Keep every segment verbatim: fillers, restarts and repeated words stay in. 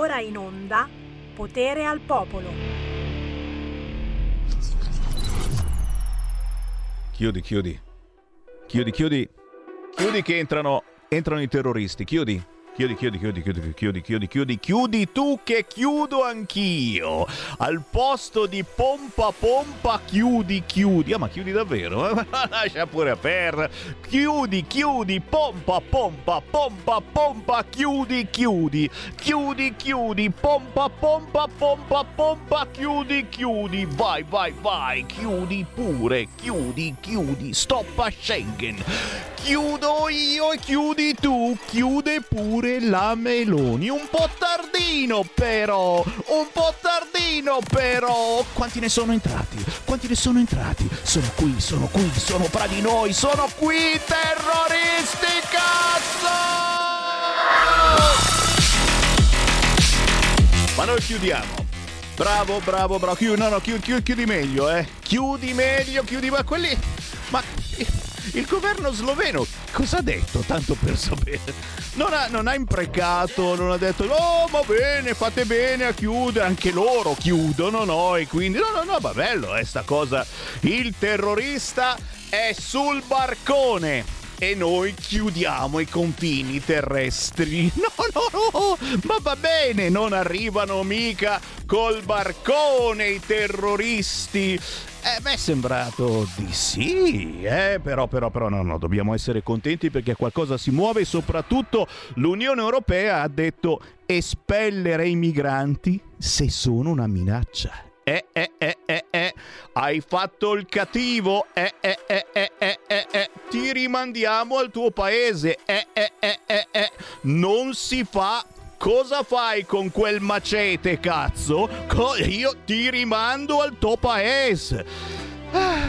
ora in onda Potere al Popolo. Chiudi, chiudi. Chiudi, chiudi. Chiudi che entrano, entrano i terroristi. Chiudi. Chiudi, chiudi, chiudi, chiudi, chiudi, chiudi, chiudi, chiudi tu che chiudo anch'io. Al posto di pompa, pompa, chiudi, chiudi. Ah, ma chiudi davvero? Lascia pure aperta. Chiudi, chiudi, pompa, pompa, pompa, pompa, chiudi, chiudi. Chiudi, chiudi, pompa, pompa, pompa, pompa, chiudi, chiudi. Vai, vai, vai, chiudi pure, chiudi, chiudi. Stoppa Schengen. Chiudo io e chiudi tu, chiude pure la Meloni. Un po' tardino però, un po' tardino però. Quanti ne sono entrati? Quanti ne sono entrati? Sono qui, sono qui, sono fra di noi, sono qui, terroristi, cazzo! Ma noi chiudiamo. Bravo, bravo, bravo. Chiudi, no, no, chiudi, chiudi, chiudi meglio, eh. Chiudi meglio, chiudi, ma quelli... Ma... Il governo sloveno cosa ha detto, tanto per sapere? Non ha, non ha imprecato, non ha detto oh va bene, fate bene a chiudere, anche loro chiudono, no? E quindi no, no, no, va bello eh, sta cosa. Il terrorista è sul barcone e noi chiudiamo i confini terrestri. No, no, no, ma va bene, non arrivano mica col barcone i terroristi. Eh, mi è sembrato di sì, eh, però, però, però, no, no, dobbiamo essere contenti perché qualcosa si muove e soprattutto l'Unione Europea ha detto espellere i migranti se sono una minaccia. Eh, eh, eh, eh, eh, hai fatto il cattivo, eh, eh, eh, eh, eh, eh, eh, ti rimandiamo al tuo paese, eh, eh, eh, eh, eh, non si fa. Cosa fai con quel macete, cazzo? Co- io ti rimando al tuo paese. Ah.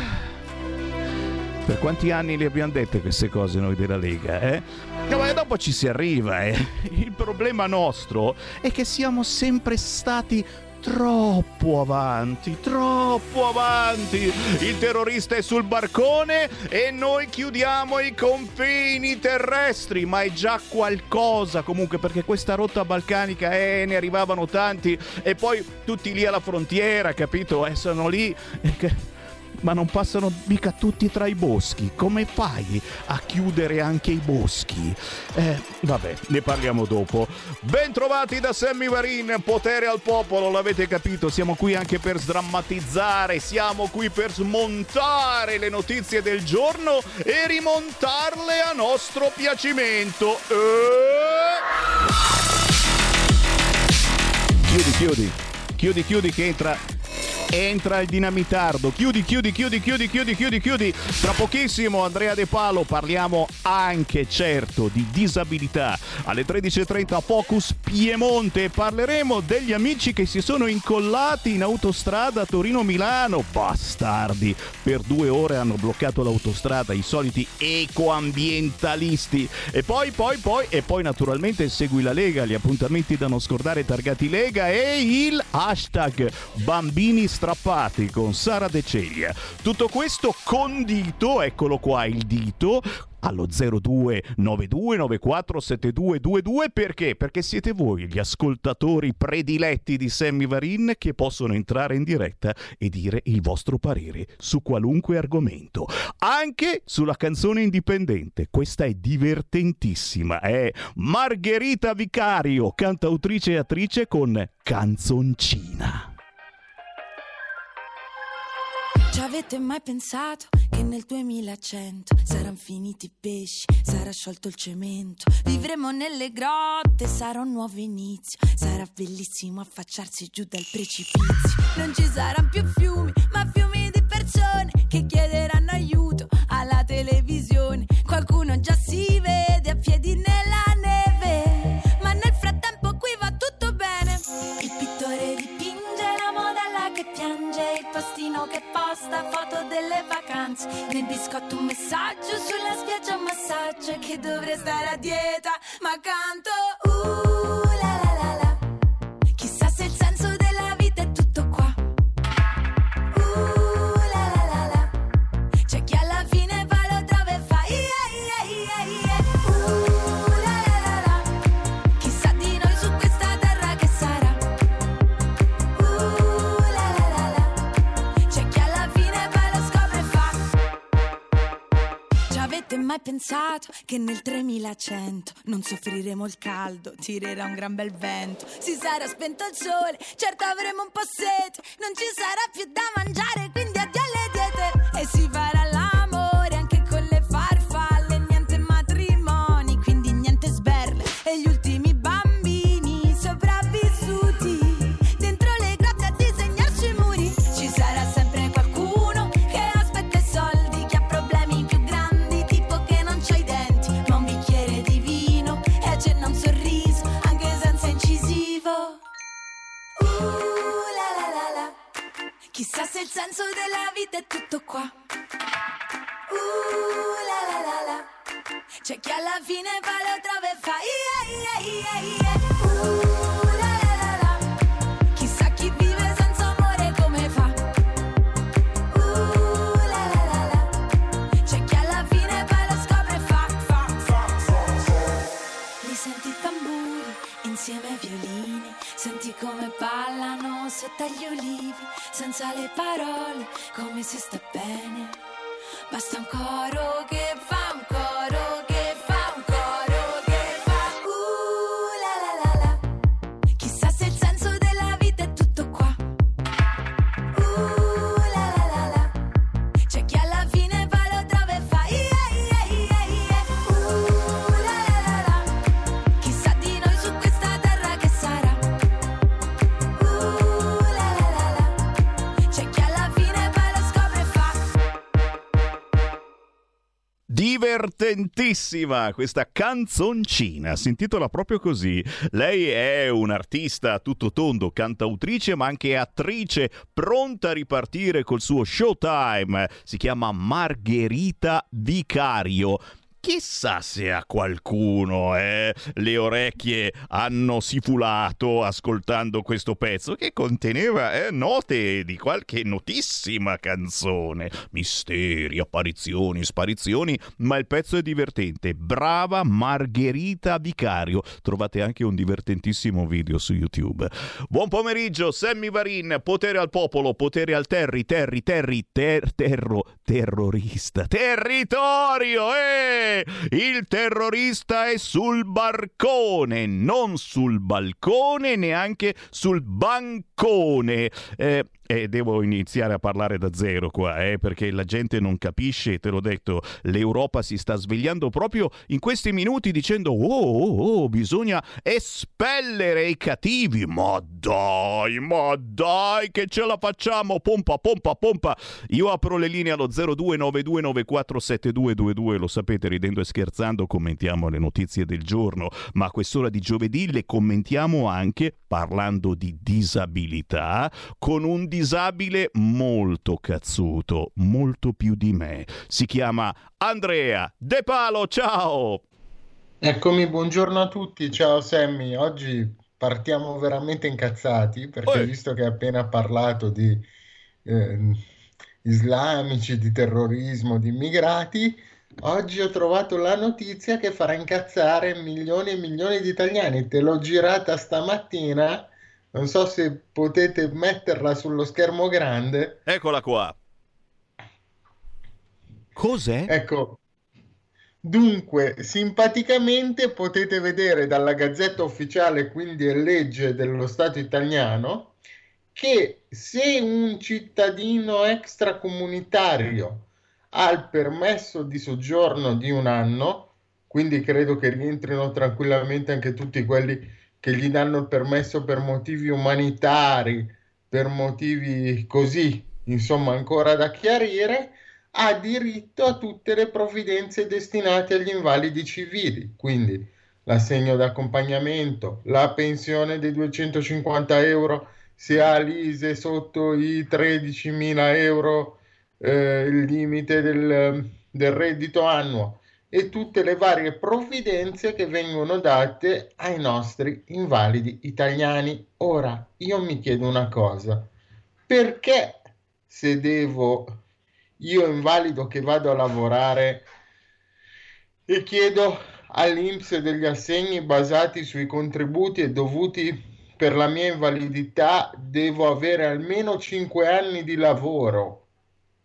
Per quanti anni le abbiamo dette queste cose noi della Lega, eh? No, ma dopo ci si arriva, eh? Il problema nostro è che siamo sempre stati troppo avanti, troppo avanti. Il terrorista è sul barcone e noi chiudiamo i confini terrestri, ma è già qualcosa comunque, perché questa rotta balcanica eh, ne arrivavano tanti e poi tutti lì alla frontiera, capito? Eh, sono lì eh, ma non passano mica tutti tra i boschi. Come fai a chiudere anche i boschi? Eh, vabbè, ne parliamo dopo. Ben trovati da Sammy Varin, Potere al Popolo, l'avete capito, siamo qui anche per sdrammatizzare, siamo qui per smontare le notizie del giorno e rimontarle a nostro piacimento. Eh... Chiudi, chiudi, chiudi, chiudi che entra... Entra il dinamitardo. Chiudi, chiudi, chiudi, chiudi, chiudi, chiudi, chiudi. Tra pochissimo Andrea De Palo, parliamo anche certo di disabilità. Alle tredici e trenta Focus Piemonte, parleremo degli amici che si sono incollati in autostrada Torino-Milano. Bastardi, per due ore hanno bloccato l'autostrada, i soliti ecoambientalisti. E poi, poi, poi, e poi naturalmente segui la Lega, gli appuntamenti da non scordare targati Lega e il hashtag bambini strappati con Sara De Ceglia. Tutto questo condito, eccolo qua il dito, allo zero due nove due nove quattro sette due due due. Perché? Perché siete voi gli ascoltatori prediletti di Sammy Varin che possono entrare in diretta e dire il vostro parere su qualunque argomento, anche sulla canzone indipendente. Questa è divertentissima, è Margherita Vicario, cantautrice e attrice con Canzoncina. Ci avete mai pensato che nel duemilacento saranno finiti i pesci, sarà sciolto il cemento, vivremo nelle grotte, sarà un nuovo inizio, sarà bellissimo affacciarsi giù dal precipizio. Non ci saranno più fiumi, ma fiumi di persone che chiederanno aiuto alla televisione. Qualcuno già si vede a piedi nella neve, ma nel frattempo qui va tutto bene. Il pittore dipinge, la modella che piange, il postino che posta foto delle vacanze, nel biscotto un messaggio, sulla spiaggia un massaggio, che dovrei stare a dieta ma canto uh la la la la. Chissà se il senso della vita è tutto qua. Uh la la la la. C'è chi alla fine va lo trova e fa yeah yeah yeah yeah. Uh la la la la. Chissà di noi su questa terra che sarà. mai pensato che nel tremilacento non soffriremo il caldo, tirerà un gran bel vento, si sarà spento il sole, certo avremo un po' sete, non ci sarà più da mangiare, quindi addio alle diete, e si farà l'amore anche con le farfalle, niente matrimoni, quindi niente sberle, e gli ultimi bambini sopravvissuti dentro le grotte a disegnare sui muri. Ci sarà sempre qualcuno che aspetta i soldi, che ha problemi più grandi, tipo che non c'ha i denti, ma un bicchiere di vino e accenna un sorriso anche senza incisivo. Uh, la la la la. Chissà se il senso della vita è tutto qua. Uh, la la la la. C'è chi alla fine fa le trove e fa yeah, yeah, yeah, yeah. Uh, la la la la. Chissà chi vive senza amore come fa. Uh, la la la la. C'è chi alla fine poi lo scopre e fa, fa, fa, fa, fa. Li senti i tamburi insieme ai violini, senti come ballano sotto agli ulivi, senza le parole, come si sta bene. Basta un coro che fa, un coro che fa, un coro che fa. Uh, la la la la. Chissà se il senso della vita è tutto qua. Uh, la la la la. C'è chi alla fine poi lo trova e fa yeah, yeah, yeah, yeah. Uh, la la la la. Chissà di noi su questa terra che sarà. Uh, la la la la. C'è chi alla fine poi lo scopre e fa. Divertentissima questa canzoncina, si intitola proprio così. Lei è un'artista a tutto tondo, cantautrice ma anche attrice, pronta a ripartire col suo Showtime. Si chiama Margherita Vicario. Chissà se a qualcuno eh, le orecchie hanno sifulato ascoltando questo pezzo che conteneva eh, note di qualche notissima canzone, misteri, apparizioni, sparizioni, ma il pezzo è divertente. Brava Margherita Vicario. Trovate anche un divertentissimo video su YouTube. Buon pomeriggio, Sammy Varin. Potere al popolo, potere al terri, terri, terri, ter, terro, terrorista, territorio, eh! Il terrorista è sul barcone, non sul balcone, neanche sul bancone. Eh, eh, devo iniziare a parlare da zero qua, eh, perché la gente non capisce, te l'ho detto, l'Europa si sta svegliando proprio in questi minuti dicendo oh, oh, oh, bisogna espellere i cattivi. Ma dai, ma dai che ce la facciamo, pompa, pompa, pompa. Io apro le linee allo zero due nove due nove quattro sette due due due, lo sapete, ridendo e scherzando commentiamo le notizie del giorno, ma a quest'ora di giovedì le commentiamo anche parlando di disabilità con un disabile molto cazzuto, molto più di me. Si chiama Andrea De Palo, ciao! Eccomi, buongiorno a tutti, ciao Sammy. Oggi partiamo veramente incazzati perché Oi. visto che hai appena parlato di eh, islamici, di terrorismo, di immigrati, oggi ho trovato la notizia che farà incazzare milioni e milioni di italiani. Te l'ho girata stamattina, non so se potete metterla sullo schermo grande. Eccola qua. Cos'è? Ecco, dunque, simpaticamente potete vedere dalla Gazzetta Ufficiale, quindi è legge dello Stato italiano, che se un cittadino extracomunitario ha il permesso di soggiorno di un anno, quindi credo che rientrino tranquillamente anche tutti quelli che gli danno il permesso per motivi umanitari, per motivi così, insomma, ancora da chiarire, ha diritto a tutte le provvidenze destinate agli invalidi civili, quindi l'assegno d'accompagnamento, la pensione dei duecentocinquanta euro se ha l'I S E E sotto i tredicimila euro, eh, il limite del, del reddito annuo, e tutte le varie provvidenze che vengono date ai nostri invalidi italiani. Ora, io mi chiedo una cosa: perché se devo, io invalido che vado a lavorare e chiedo all'I N P S degli assegni basati sui contributi e dovuti per la mia invalidità, devo avere almeno cinque anni di lavoro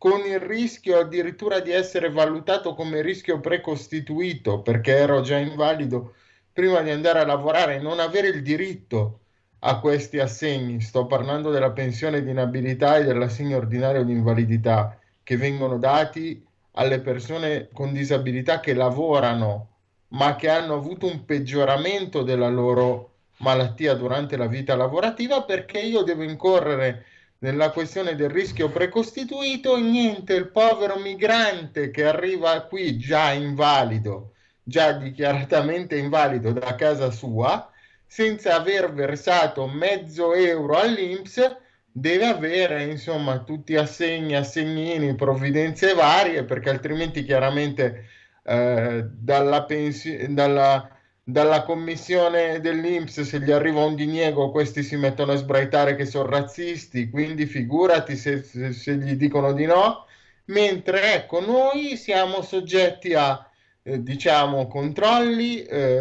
con il rischio addirittura di essere valutato come rischio precostituito perché ero già invalido prima di andare a lavorare e non avere il diritto a questi assegni. Sto parlando della pensione di inabilità e dell'assegno ordinario di invalidità che vengono dati alle persone con disabilità che lavorano ma che hanno avuto un peggioramento della loro malattia durante la vita lavorativa, perché io devo incorrere nella questione del rischio precostituito e niente, il povero migrante che arriva qui già invalido, già dichiaratamente invalido da casa sua, senza aver versato mezzo euro all'I N P S, deve avere insomma tutti assegni, assegnini, provvidenze varie, perché altrimenti chiaramente eh, dalla, pensi- dalla, dalla commissione dell'I N P S, se gli arriva un diniego, questi si mettono a sbraitare che sono razzisti, quindi figurati se, se, se gli dicono di no, mentre ecco noi siamo soggetti a eh, diciamo controlli,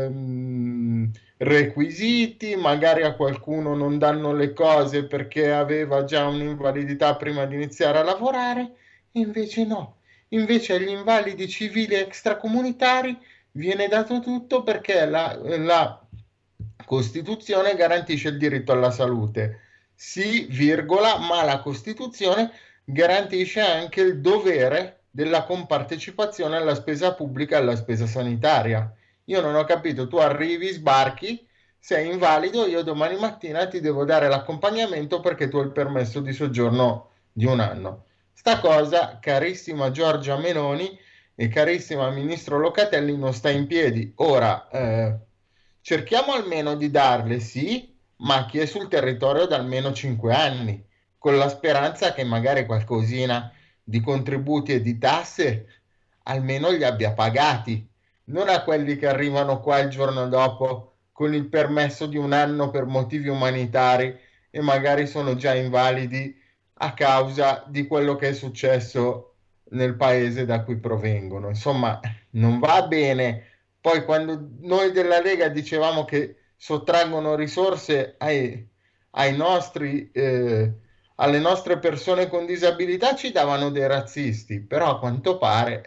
ehm, requisiti, magari a qualcuno non danno le cose perché aveva già un'invalidità prima di iniziare a lavorare, e invece no. Invece agli invalidi civili extracomunitari viene dato tutto perché la, la Costituzione garantisce il diritto alla salute. Sì, virgola, ma la Costituzione garantisce anche il dovere della compartecipazione alla spesa pubblica e alla spesa sanitaria. Io non ho capito, tu arrivi, sbarchi, sei invalido, io domani mattina ti devo dare l'accompagnamento perché tu hai il permesso di soggiorno di un anno. Sta cosa, carissima Giorgia Meloni e carissima Ministro Locatelli, non sta in piedi. Ora, eh, cerchiamo almeno di darle, sì, ma a chi è sul territorio da almeno cinque anni, con la speranza che magari qualcosina di contributi e di tasse almeno li abbia pagati, non a quelli che arrivano qua il giorno dopo con il permesso di un anno per motivi umanitari e magari sono già invalidi a causa di quello che è successo nel paese da cui provengono. Insomma, non va bene. Poi quando noi della Lega dicevamo che sottraggono risorse ai, ai nostri, eh, alle nostre persone con disabilità, ci davano dei razzisti, però a quanto pare...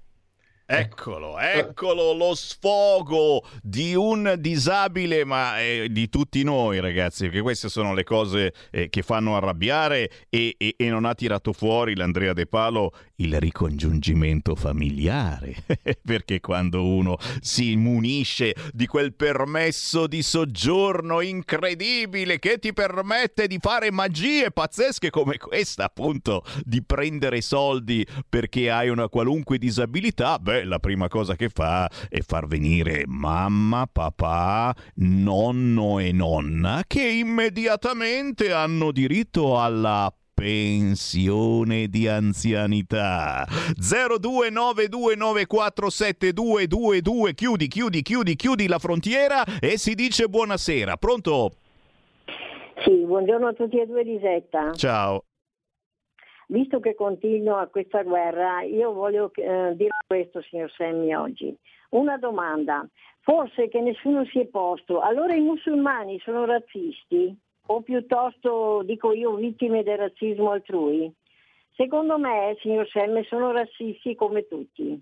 Eccolo, eccolo lo sfogo di un disabile, ma eh, di tutti noi, ragazzi, perché queste sono le cose eh, che fanno arrabbiare e, e, e non ha tirato fuori l'Andrea De Palo il ricongiungimento familiare, perché quando uno si munisce di quel permesso di soggiorno incredibile che ti permette di fare magie pazzesche come questa, appunto, di prendere soldi perché hai una qualunque disabilità, beh, la prima cosa che fa è far venire mamma, papà, nonno e nonna che immediatamente hanno diritto alla pensione di anzianità. Zero due nove due nove quattro sette due due due, chiudi, chiudi, chiudi, chiudi la frontiera e si dice buonasera. Pronto? Sì, buongiorno a tutti e due di Setta. Ciao. Visto che continua questa guerra, io voglio eh, dire questo, signor Semmi, oggi. Una domanda, forse che nessuno si è posto. Allora i musulmani sono razzisti? O piuttosto, dico io, vittime del razzismo altrui? Secondo me, signor Semmi, sono razzisti come tutti.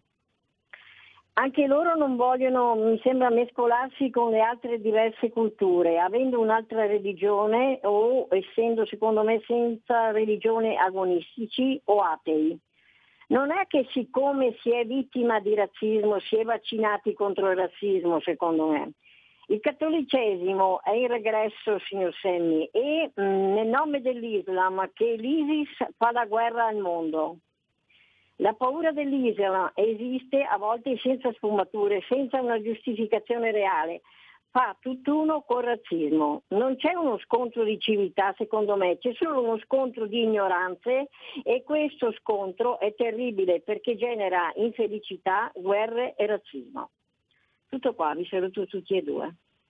Anche loro non vogliono, mi sembra, mescolarsi con le altre diverse culture, avendo un'altra religione o essendo, secondo me, senza religione agonistici o atei. Non è che siccome si è vittima di razzismo si è vaccinati contro il razzismo, secondo me. Il cattolicesimo è in regresso, signor Semmi, e mh, nel nome dell'Islam che l'ISIS fa la guerra al mondo. La paura dell'Islam esiste a volte senza sfumature, senza una giustificazione reale, fa tutt'uno col razzismo. Non c'è uno scontro di civiltà, secondo me, c'è solo uno scontro di ignoranze e questo scontro è terribile perché genera infelicità, guerre e razzismo. Tutto qua, vi saluto tutti e due.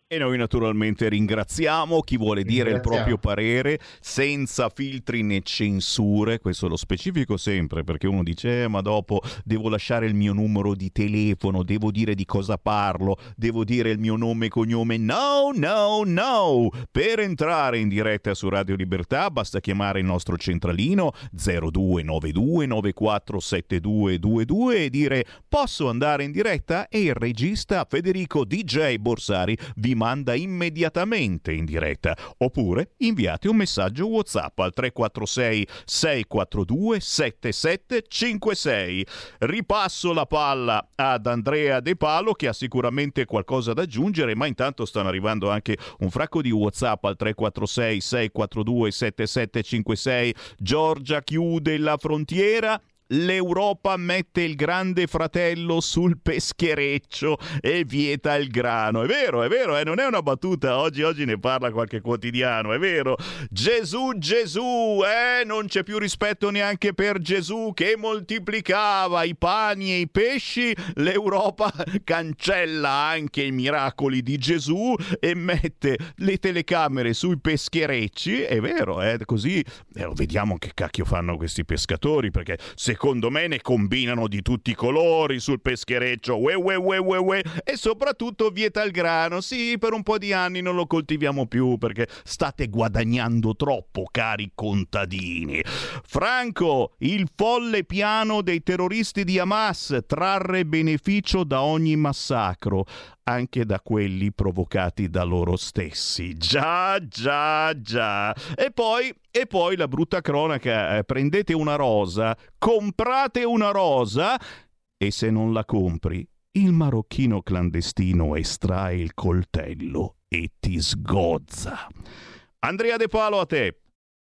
E noi naturalmente ringraziamo chi vuole dire il proprio parere senza filtri né censure, questo lo specifico sempre, perché uno dice eh, ma dopo devo lasciare il mio numero di telefono, devo dire di cosa parlo, devo dire il mio nome e cognome. No, no, no! Per entrare in diretta su Radio Libertà basta chiamare il nostro centralino zero due nove due nove quattro sette due due due e dire posso andare in diretta, e il regista Federico D J Borsari vi manda immediatamente in diretta, oppure inviate un messaggio WhatsApp al tre quattro sei sei quattro due sette sette cinque sei. Ripasso la palla ad Andrea De Palo, che ha sicuramente qualcosa da aggiungere, ma intanto stanno arrivando anche un fracco di WhatsApp al tre quattro sei sei quattro due sette sette cinque sei. Giorgia chiude la frontiera. L'Europa mette il grande fratello sul peschereccio e vieta il grano. È vero, è vero, eh? Non è una battuta. Oggi, oggi ne parla qualche quotidiano, è vero. Gesù, Gesù, eh? Non c'è più rispetto neanche per Gesù che moltiplicava i pani e i pesci. L'Europa cancella anche i miracoli di Gesù e mette le telecamere sui pescherecci. È vero, eh? Così eh, vediamo che cacchio fanno questi pescatori, perché se secondo me ne combinano di tutti i colori sul peschereccio, ue, ue, ue, ue, ue. E soprattutto vieta il grano. Sì, per un po' di anni non lo coltiviamo più perché state guadagnando troppo, cari contadini. Franco, il folle piano dei terroristi di Hamas, trarre beneficio da ogni massacro, anche da quelli provocati da loro stessi. Già, già, già. E poi, e poi la brutta cronaca, eh, prendete una rosa, comprate una rosa e se non la compri, il marocchino clandestino estrae il coltello e ti sgozza. Andrea De Palo, a te.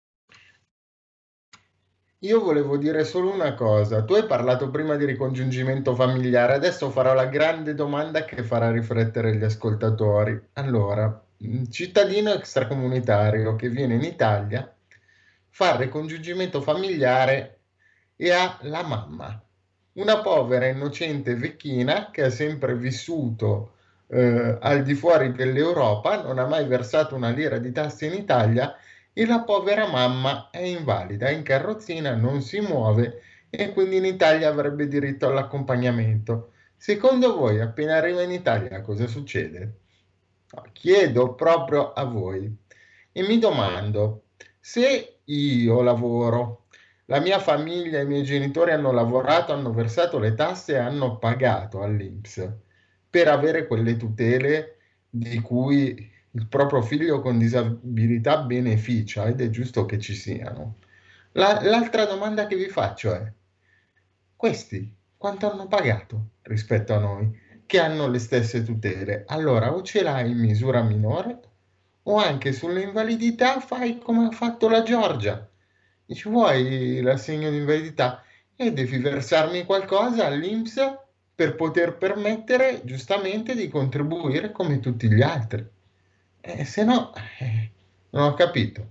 Io volevo dire solo una cosa. Tu hai parlato prima di ricongiungimento familiare, adesso farò la grande domanda che farà riflettere gli ascoltatori. Allora, un cittadino extracomunitario che viene in Italia fa il ricongiungimento familiare e ha la mamma, una povera innocente vecchina che ha sempre vissuto eh, al di fuori dell'Europa, non ha mai versato una lira di tasse in Italia, e la povera mamma è invalida, è in carrozzina, non si muove e quindi in Italia avrebbe diritto all'accompagnamento. Secondo voi, appena arriva in Italia, cosa succede? No, chiedo proprio a voi e mi domando, se io lavoro, la mia famiglia, i miei genitori hanno lavorato, hanno versato le tasse e hanno pagato all'I N P S per avere quelle tutele di cui il proprio figlio con disabilità beneficia, ed è giusto che ci siano. La, l'altra domanda che vi faccio è: questi quanto hanno pagato rispetto a noi, che hanno le stesse tutele? Allora o ce l'hai in misura minore, o anche sulle invalidità fai come ha fatto la Giorgia. Dici, vuoi l'assegno di invalidità? E devi versarmi qualcosa all'I N P S per poter permettere giustamente di contribuire come tutti gli altri. Eh, se no, eh, non ho capito.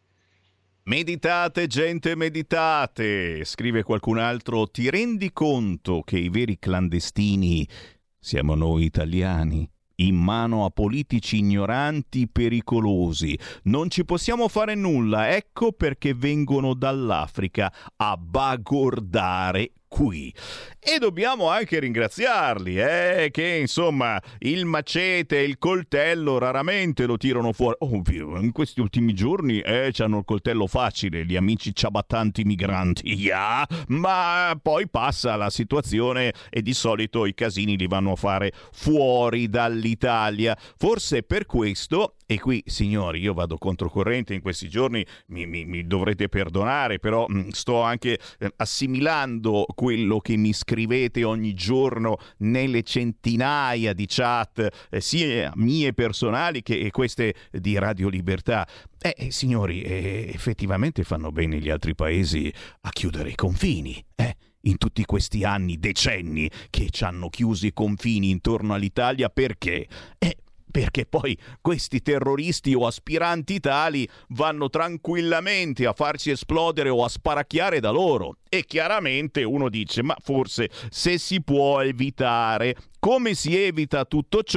Meditate, gente, meditate, scrive qualcun altro. Ti rendi conto che i veri clandestini siamo noi italiani, in mano a politici ignoranti, pericolosi? Non ci possiamo fare nulla, ecco perché vengono dall'Africa a bagordare qui. E dobbiamo anche ringraziarli, eh, che insomma il macete e il coltello raramente lo tirano fuori. Ovvio, in questi ultimi giorni eh, c'hanno il coltello facile, gli amici ciabattanti migranti, yeah, ma poi passa la situazione e di solito i casini li vanno a fare fuori dall'Italia. Forse per questo, e qui signori io vado controcorrente in questi giorni, mi, mi, mi dovrete perdonare, però mh, sto anche eh, assimilando quello che mi scrivete ogni giorno nelle centinaia di chat, eh, sia mie personali che queste di Radio Libertà. Eh, signori, eh, effettivamente fanno bene gli altri paesi a chiudere i confini, eh? In tutti questi anni, decenni, che ci hanno chiusi i confini intorno all'Italia, perché? Eh, perché poi questi terroristi o aspiranti tali vanno tranquillamente a farci esplodere o a sparacchiare da loro. E chiaramente uno dice, ma forse se si può evitare, come si evita tutto ciò?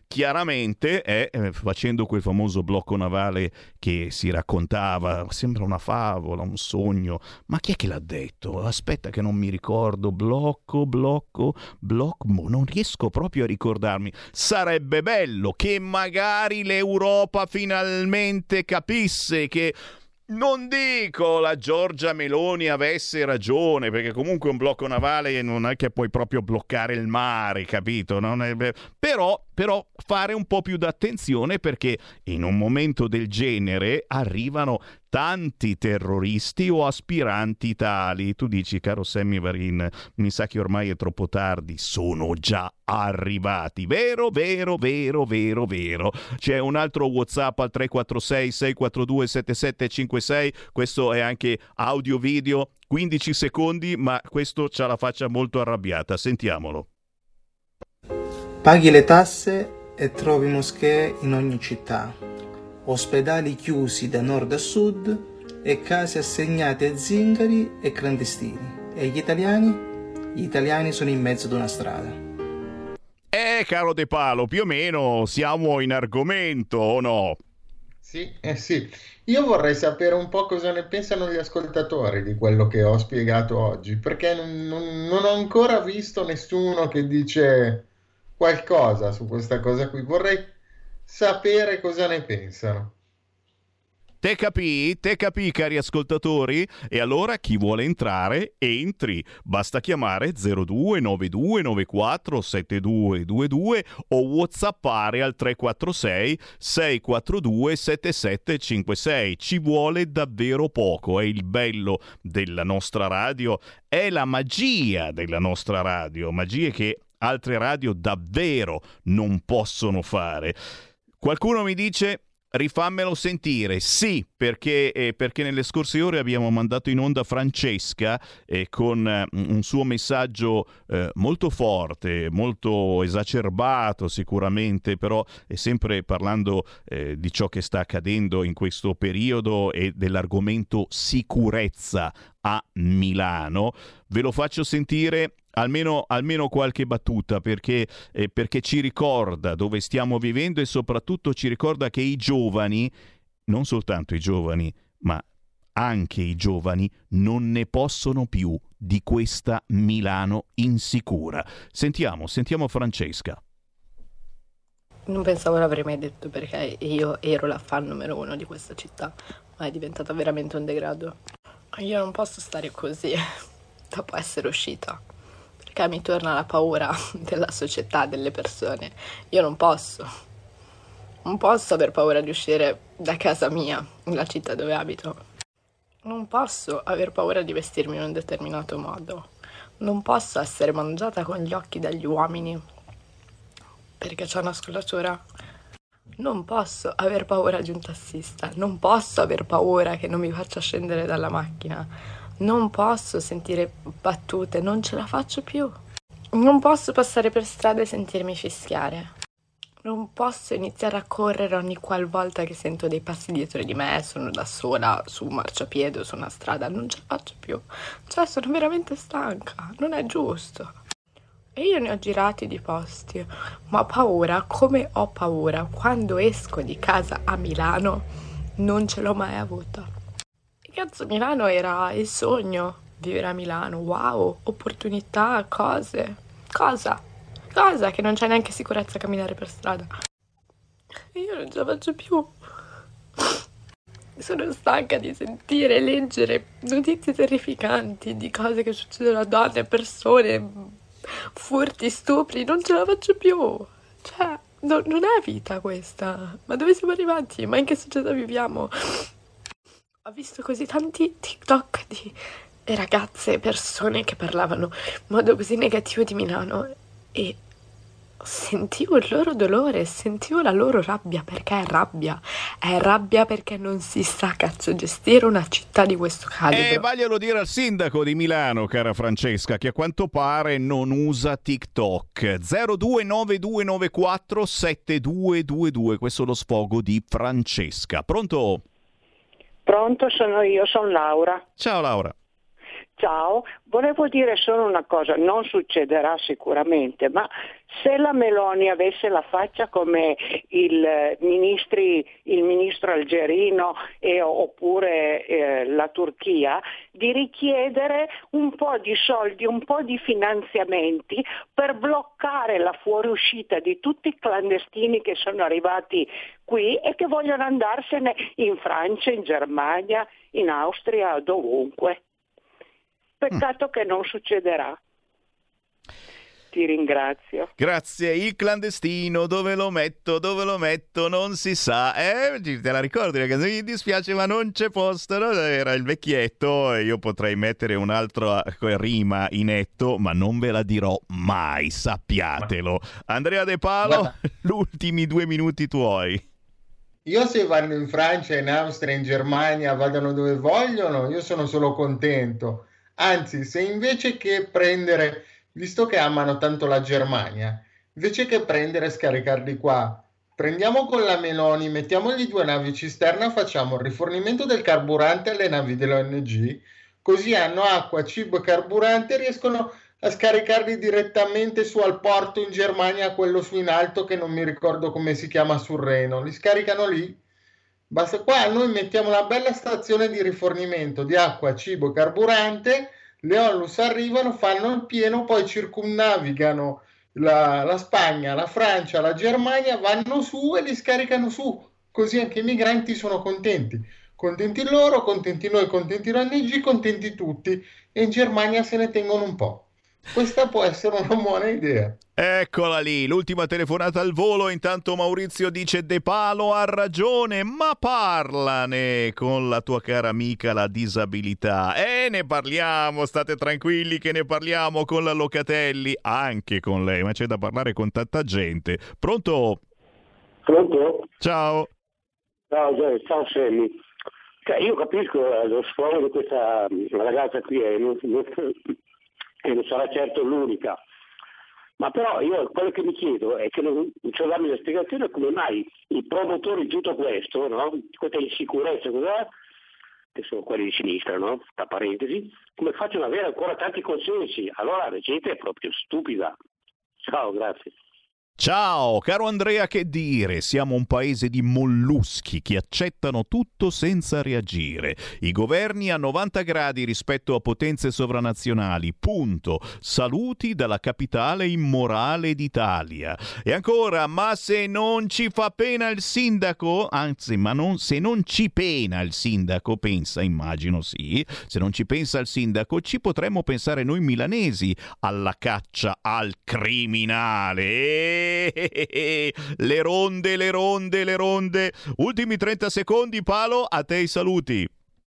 chiaramente è eh, facendo quel famoso blocco navale che si raccontava, sembra una favola, un sogno, ma chi è che l'ha detto? Aspetta che non mi ricordo, blocco, blocco, blocco, non riesco proprio a ricordarmi. Sarebbe bello che magari l'Europa finalmente capisse che, non dico la Giorgia Meloni avesse ragione, perché comunque un blocco navale non è che puoi proprio bloccare il mare, capito? Non è... Però, però fare un po' più d'attenzione, perché in un momento del genere arrivano tanti terroristi o aspiranti tali. Tu dici, caro Sammy Varin, mi sa che ormai è troppo tardi. Sono già arrivati. Vero, vero, vero, vero, vero. C'è un altro WhatsApp al tre quattro sei sei quattro due sette sette cinque sei. Questo è anche audio video, quindici secondi, ma questo c'ha la faccia molto arrabbiata. Sentiamolo. Paghi le tasse e trovi moschee in ogni città, ospedali chiusi da nord a sud e case assegnate a zingari e clandestini. E gli italiani? Gli italiani sono in mezzo ad una strada. Eh, caro De Palo, più o meno siamo in argomento, o no? Sì, eh sì. Io vorrei sapere un po' cosa ne pensano gli ascoltatori di quello che ho spiegato oggi, perché non, non- non ho ancora visto nessuno che dice qualcosa su questa cosa qui. Vorrei sapere cosa ne pensano. Te capì? Te capì, cari ascoltatori? E allora chi vuole entrare, entri. Basta chiamare zero due nove due nove quattro sette due due due o whatsappare al tre quattro sei sei quattro due sette sette cinque sei. Ci vuole davvero poco. È il bello della nostra radio, è la magia della nostra radio, magie che altre radio davvero non possono fare. Qualcuno mi dice: rifammelo sentire. Sì, perché, eh, perché nelle scorse ore abbiamo mandato in onda Francesca eh, con eh, un suo messaggio eh, molto forte, molto esacerbato sicuramente, però è sempre parlando eh, di ciò che sta accadendo in questo periodo e dell'argomento sicurezza a Milano. Ve lo faccio sentire. Almeno, almeno qualche battuta, perché, eh, perché ci ricorda dove stiamo vivendo e soprattutto ci ricorda che i giovani, non soltanto i giovani, ma anche i giovani, non ne possono più di questa Milano insicura. Sentiamo, sentiamo Francesca. Non pensavo l'avrei mai detto, perché io ero la fan numero uno di questa città, ma è diventata veramente un degrado. Io non posso stare così dopo essere uscita, perché mi torna la paura della società, delle persone. Io non posso, non posso aver paura di uscire da casa mia, la città dove abito. Non posso aver paura di vestirmi in un determinato modo. Non posso essere mangiata con gli occhi dagli uomini, perché c'è una scollatura. Non posso aver paura di un tassista. Non posso aver paura che non mi faccia scendere dalla macchina. Non posso sentire battute, non ce la faccio più. Non posso passare per strada e sentirmi fischiare. Non posso iniziare a correre ogni qualvolta che sento dei passi dietro di me, sono da sola su un marciapiede o su una strada, non ce la faccio più. Cioè, sono veramente stanca, non è giusto. E io ne ho girati di posti, ma paura, come ho paura quando esco di casa a Milano, non ce l'ho mai avuta. Cazzo, Milano era il sogno, vivere a Milano, wow, opportunità, cose, cosa, cosa che non c'è neanche sicurezza a camminare per strada. E io non ce la faccio più. Sono stanca di sentire e leggere notizie terrificanti di cose che succedono a donne, persone, furti, stupri, non ce la faccio più. Cioè, no, non è vita questa. Ma dove siamo arrivati? Ma in che società viviamo? Ho visto così tanti TikTok di ragazze, persone che parlavano in modo così negativo di Milano e sentivo il loro dolore, sentivo la loro rabbia, perché è rabbia, è rabbia perché non si sa cazzo gestire una città di questo calibro. E vaglielo dire al sindaco di Milano, cara Francesca, che a quanto pare non usa TikTok. zero due nove due nove quattro sette due due due, questo è lo sfogo di Francesca. Pronto? Pronto, sono io, sono Laura. Ciao Laura. Ciao, volevo dire solo una cosa, non succederà sicuramente, ma se la Meloni avesse la faccia come il, ministri, il ministro algerino e, oppure eh, la Turchia, di richiedere un po' di soldi, un po' di finanziamenti per bloccare la fuoriuscita di tutti i clandestini che sono arrivati qui e che vogliono andarsene in Francia, in Germania, in Austria, dovunque. Peccato mm. che non succederà. Ti ringrazio. Grazie. Il clandestino, dove lo metto, dove lo metto, non si sa. Eh, te la ricordi la canzone? Mi dispiace ma non c'è posto, no? Era il vecchietto e io potrei mettere un'altra rima in etto, ma non ve la dirò mai, sappiatelo. Andrea De Palo, Guarda. Gli ultimi due minuti tuoi. Io se vanno in Francia, in Austria, in Germania, vadano dove vogliono, io sono solo contento. Anzi, se invece che prendere, visto che amano tanto la Germania, invece che prendere e scaricarli qua, prendiamo con la Meloni, mettiamogli due navi cisterna, facciamo il rifornimento del carburante alle navi dell'O N G, così hanno acqua, cibo e carburante e riescono a scaricarli direttamente su al porto in Germania, quello su in alto che non mi ricordo come si chiama, sul Reno. Li scaricano lì. Basta, qua noi mettiamo una bella stazione di rifornimento di acqua, cibo, carburante, le Onlus arrivano, fanno il pieno, poi circumnavigano la, la Spagna, la Francia, la Germania, vanno su e li scaricano su, così anche i migranti sono contenti. Contenti loro, contenti noi, contenti l'O N G, contenti tutti, e in Germania se ne tengono un po'. Questa può essere una buona idea. Eccola lì, l'ultima telefonata al volo. Intanto Maurizio dice: De Palo ha ragione, ma parlane con la tua cara amica la disabilità. E ne parliamo, state tranquilli che ne parliamo con la Locatelli, anche con lei, ma c'è da parlare con tanta gente. Pronto? Pronto? Ciao. Ciao, ciao Sammy. Cioè, io capisco lo sfogo di questa ragazza qui e non, non, e non sarà certo l'unica. Ma però io quello che mi chiedo è che non c'è darmi la spiegazione come mai i promotori di tutto questo, no? Questa insicurezza, cos'è? Che sono quelli di sinistra, no? Tra parentesi, come facciano ad avere ancora tanti consensi? Allora la gente è proprio stupida. Ciao, grazie. Ciao, caro Andrea, che dire? Siamo un paese di molluschi che accettano tutto senza reagire. I governi a novanta gradi rispetto a potenze sovranazionali. Punto. Saluti dalla capitale immorale d'Italia. E ancora, ma se non ci fa pena il sindaco? Anzi, ma non, se non ci pena il sindaco, pensa, immagino sì, se non ci pensa il sindaco, ci potremmo pensare noi milanesi alla caccia al criminale. Le ronde, le ronde, le ronde. Ultimi trenta secondi, Palo, a te i saluti.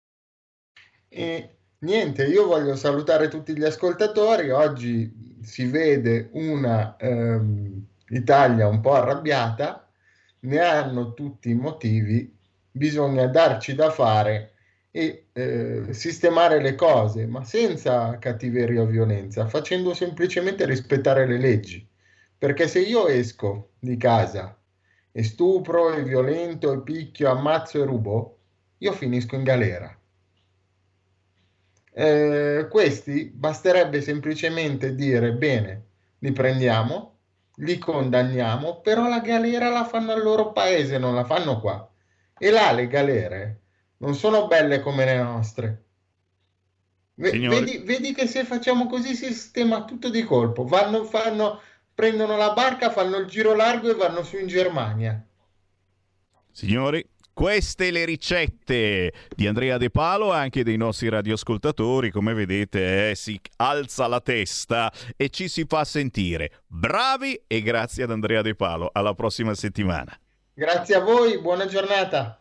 E niente, io voglio salutare tutti gli ascoltatori. Oggi si vede una ehm, Italia un po' arrabbiata, ne hanno tutti i motivi, bisogna darci da fare e eh, sistemare le cose, ma senza cattiveria o violenza, facendo semplicemente rispettare le leggi. Perché se io esco di casa e stupro e violento e picchio, ammazzo e rubo, io finisco in galera. Eh, questi basterebbe semplicemente dire: bene, li prendiamo, li condanniamo, però la galera la fanno al loro paese, non la fanno qua. E là le galere non sono belle come le nostre. V- vedi, vedi che se facciamo così si sistema tutto di colpo. Vanno, fanno... prendono la barca, fanno il giro largo e vanno su in Germania. Signori, queste le ricette di Andrea De Palo e anche dei nostri radioascoltatori. Come vedete, eh, si alza la testa e ci si fa sentire. Bravi e grazie ad Andrea De Palo. Alla prossima settimana. Grazie a voi, buona giornata.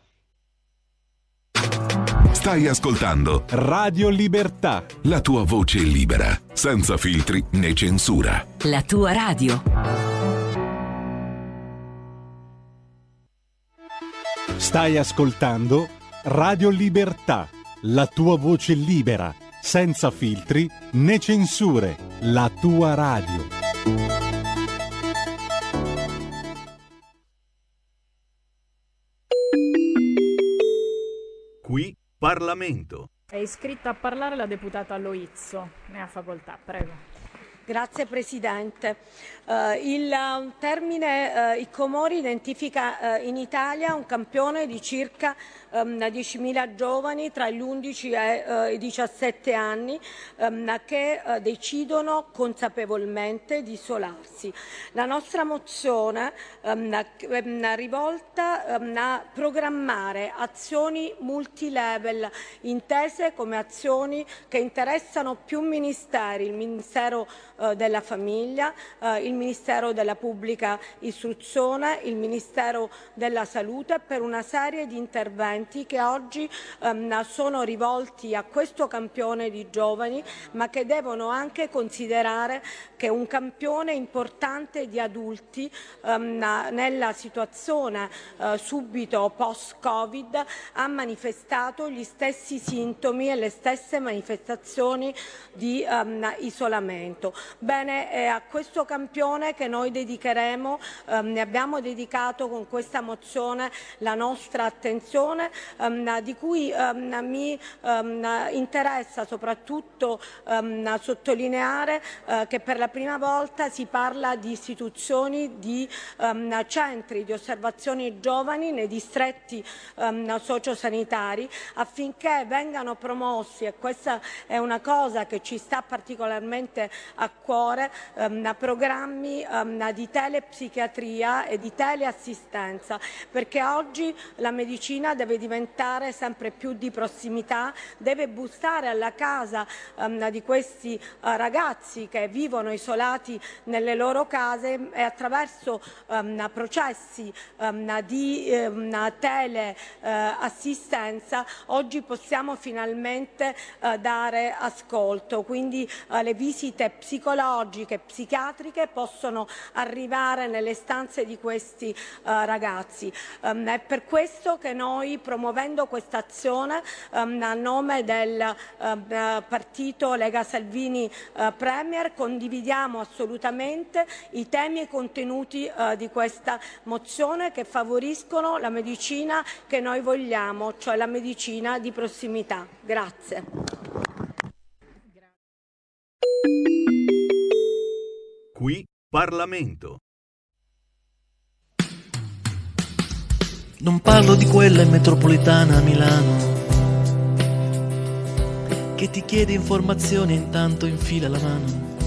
Stai ascoltando Radio Libertà, la tua voce libera, senza filtri né censura. La tua radio. Stai ascoltando Radio Libertà, la tua voce libera, senza filtri né censure. La tua radio. Qui Parlamento. È iscritta a parlare la deputata Loizzo. Ne ha facoltà, prego. Grazie Presidente. Uh, il uh, termine uh, Hikikomori identifica uh, in Italia un campione di circa um, diecimila giovani tra gli undici e uh, i diciassette anni um, che uh, decidono consapevolmente di isolarsi. La nostra mozione um, um, rivolta um, a programmare azioni multilevel intese come azioni che interessano più ministeri, il Ministero della Famiglia, eh, il Ministero della Pubblica Istruzione, il Ministero della Salute, per una serie di interventi che oggi ehm, sono rivolti a questo campione di giovani, ma che devono anche considerare che un campione importante di adulti ehm, nella situazione eh, subito post-Covid ha manifestato gli stessi sintomi e le stesse manifestazioni di ehm, isolamento. Bene, è a questo campione che noi dedicheremo, ehm, ne abbiamo dedicato con questa mozione la nostra attenzione, ehm, di cui ehm, mi ehm, interessa soprattutto ehm, sottolineare eh, che per la prima volta si parla di istituzioni, di ehm, centri di osservazione giovani nei distretti ehm, sociosanitari, affinché vengano promossi, e questa è una cosa che ci sta particolarmente a cuore, ehm, programmi ehm, di telepsichiatria e di teleassistenza, perché oggi la medicina deve diventare sempre più di prossimità, deve bussare alla casa ehm, di questi eh, ragazzi che vivono isolati nelle loro case, e attraverso ehm, processi ehm, di ehm, teleassistenza eh, oggi possiamo finalmente eh, dare ascolto, quindi eh, le visite psicologiche, psichiatriche possono arrivare nelle stanze di questi uh, ragazzi. Um, è per questo che noi, promuovendo questa azione um, a nome del uh, partito Lega Salvini uh, Premier, condividiamo assolutamente i temi e i contenuti uh, di questa mozione, che favoriscono la medicina che noi vogliamo, cioè la medicina di prossimità. Grazie. Qui Parlamento. Non parlo di quella in metropolitana a Milano che ti chiede informazioni e intanto infila la mano,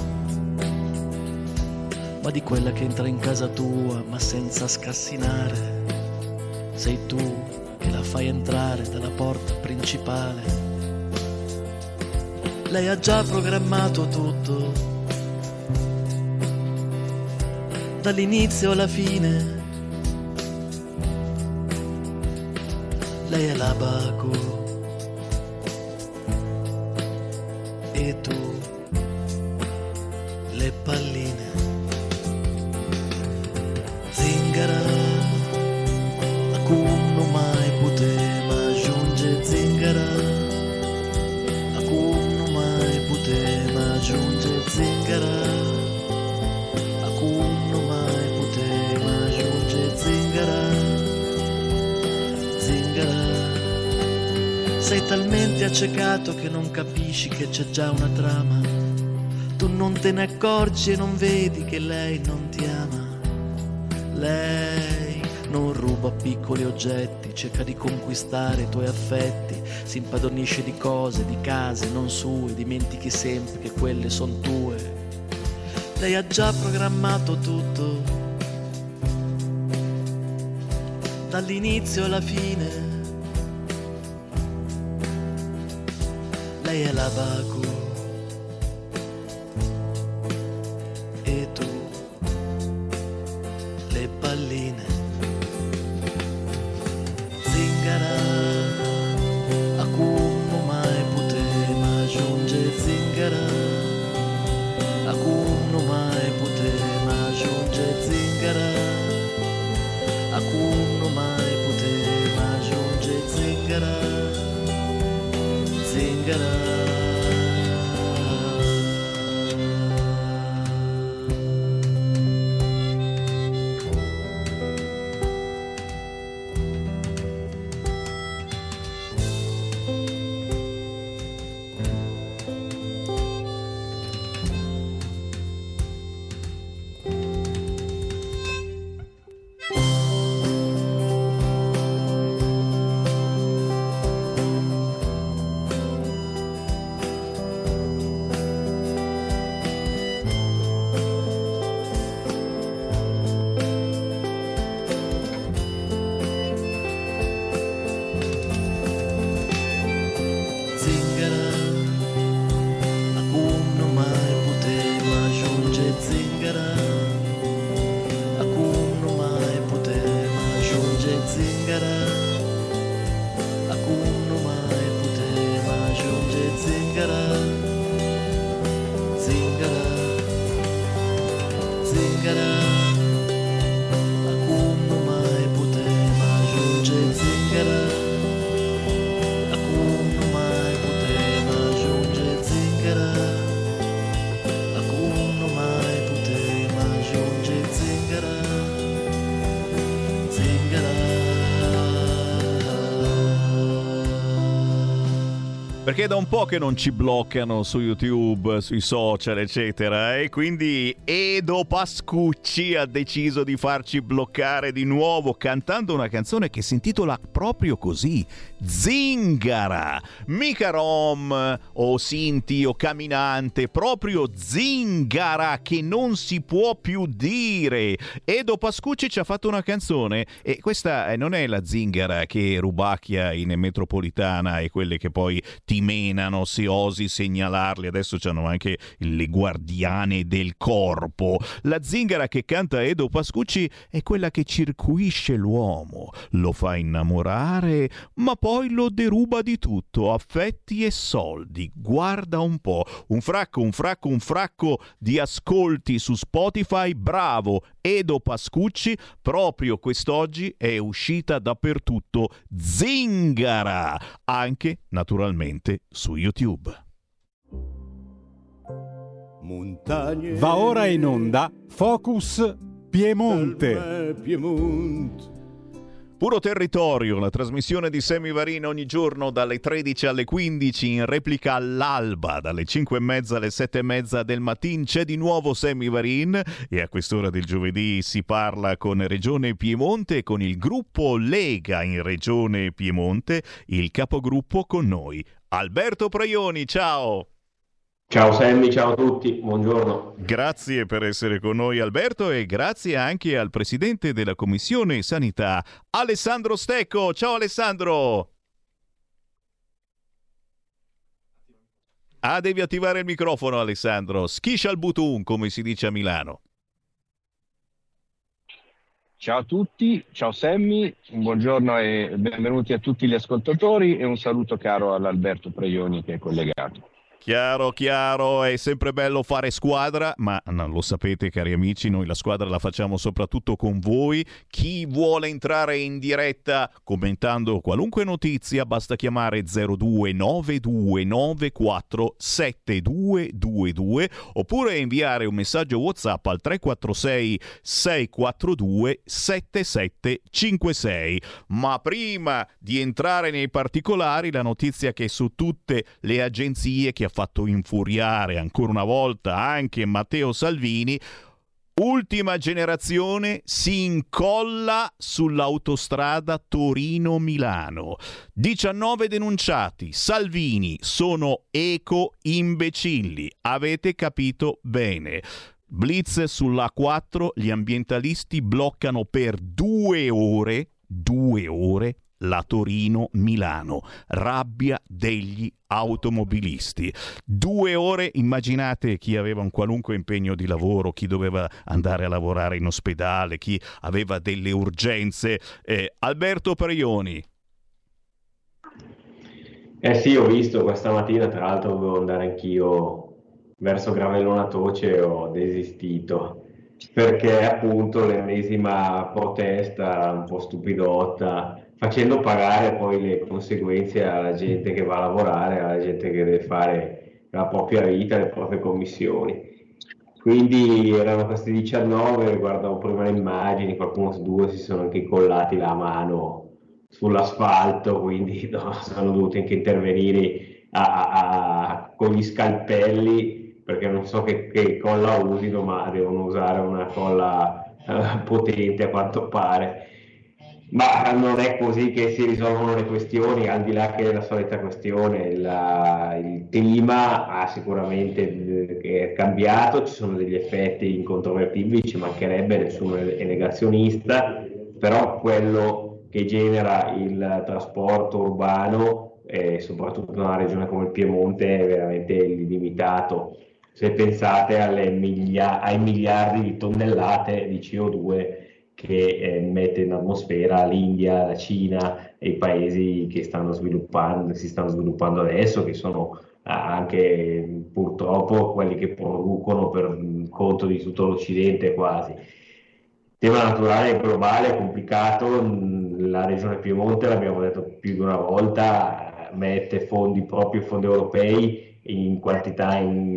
ma di quella che entra in casa tua ma senza scassinare. Sei tu che la fai entrare dalla porta principale. Lei ha già programmato tutto, dall'inizio alla fine. Lei è l'abaco e tu le palline. Zingara, a cui non mai poteva giungere. Zingara, a cui non mai poteva giungere. Zingara, a cui non mai poteva giungere. Zingara, sei talmente accecato che non capisci che c'è già una trama. Tu non te ne accorgi e non vedi che lei non ti ama. Lei non ruba piccoli oggetti, cerca di conquistare i tuoi affetti, si impadronisce di cose, di case non sue, dimentichi sempre che quelle son tue. Lei ha già programmato tutto, dall'inizio alla fine. Lei è l'abaco e tu le palline. Zingara, a cui non mai poteva giungere. Zingara, a cui non mai poteva giungere. Zingara, a cui non mai poteva giungere. Zingara, Zingara. zingara, acum nu mai putem ajunge zingara, zingara, zingara, acum nu mai putem ajunge zingara, acum nu mai putem ajunge zingara, acum nu mai putem ajunge zingara, zingara. Perché da un po' che non ci bloccano su YouTube, sui social, eccetera, e quindi Edo Pascucci ha deciso di farci bloccare di nuovo cantando una canzone che si intitola proprio così, Zingara. Mica Rom o Sinti o Camminante, proprio Zingara, che non si può più dire. Edo Pascucci ci ha fatto una canzone e questa non è la zingara che rubacchia in metropolitana e quelle che poi ti menano se osi segnalarli. Adesso c'hanno anche le guardiane del corpo. La zingara che canta Edo Pascucci è quella che circuisce l'uomo, lo fa innamorare, ma poi lo deruba di tutto, affetti e soldi. Guarda un po', un fracco, un fracco, un fracco di ascolti su Spotify. Bravo Edo Pascucci, proprio quest'oggi è uscita dappertutto Zingara, anche naturalmente su YouTube. Va ora in onda Focus Piemonte. Puro territorio, la trasmissione di Sammy Varin ogni giorno dalle tredici alle quindici, in replica all'alba dalle cinque e mezza alle sette e mezza del mattino. C'è di nuovo Sammy Varin e a quest'ora del giovedì si parla con Regione Piemonte, con il gruppo Lega in Regione Piemonte, il capogruppo con noi, Alberto Praioni. Ciao! Ciao Sammy, ciao a tutti, buongiorno. Grazie per essere con noi Alberto e grazie anche al Presidente della Commissione Sanità, Alessandro Stecco. Ciao Alessandro! Ah, devi attivare il microfono Alessandro, schiscia il button come si dice a Milano. Ciao a tutti, ciao Sammy, un buongiorno e benvenuti a tutti gli ascoltatori e un saluto caro all'Alberto Praioni che è collegato. Chiaro, chiaro, è sempre bello fare squadra, ma non lo sapete cari amici, noi la squadra la facciamo soprattutto con voi. Chi vuole entrare in diretta commentando qualunque notizia basta chiamare zero due nove due nove quattro sette due due due oppure inviare un messaggio WhatsApp al tre quattro sei sei quattro due sette sette cinque sei. Ma prima di entrare nei particolari, la notizia che su tutte le agenzie che ha fatto infuriare ancora una volta anche Matteo Salvini, Ultima Generazione si incolla sull'autostrada Torino-Milano. diciannove denunciati. Salvini, sono eco-imbecilli. Avete capito bene. Blitz sull'A quattro, gli ambientalisti bloccano per due ore, due ore, la Torino-Milano, rabbia degli automobilisti. Due ore, immaginate chi aveva un qualunque impegno di lavoro, chi doveva andare a lavorare in ospedale, chi aveva delle urgenze. Eh, Alberto Praioni. Eh sì, ho visto questa mattina, tra l'altro dovevo andare anch'io verso Gravellona Toce, ho desistito perché appunto l'ennesima protesta un po' stupidotta, facendo pagare poi le conseguenze alla gente che va a lavorare, alla gente che deve fare la propria vita, le proprie commissioni. Quindi erano questi diciannove, guardavo prima le immagini, qualcuno su due si sono anche incollati la mano sull'asfalto, quindi no, sono dovuti anche intervenire a, a, a, con gli scalpelli, perché non so che, che colla usino, ma devono usare una colla uh, potente a quanto pare. Ma non è così che si risolvono le questioni, al di là che è la solita questione, la, il clima ha sicuramente è cambiato, ci sono degli effetti incontrovertibili, ci mancherebbe, nessuno è negazionista, però quello che genera il trasporto urbano, eh, soprattutto in una regione come il Piemonte, è veramente illimitato. Se pensate alle miglia- ai miliardi di tonnellate di C O due che eh, mette in atmosfera l'India, la Cina e i paesi che stanno sviluppando, si stanno sviluppando adesso, che sono anche purtroppo quelli che producono per conto di tutto l'Occidente quasi. Il tema naturale globale è complicato, la regione Piemonte, l'abbiamo detto più di una volta, mette fondi proprio fondi europei in quantità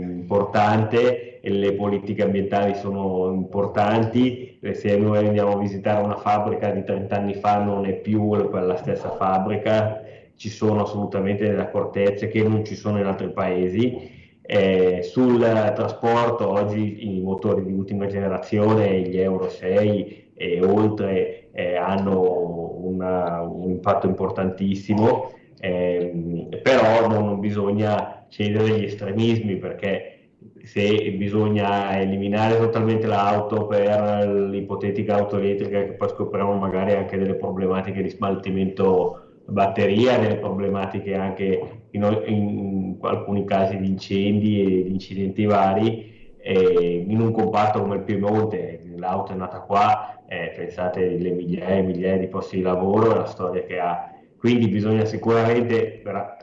importante e le politiche ambientali sono importanti. Se noi andiamo a visitare una fabbrica di trenta anni fa non è più quella stessa fabbrica, ci sono assolutamente delle accortezze che non ci sono in altri paesi. Eh, sul trasporto oggi i motori di ultima generazione, gli Euro sei e oltre, eh, hanno una, un impatto importantissimo, eh, però non bisogna cedere agli estremismi, perché se bisogna eliminare totalmente l'auto per l'ipotetica auto elettrica, che poi scopriamo magari anche delle problematiche di smaltimento batteria, delle problematiche anche in, in alcuni casi di incendi e di incidenti vari, e in un comparto come il Piemonte, l'auto è nata qua, eh, pensate alle migliaia e migliaia di posti di lavoro e la storia che ha, quindi bisogna sicuramente per,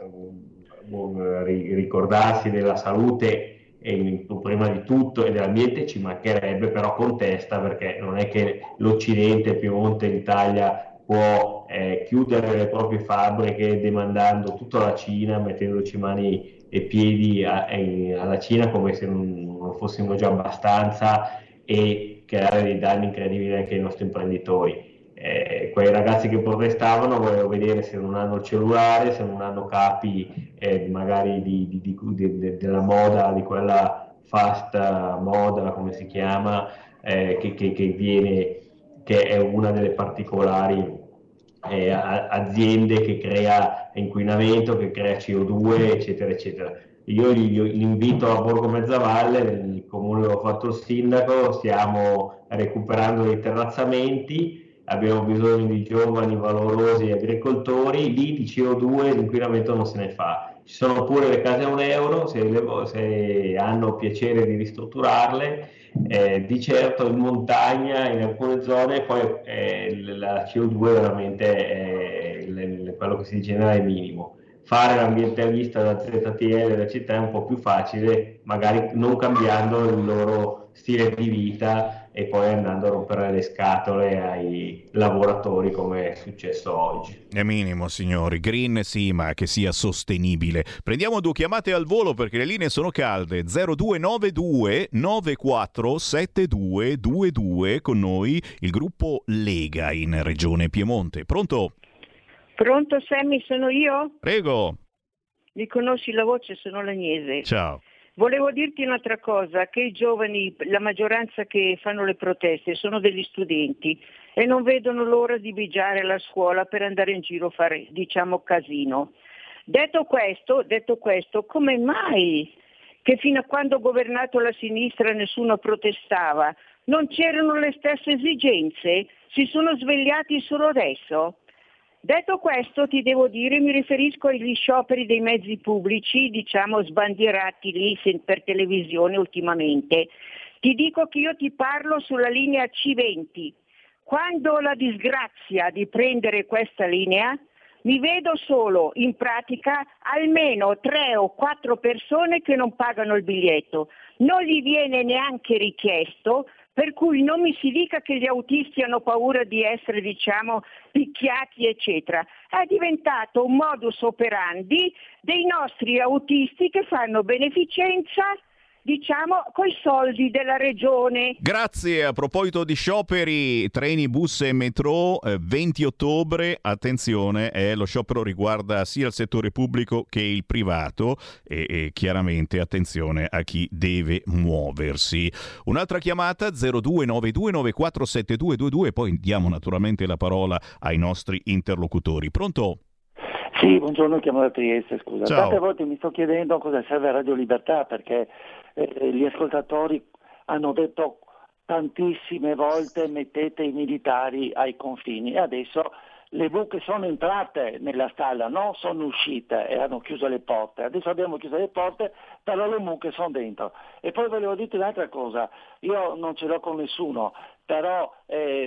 um, ricordarsi della salute e prima di tutto e dell'ambiente, ci mancherebbe, però con testa, perché non è che l'Occidente, il Piemonte, l'Italia può eh, chiudere le proprie fabbriche demandando tutto alla Cina, mettendoci mani e piedi a, a, alla Cina come se non, non fossimo già abbastanza, e creare dei danni incredibili anche ai nostri imprenditori. Eh, quei ragazzi che protestavano, volevo vedere se non hanno il cellulare, se non hanno capi eh, magari di, di, di, di, di, della moda, di quella fast moda, come si chiama, eh, che, che, che viene... che è una delle particolari eh, aziende che crea inquinamento, che crea C O due, eccetera, eccetera. Io li, li invito a Borgo Mezzavalle, nel comune dove ho fatto il sindaco, stiamo recuperando dei terrazzamenti, abbiamo bisogno di giovani, valorosi agricoltori, lì di C O due l'inquinamento non se ne fa. Ci sono pure le case a un euro, se, le, se hanno piacere di ristrutturarle. Eh, di certo in montagna, in alcune zone, poi eh, la C O due veramente è l- quello che si genera è minimo. Fare l'ambientalista da Z T L della città è un po' più facile, magari non cambiando il loro stile di vita e poi andando a rompere le scatole ai lavoratori, come è successo oggi. È minimo, signori. Green sì, ma che sia sostenibile. Prendiamo due chiamate al volo perché le linee sono calde. zero due nove due nove quattro sette due due due, con noi il gruppo Lega in Regione Piemonte. Pronto? Pronto Sammy, sono io? Prego. Mi conosci la voce, sono l'Agnese. Ciao. Volevo dirti un'altra cosa, che i giovani, la maggioranza che fanno le proteste sono degli studenti e non vedono l'ora di bigiare la scuola per andare in giro a fare, diciamo, casino. Detto questo, detto questo, come mai che fino a quando ha governato la sinistra nessuno protestava? Non c'erano le stesse esigenze? Si sono svegliati solo adesso? Detto questo, ti devo dire, mi riferisco agli scioperi dei mezzi pubblici, diciamo sbandierati lì per televisione ultimamente. Ti dico che io ti parlo sulla linea C venti. Quando ho la disgrazia di prendere questa linea, mi vedo solo, in pratica, almeno tre o quattro persone che non pagano il biglietto. Non gli viene neanche richiesto, per cui non mi si dica che gli autisti hanno paura di essere, diciamo, picchiati, eccetera. È diventato un modus operandi dei nostri autisti che fanno beneficenza, diciamo, coi soldi della regione. Grazie. A proposito di scioperi, treni, bus e metro, eh, venti ottobre, attenzione, eh, lo sciopero riguarda sia il settore pubblico che il privato e, e chiaramente attenzione a chi deve muoversi. Un'altra chiamata, zero due nove due nove quattro sette due due due, poi diamo naturalmente la parola ai nostri interlocutori. Pronto? Sì, buongiorno, chiamo da Trieste, scusa. Ciao. Tante volte mi sto chiedendo cosa serve Radio Libertà, perché eh, gli ascoltatori hanno detto tantissime volte mettete i militari ai confini e adesso le buche sono entrate nella stalla, non sono uscite e hanno chiuso le porte. Adesso abbiamo chiuso le porte, però le mucche sono dentro. E poi volevo dirti un'altra cosa, io non ce l'ho con nessuno, però... Eh,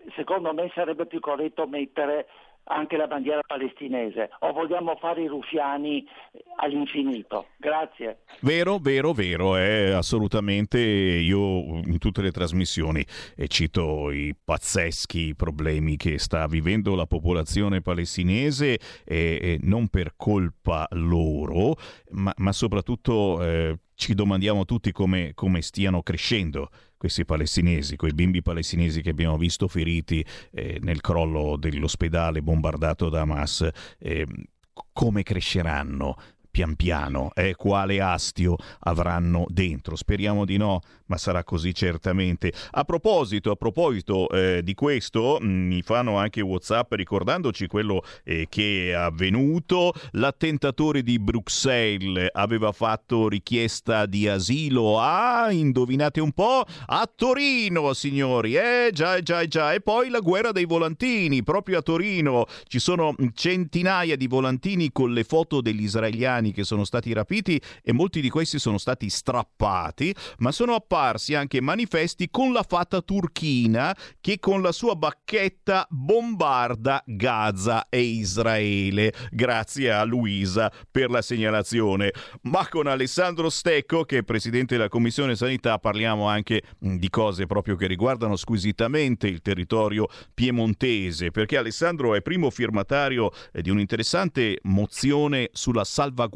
secondo me sarebbe più corretto mettere anche la bandiera palestinese, o vogliamo fare i ruffiani all'infinito? Grazie. Vero, vero, vero, è assolutamente. Io in tutte le trasmissioni e cito i pazzeschi problemi che sta vivendo la popolazione palestinese, e, e non per colpa loro, ma, ma soprattutto eh, ci domandiamo tutti come, come stiano crescendo questi palestinesi, quei bimbi palestinesi che abbiamo visto feriti eh, nel crollo dell'ospedale bombardato da Hamas. Eh, come cresceranno pian piano, eh? Quale astio avranno dentro? Speriamo di no, ma sarà così certamente. A proposito, a proposito eh, di questo, mh, mi fanno anche WhatsApp ricordandoci quello eh, che è avvenuto. L'attentatore di Bruxelles aveva fatto richiesta di asilo a, indovinate un po', a Torino, signori. Eh già, già, già. E poi la guerra dei volantini, proprio a Torino. Ci sono centinaia di volantini con le foto degli israeliani che sono stati rapiti, e molti di questi sono stati strappati, ma sono apparsi anche manifesti con la fata turchina che con la sua bacchetta bombarda Gaza e Israele. Grazie a Luisa per la segnalazione. Ma con Alessandro Stecco, che è presidente della Commissione Sanità, parliamo anche di cose proprio che riguardano squisitamente il territorio piemontese, perché Alessandro è primo firmatario di un'interessante mozione sulla salvaguardia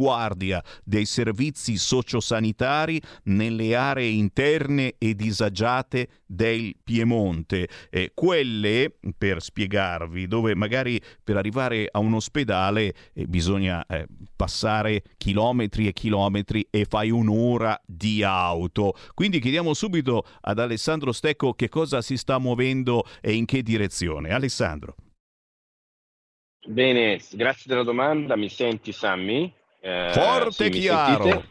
dei servizi sociosanitari nelle aree interne e disagiate del Piemonte, eh, quelle, per spiegarvi, dove magari per arrivare a un ospedale eh, bisogna eh, passare chilometri e chilometri e fai un'ora di auto. Quindi chiediamo subito ad Alessandro Stecco che cosa si sta muovendo e in che direzione. Alessandro. Bene, grazie della domanda. Mi senti, Sammy? Eh, Forte e sì, chiaro.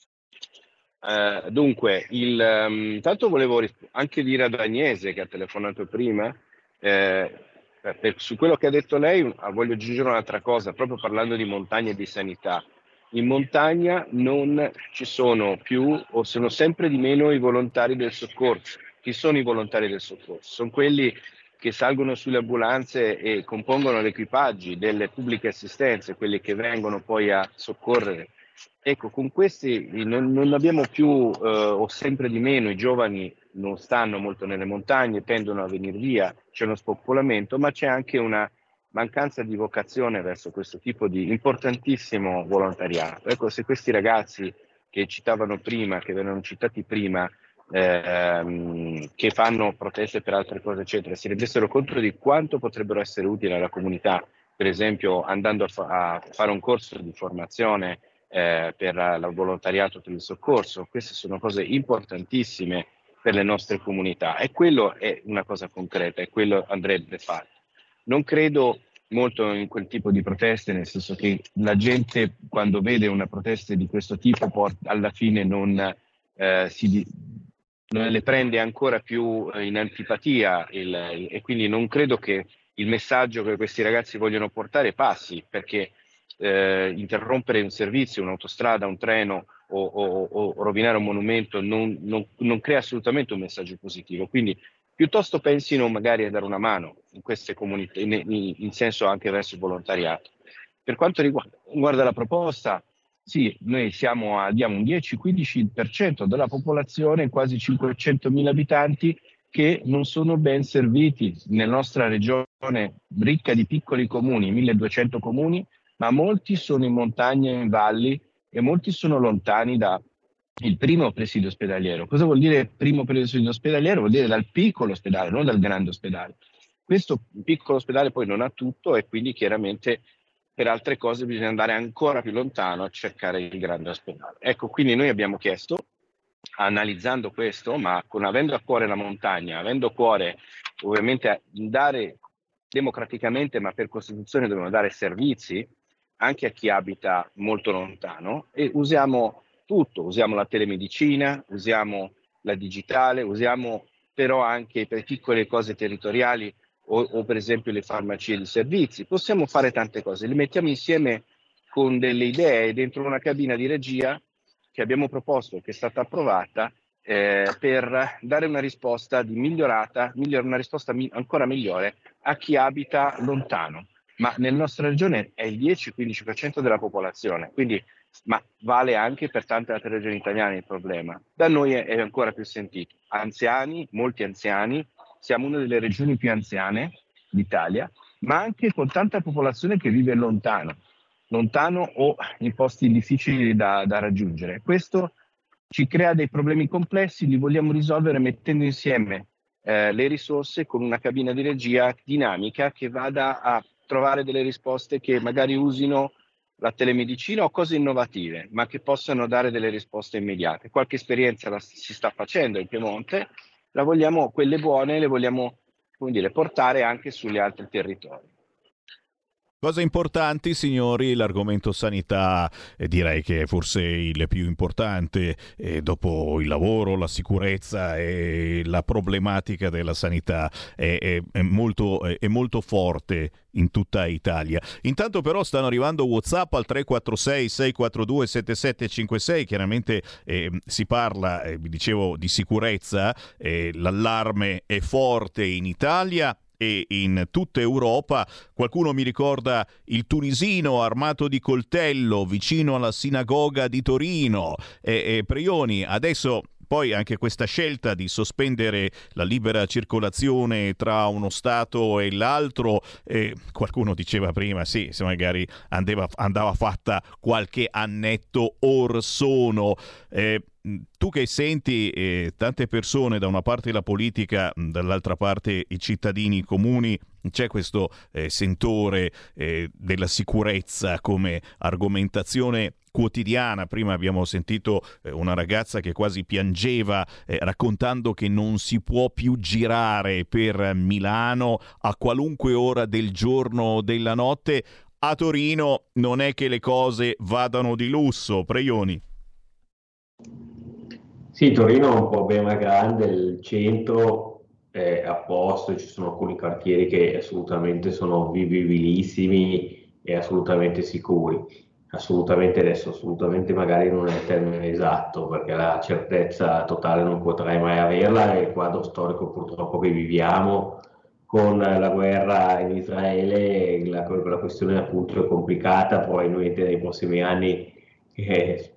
Eh, dunque, il, um, intanto volevo risp- anche dire ad Agnese, che ha telefonato prima, eh, per, su quello che ha detto lei, voglio aggiungere un'altra cosa, proprio parlando di montagna e di sanità. In montagna non ci sono più, o sono sempre di meno, i volontari del soccorso. Chi sono i volontari del soccorso? Sono quelli che salgono sulle ambulanze e compongono gli equipaggi delle pubbliche assistenze, quelli che vengono poi a soccorrere. Ecco, con questi non, non abbiamo più, eh, o sempre di meno, i giovani non stanno molto nelle montagne, tendono a venire via, c'è uno spopolamento, ma c'è anche una mancanza di vocazione verso questo tipo di importantissimo volontariato. Ecco, se questi ragazzi che citavano prima, che venivano citati prima, Ehm, che fanno proteste per altre cose eccetera, si rendessero conto di quanto potrebbero essere utili alla comunità, per esempio andando a, fa- a fare un corso di formazione eh, per il volontariato per il soccorso. Queste sono cose importantissime per le nostre comunità, e quello è una cosa concreta, e quello andrebbe fatto. Non credo molto in quel tipo di proteste, nel senso che la gente, quando vede una protesta di questo tipo, porta, alla fine non eh, si le prende ancora più in antipatia, il, e quindi non credo che il messaggio che questi ragazzi vogliono portare passi, perché eh, interrompere un servizio, un'autostrada, un treno o, o, o rovinare un monumento non, non, non crea assolutamente un messaggio positivo. Quindi piuttosto pensino magari a dare una mano in queste comunità, in, in, in senso anche verso il volontariato. Per quanto riguarda, riguarda la proposta, sì, noi siamo a, diamo un dieci-quindici per cento della popolazione, quasi cinquecentomila abitanti, che non sono ben serviti nella nostra regione ricca di piccoli comuni, milleduecento comuni, ma molti sono in montagna e in valli, e molti sono lontani dal primo presidio ospedaliero. Cosa vuol dire primo presidio ospedaliero? Vuol dire dal piccolo ospedale, non dal grande ospedale. Questo piccolo ospedale poi non ha tutto, e quindi chiaramente per altre cose bisogna andare ancora più lontano a cercare il grande ospedale. Ecco, quindi noi abbiamo chiesto, analizzando questo, ma con, avendo a cuore la montagna, avendo a cuore ovviamente dare democraticamente, ma per Costituzione dobbiamo dare servizi anche a chi abita molto lontano, e usiamo tutto, usiamo la telemedicina, usiamo la digitale, usiamo però anche per piccole cose territoriali, O, o per esempio le farmacie di servizi. Possiamo fare tante cose, le mettiamo insieme con delle idee dentro una cabina di regia che abbiamo proposto, che è stata approvata, eh, per dare una risposta di migliorata, miglior, una risposta mi- ancora migliore a chi abita lontano. Ma nella nostra regione è il dieci-quindici per cento della popolazione, quindi, ma vale anche per tante altre regioni italiane il problema. Da noi è, è ancora più sentito. Anziani, molti anziani, siamo una delle regioni più anziane d'Italia, ma anche con tanta popolazione che vive lontano, lontano o in posti difficili da, da raggiungere. Questo ci crea dei problemi complessi, li vogliamo risolvere mettendo insieme eh, le risorse con una cabina di regia dinamica che vada a trovare delle risposte che magari usino la telemedicina o cose innovative, ma che possano dare delle risposte immediate. Qualche esperienza la si sta facendo in Piemonte, la vogliamo, quelle buone le vogliamo, come dire, portare anche sugli altri territori. Cose importanti, signori, l'argomento sanità eh, direi che è forse il più importante, eh, dopo il lavoro, la sicurezza e la problematica della sanità è, è, è, molto, è, è molto forte in tutta Italia. Intanto però stanno arrivando WhatsApp al tre quattro sei sei quattro due sette sette cinque sei, chiaramente eh, si parla, eh, vi dicevo, di sicurezza, eh, l'allarme è forte in Italia e in tutta Europa. Qualcuno mi ricorda il tunisino armato di coltello vicino alla sinagoga di Torino. E, e Prioni, adesso poi anche questa scelta di sospendere la libera circolazione tra uno Stato e l'altro, eh, qualcuno diceva prima, sì, se magari andava, andava fatta qualche annetto or sono. Eh, tu che senti eh, tante persone, da una parte la politica, dall'altra parte i cittadini comuni, c'è questo eh, sentore eh, della sicurezza come argomentazione quotidiana. Prima abbiamo sentito eh, una ragazza che quasi piangeva eh, raccontando che non si può più girare per Milano a qualunque ora del giorno o della notte. A Torino non è che le cose vadano di lusso, Preioni. Sì, Torino è un problema grande, il centro è a posto, ci sono alcuni quartieri che assolutamente sono vivibilissimi e assolutamente sicuri. Assolutamente adesso, assolutamente magari non è il termine esatto, perché la certezza totale non potrei mai averla, e il quadro storico purtroppo che viviamo con la guerra in Israele, la, la questione appunto è complicata, probabilmente nei prossimi anni eh,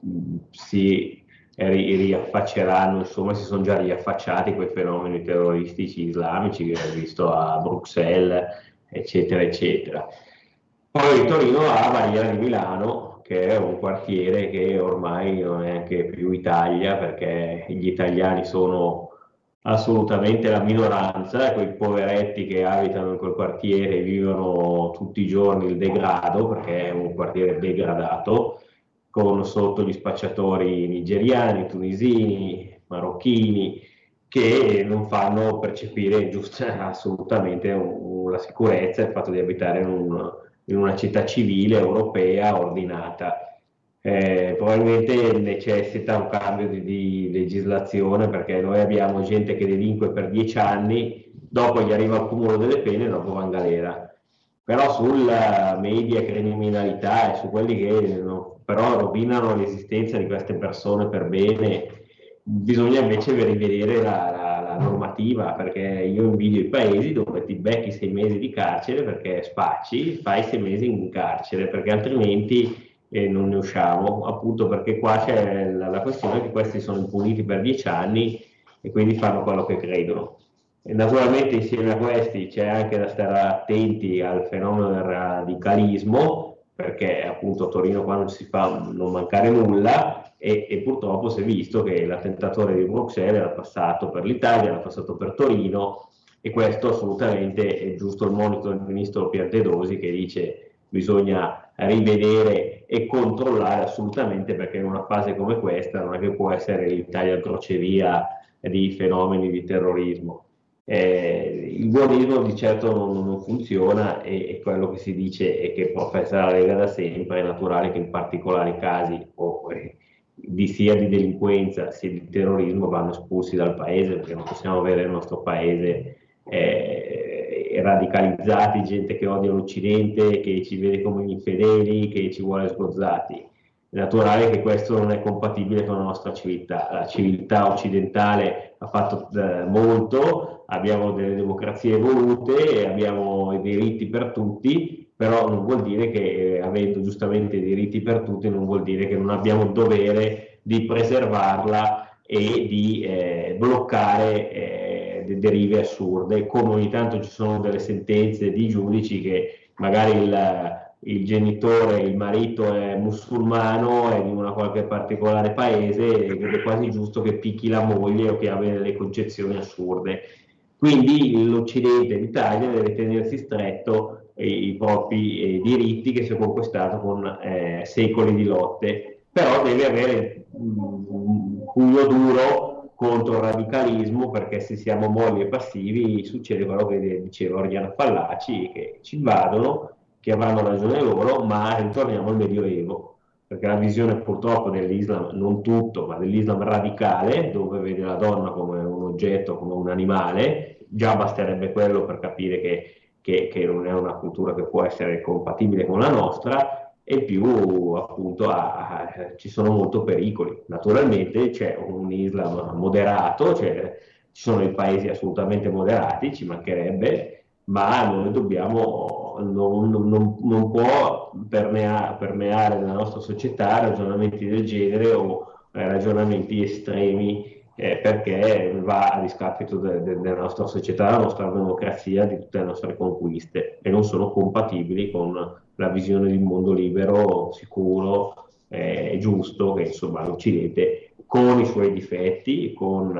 si riaffacceranno, insomma si sono già riaffacciati quei fenomeni terroristici islamici che abbiamo visto a Bruxelles, eccetera, eccetera. Poi Torino ha Barriera di Milano, che è un quartiere che ormai non è neanche più Italia, perché gli italiani sono assolutamente la minoranza, quei poveretti che abitano in quel quartiere vivono tutti i giorni il degrado, perché è un quartiere degradato, con sotto gli spacciatori nigeriani, tunisini, marocchini, che non fanno percepire giusta assolutamente un, la sicurezza e il fatto di abitare in, un, in una città civile, europea, ordinata. Eh, probabilmente necessita un cambio di, di legislazione, perché noi abbiamo gente che delinque per dieci anni, dopo gli arriva il cumulo delle pene e dopo va in galera. Però sulla media criminalità e su quelli che non, però rovinano l'esistenza di queste persone per bene, bisogna invece rivedere la, la, la normativa, perché io invidio i paesi dove ti becchi sei mesi di carcere perché spacci, fai sei mesi in carcere, perché altrimenti eh, non ne usciamo, appunto perché qua c'è la, la questione che questi sono impuniti per dieci anni e quindi fanno quello che credono. E naturalmente insieme a questi c'è anche da stare attenti al fenomeno del radicalismo, perché appunto a Torino qua non si fa non mancare nulla, e, e purtroppo si è visto che l'attentatore di Bruxelles era passato per l'Italia, era passato per Torino, e questo assolutamente è giusto il monito del ministro Piantedosi, che dice bisogna rivedere e controllare assolutamente, perché in una fase come questa non è che può essere l'Italia crocevia di fenomeni di terrorismo. Eh, il buonismo di certo non, non funziona, e, e quello che si dice e che professa la Lega da sempre è naturale che in particolari casi o, eh, di sia di delinquenza sia di terrorismo vanno espulsi dal paese, perché non possiamo avere nel nostro paese eh, radicalizzati, gente che odia l'Occidente, che ci vede come infedeli, che ci vuole sgozzati. è naturale che questo non è compatibile con la nostra civiltà. La civiltà occidentale ha fatto eh, molto, abbiamo delle democrazie evolute, abbiamo i diritti per tutti, però non vuol dire che eh, avendo giustamente i diritti per tutti non vuol dire che non abbiamo il dovere di preservarla e di eh, bloccare eh, de- derive assurde, come ogni tanto ci sono delle sentenze di giudici che magari il il genitore, il marito è musulmano, è di una qualche particolare paese ed è quasi giusto che picchi la moglie o che abbia delle concezioni assurde. Quindi l'Occidente, l'Italia deve tenersi stretto eh, i propri eh, diritti che si è conquistato con eh, secoli di lotte, però deve avere un pugno duro contro il radicalismo, perché se siamo molli e passivi succede quello che diceva Oriana Fallaci, che ci invadono, che avranno ragione loro, ma ritorniamo al Medioevo, perché la visione purtroppo dell'Islam, non tutto, ma dell'Islam radicale, dove vede la donna come un oggetto, come un animale, già basterebbe quello per capire che, che, che non è una cultura che può essere compatibile con la nostra, e più appunto a, a, ci sono molti pericoli. Naturalmente c'è un Islam moderato, cioè, ci sono i paesi assolutamente moderati, ci mancherebbe, ma noi dobbiamo, non, non, non può permea, permeare nella nostra società ragionamenti del genere o eh, ragionamenti estremi, eh, perché va a discapito de, de, della nostra società, della nostra democrazia, di tutte le nostre conquiste, e non sono compatibili con la visione di un mondo libero, sicuro e eh, giusto, che insomma l'Occidente, con i suoi difetti, con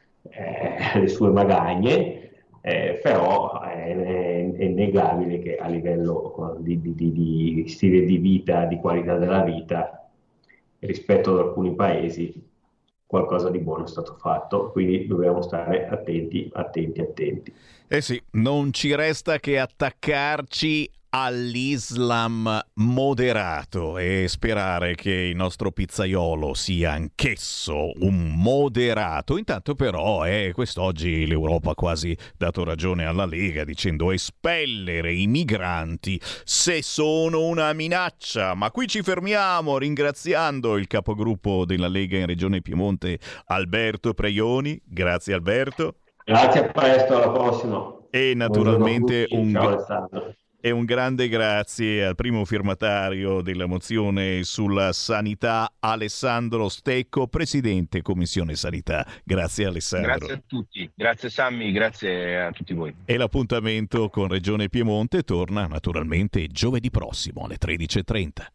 eh, le sue magagne, Eh, però è, è, è innegabile che a livello di, di, di, di stile di vita, di qualità della vita, rispetto ad alcuni paesi, qualcosa di buono è stato fatto, quindi dobbiamo stare attenti, attenti, attenti. Eh sì, non ci resta che attaccarci all'Islam moderato e sperare che il nostro pizzaiolo sia anch'esso un moderato. Intanto però eh, quest'oggi l'Europa ha quasi dato ragione alla Lega dicendo espellere i migranti se sono una minaccia, ma qui ci fermiamo ringraziando il capogruppo della Lega in Regione Piemonte, Alberto Preioni. Grazie Alberto. Grazie, a presto, alla prossima. E naturalmente un Ciao Alessandro. E un grande grazie al primo firmatario della mozione sulla sanità, Alessandro Stecco, Presidente Commissione Sanità. Grazie Alessandro. Grazie a tutti, grazie Sammy, grazie a tutti voi. E l'appuntamento con Regione Piemonte torna naturalmente giovedì prossimo alle tredici e trenta.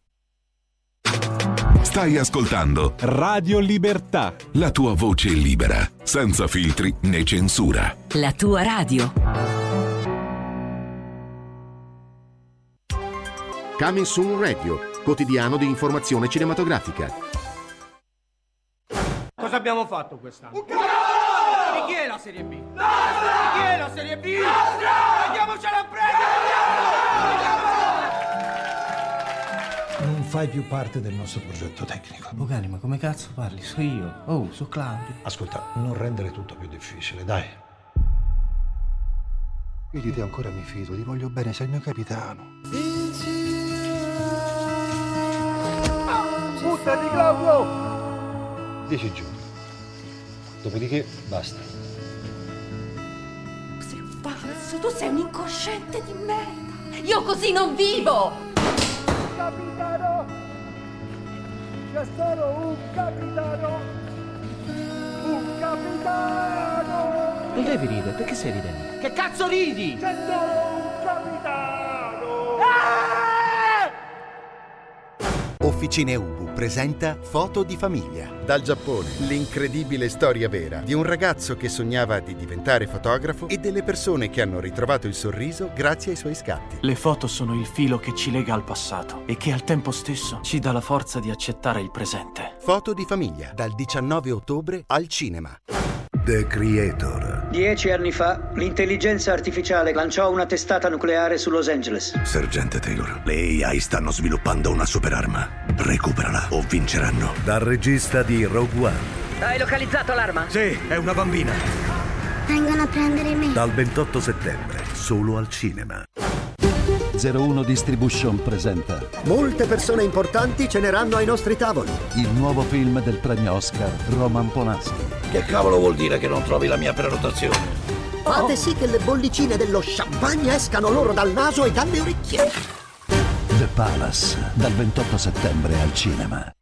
Stai ascoltando Radio Libertà, la tua voce libera, senza filtri né censura. La tua radio. Coming Soon Radio, quotidiano di informazione cinematografica. Cosa abbiamo fatto quest'anno? Un cavolo! Di chi è la Serie B? Nostra! Di chi è la Serie B? Nostra! Andiamocela a prendere! Non fai più parte del nostro progetto tecnico. Bocani, ma come cazzo parli? So io. Oh, so Claudio. Ascolta, non rendere tutto più difficile, dai. Io di te ancora mi fido, ti voglio bene, sei il mio capitano. Buttati, Claudio! Dieci giorni. Dopodiché basta. Sei un falso, tu sei un incosciente di merda. Io così non vivo! Capitano! C'è solo un capitano! Un capitano! Non devi ridere, perché stai ridendo? Che cazzo ridi? C'è solo un capitano! Ah! Officine Ubu presenta Foto di famiglia. Dal Giappone, l'incredibile storia vera di un ragazzo che sognava di diventare fotografo e delle persone che hanno ritrovato il sorriso grazie ai suoi scatti. Le foto sono il filo che ci lega al passato e che al tempo stesso ci dà la forza di accettare il presente. Foto di famiglia, dal diciannove ottobre al cinema. The Creator. Dieci anni fa, l'intelligenza artificiale lanciò una testata nucleare su Los Angeles. Sergente Taylor, le A I stanno sviluppando una superarma. Recuperala o vinceranno. Dal regista di Rogue One. Hai localizzato l'arma? Sì, è una bambina. Vengono a prendere me. Dal ventotto settembre, solo al cinema. zero uno Distribution presenta Molte persone importanti ceneranno ai nostri tavoli. il nuovo film del premio Oscar Roman Polanski. Che cavolo vuol dire che non trovi la mia prenotazione? Fate sì che le bollicine dello champagne escano loro dal naso e dalle orecchie. The Palace, dal ventotto settembre al cinema.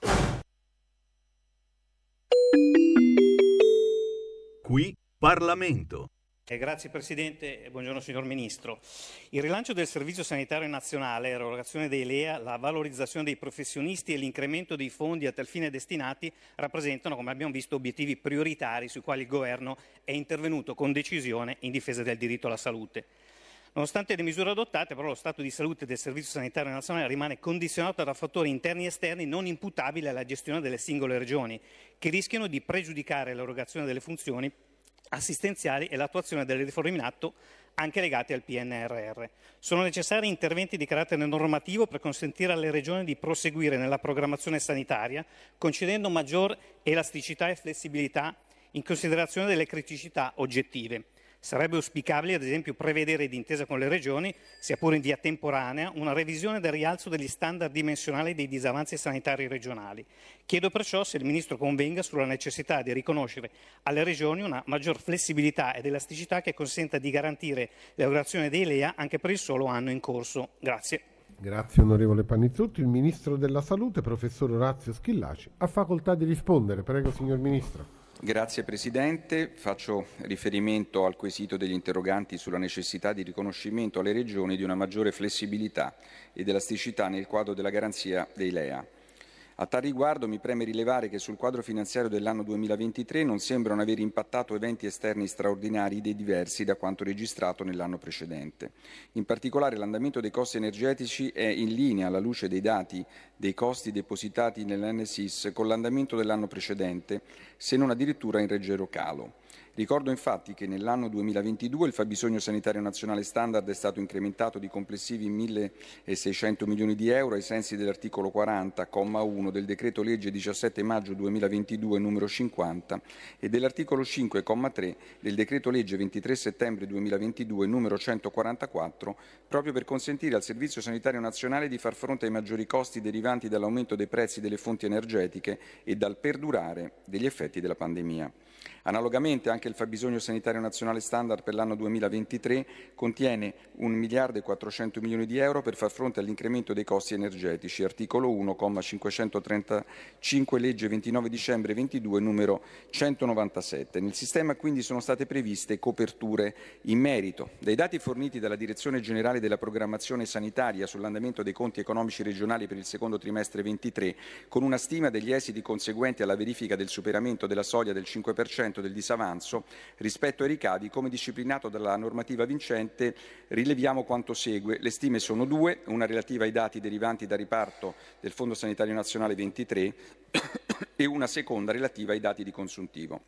Qui Parlamento. Eh, grazie Presidente e buongiorno signor Ministro. Il rilancio del Servizio Sanitario Nazionale, l'erogazione dei L E A, la valorizzazione dei professionisti e l'incremento dei fondi a tal fine destinati rappresentano, come abbiamo visto, obiettivi prioritari sui quali il Governo è intervenuto con decisione in difesa del diritto alla salute. Nonostante le misure adottate, però, lo stato di salute del Servizio Sanitario Nazionale rimane condizionato da fattori interni e esterni non imputabili alla gestione delle singole regioni, che rischiano di pregiudicare l'erogazione delle funzioni assistenziali e l'attuazione delle riforme in atto anche legate al P N R R. Sono necessari interventi di carattere normativo per consentire alle regioni di proseguire nella programmazione sanitaria, concedendo maggior elasticità e flessibilità in considerazione delle criticità oggettive. Sarebbe auspicabile, ad esempio, prevedere d'intesa con le regioni, sia pure in via temporanea, una revisione del rialzo degli standard dimensionali dei disavanzi sanitari regionali. Chiedo perciò se il Ministro convenga sulla necessità di riconoscere alle regioni una maggior flessibilità ed elasticità che consenta di garantire l'erogazione dei L E A anche per il solo anno in corso. Grazie. Grazie onorevole Panizzotto. Il Ministro della Salute, professor Orazio Schillaci, ha facoltà di rispondere. Prego signor Ministro. Grazie Presidente. Faccio riferimento al quesito degli interroganti sulla necessità di riconoscimento alle Regioni di una maggiore flessibilità ed elasticità nel quadro della garanzia dei L E A. A tal riguardo mi preme rilevare che sul quadro finanziario dell'anno duemilaventitré non sembrano aver impattato eventi esterni straordinari e diversi da quanto registrato nell'anno precedente. In particolare l'andamento dei costi energetici è in linea, alla luce dei dati dei costi depositati nell'N S I S, con l'andamento dell'anno precedente, se non addirittura in leggero calo. Ricordo infatti che nell'anno duemilaventidue il fabbisogno sanitario nazionale standard è stato incrementato di complessivi milleseicento milioni di euro ai sensi dell'articolo quaranta, comma uno del decreto legge diciassette maggio duemilaventidue numero cinquanta e dell'articolo cinque, comma tre del decreto legge ventitré settembre duemilaventidue numero centoquarantaquattro, proprio per consentire al Servizio Sanitario Nazionale di far fronte ai maggiori costi derivanti dall'aumento dei prezzi delle fonti energetiche e dal perdurare degli effetti della pandemia. Analogamente anche il fabbisogno sanitario nazionale standard per l'anno duemilaventitré contiene un miliardo e quattrocento milioni di euro per far fronte all'incremento dei costi energetici, articolo uno, comma cinquecentotrentacinque legge ventinove dicembre ventidue numero centonovantasette. Nel sistema quindi sono state previste coperture in merito. Dai dati forniti dalla Direzione Generale della Programmazione Sanitaria sull'andamento dei conti economici regionali per il secondo trimestre ventitré, con una stima degli esiti conseguenti alla verifica del superamento della soglia del cinque per cento del disavanzo rispetto ai ricavi, come disciplinato dalla normativa vincente, rileviamo quanto segue. Le stime sono due, una relativa ai dati derivanti dal riparto del Fondo Sanitario Nazionale ventitré e una seconda relativa ai dati di consuntivo.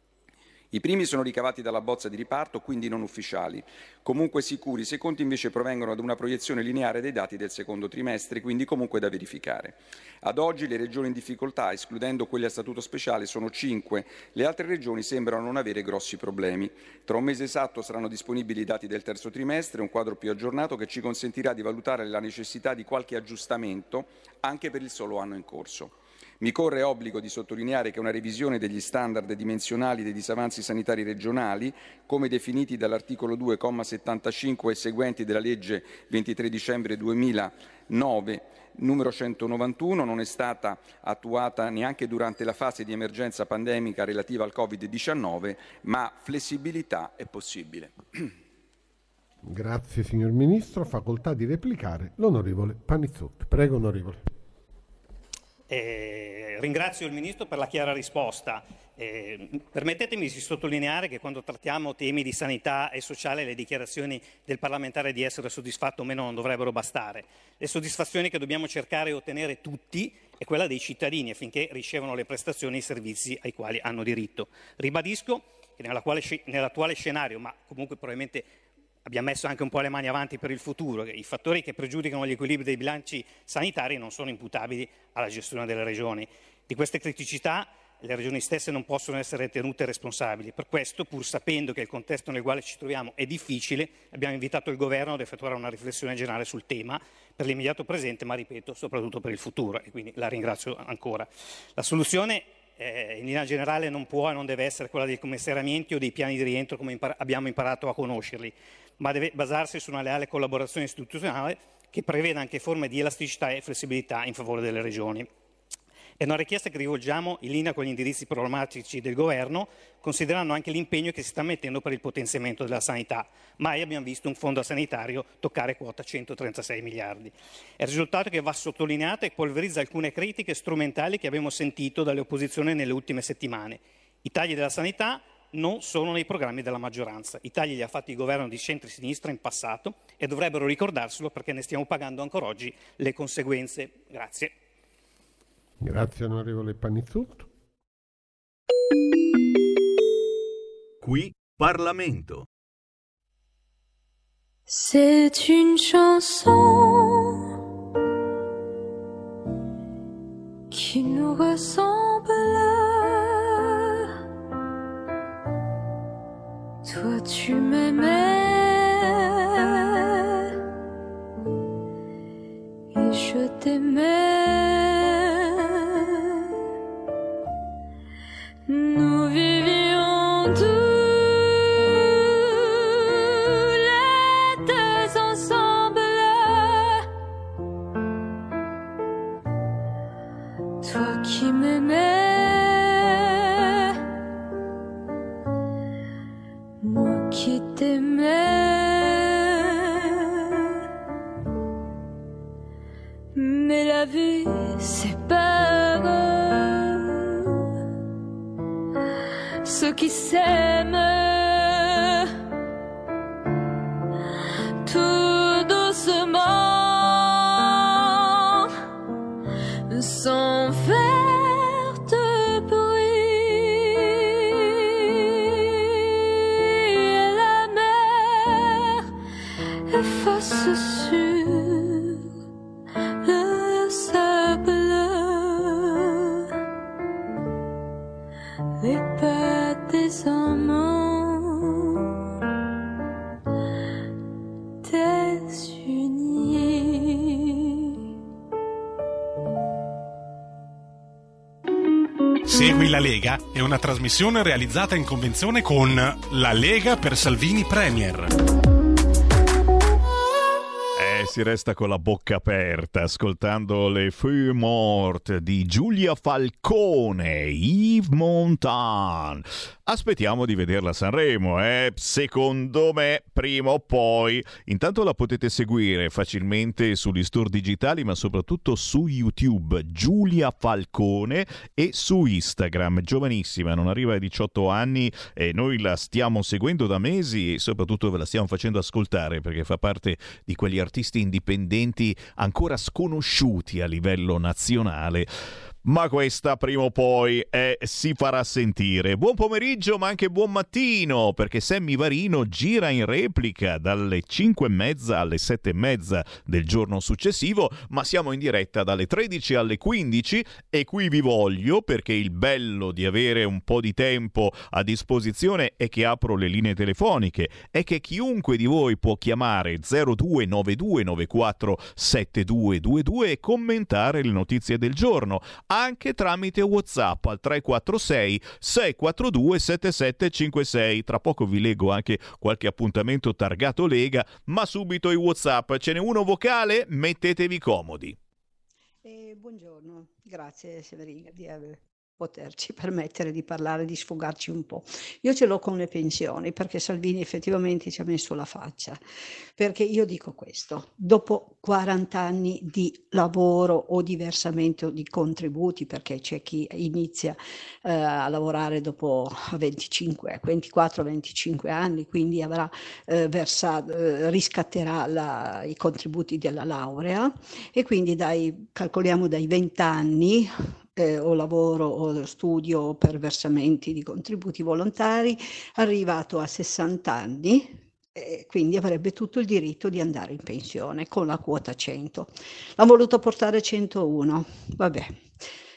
I primi sono ricavati dalla bozza di riparto, quindi non ufficiali, comunque sicuri. I secondi invece provengono da una proiezione lineare dei dati del secondo trimestre, quindi comunque da verificare. Ad oggi le regioni in difficoltà, escludendo quelle a statuto speciale, sono cinque. Le altre regioni sembrano non avere grossi problemi. Tra un mese esatto saranno disponibili i dati del terzo trimestre, un quadro più aggiornato che ci consentirà di valutare la necessità di qualche aggiustamento anche per il solo anno in corso. Mi corre obbligo di sottolineare che una revisione degli standard dimensionali dei disavanzi sanitari regionali, come definiti dall'articolo due, comma settantacinque e seguenti della legge ventitré dicembre duemilanove, numero centonovantuno, non è stata attuata neanche durante la fase di emergenza pandemica relativa al Covid diciannove, ma flessibilità è possibile. Grazie signor Ministro. Facoltà di replicare l'onorevole Panizzotto. Prego onorevole. Eh, ringrazio il Ministro per la chiara risposta. Eh, permettetemi di sottolineare che quando trattiamo temi di sanità e sociale le dichiarazioni del parlamentare di essere soddisfatto o meno non dovrebbero bastare. Le soddisfazioni che dobbiamo cercare di ottenere tutti è quella dei cittadini affinché ricevono le prestazioni e i servizi ai quali hanno diritto. Ribadisco che nell'attuale scenario, ma comunque probabilmente abbiamo messo anche un po' le mani avanti per il futuro, che i fattori che pregiudicano gli equilibri dei bilanci sanitari non sono imputabili alla gestione delle regioni. Di queste criticità le regioni stesse non possono essere tenute responsabili. Per questo, pur sapendo che il contesto nel quale ci troviamo è difficile, abbiamo invitato il Governo ad effettuare una riflessione generale sul tema per l'immediato presente, ma ripeto, soprattutto per il futuro, e quindi la ringrazio ancora. La soluzione eh, in linea generale non può e non deve essere quella dei commissariamenti o dei piani di rientro come impar- abbiamo imparato a conoscerli, ma deve basarsi su una leale collaborazione istituzionale che preveda anche forme di elasticità e flessibilità in favore delle regioni. È una richiesta che rivolgiamo in linea con gli indirizzi programmatici del Governo, considerando anche l'impegno che si sta mettendo per il potenziamento della sanità. Mai abbiamo visto un fondo sanitario toccare quota centotrentasei miliardi. È il risultato che va sottolineato e polverizza alcune critiche strumentali che abbiamo sentito dalle opposizioni nelle ultime settimane. I tagli della sanità non sono nei programmi della maggioranza. I tagli li ha fatti il governo di centro-sinistra in passato e dovrebbero ricordarselo perché ne stiamo pagando ancora oggi le conseguenze. Grazie. Grazie onorevole Panizzotto. Qui Parlamento. C'est une chanson qui nous ressemble. Toi tu m'aimais et je t'aimais. Nous vivions tous les deux ensemble. Toi qui m'aimais, moi qui t'aimais. Mais la vie sépare ceux qui s'aiment tout doucement sans faire de bruit. Et la mer efface sur le sable les pas des amants désunis. Segui la Lega è una trasmissione realizzata in convenzione con La Lega per Salvini Premier. Si resta con la bocca aperta ascoltando le Feux Mortes di Giulia Falcone, Yves Montand. Aspettiamo di vederla a Sanremo, eh? Secondo me prima o poi. Intanto la potete seguire facilmente sugli store digitali, ma soprattutto su YouTube, Giulia Falcone, e su Instagram. Giovanissima, non arriva ai diciotto anni e noi la stiamo seguendo da mesi e soprattutto ve la stiamo facendo ascoltare perché fa parte di quegli artisti indipendenti ancora sconosciuti a livello nazionale. Ma questa prima o poi eh, si farà sentire. Buon pomeriggio ma anche buon mattino, perché Sammy Varino gira in replica dalle cinque e mezza alle sette e mezza del giorno successivo, ma siamo in diretta dalle tredici alle quindici e qui vi voglio perché il bello di avere un po' di tempo a disposizione è che apro le linee telefoniche e che chiunque di voi può chiamare zero due nove due nove quattro sette due due due e commentare le notizie del giorno, anche tramite WhatsApp al tre quattro sei sei quattro due sette sette cinque sei. Tra poco vi leggo anche qualche appuntamento targato Lega, ma subito i WhatsApp. Ce n'è uno vocale? Mettetevi comodi. Eh, buongiorno, grazie Severina di aver poterci permettere di parlare, di sfogarci un po'. Io ce l'ho con le pensioni perché Salvini effettivamente ci ha messo la faccia, perché io dico questo: dopo quaranta anni di lavoro o di versamento di contributi, perché c'è chi inizia eh, a lavorare dopo venticinque, ventiquattro venticinque anni, quindi avrà eh, versato, eh, riscatterà la, i contributi della laurea, e quindi dai, calcoliamo dai venti anni Eh, o lavoro o studio per versamenti di contributi volontari, arrivato a sessanta anni, eh, quindi avrebbe tutto il diritto di andare in pensione con la quota cento. L'ha voluto portare centouno, vabbè.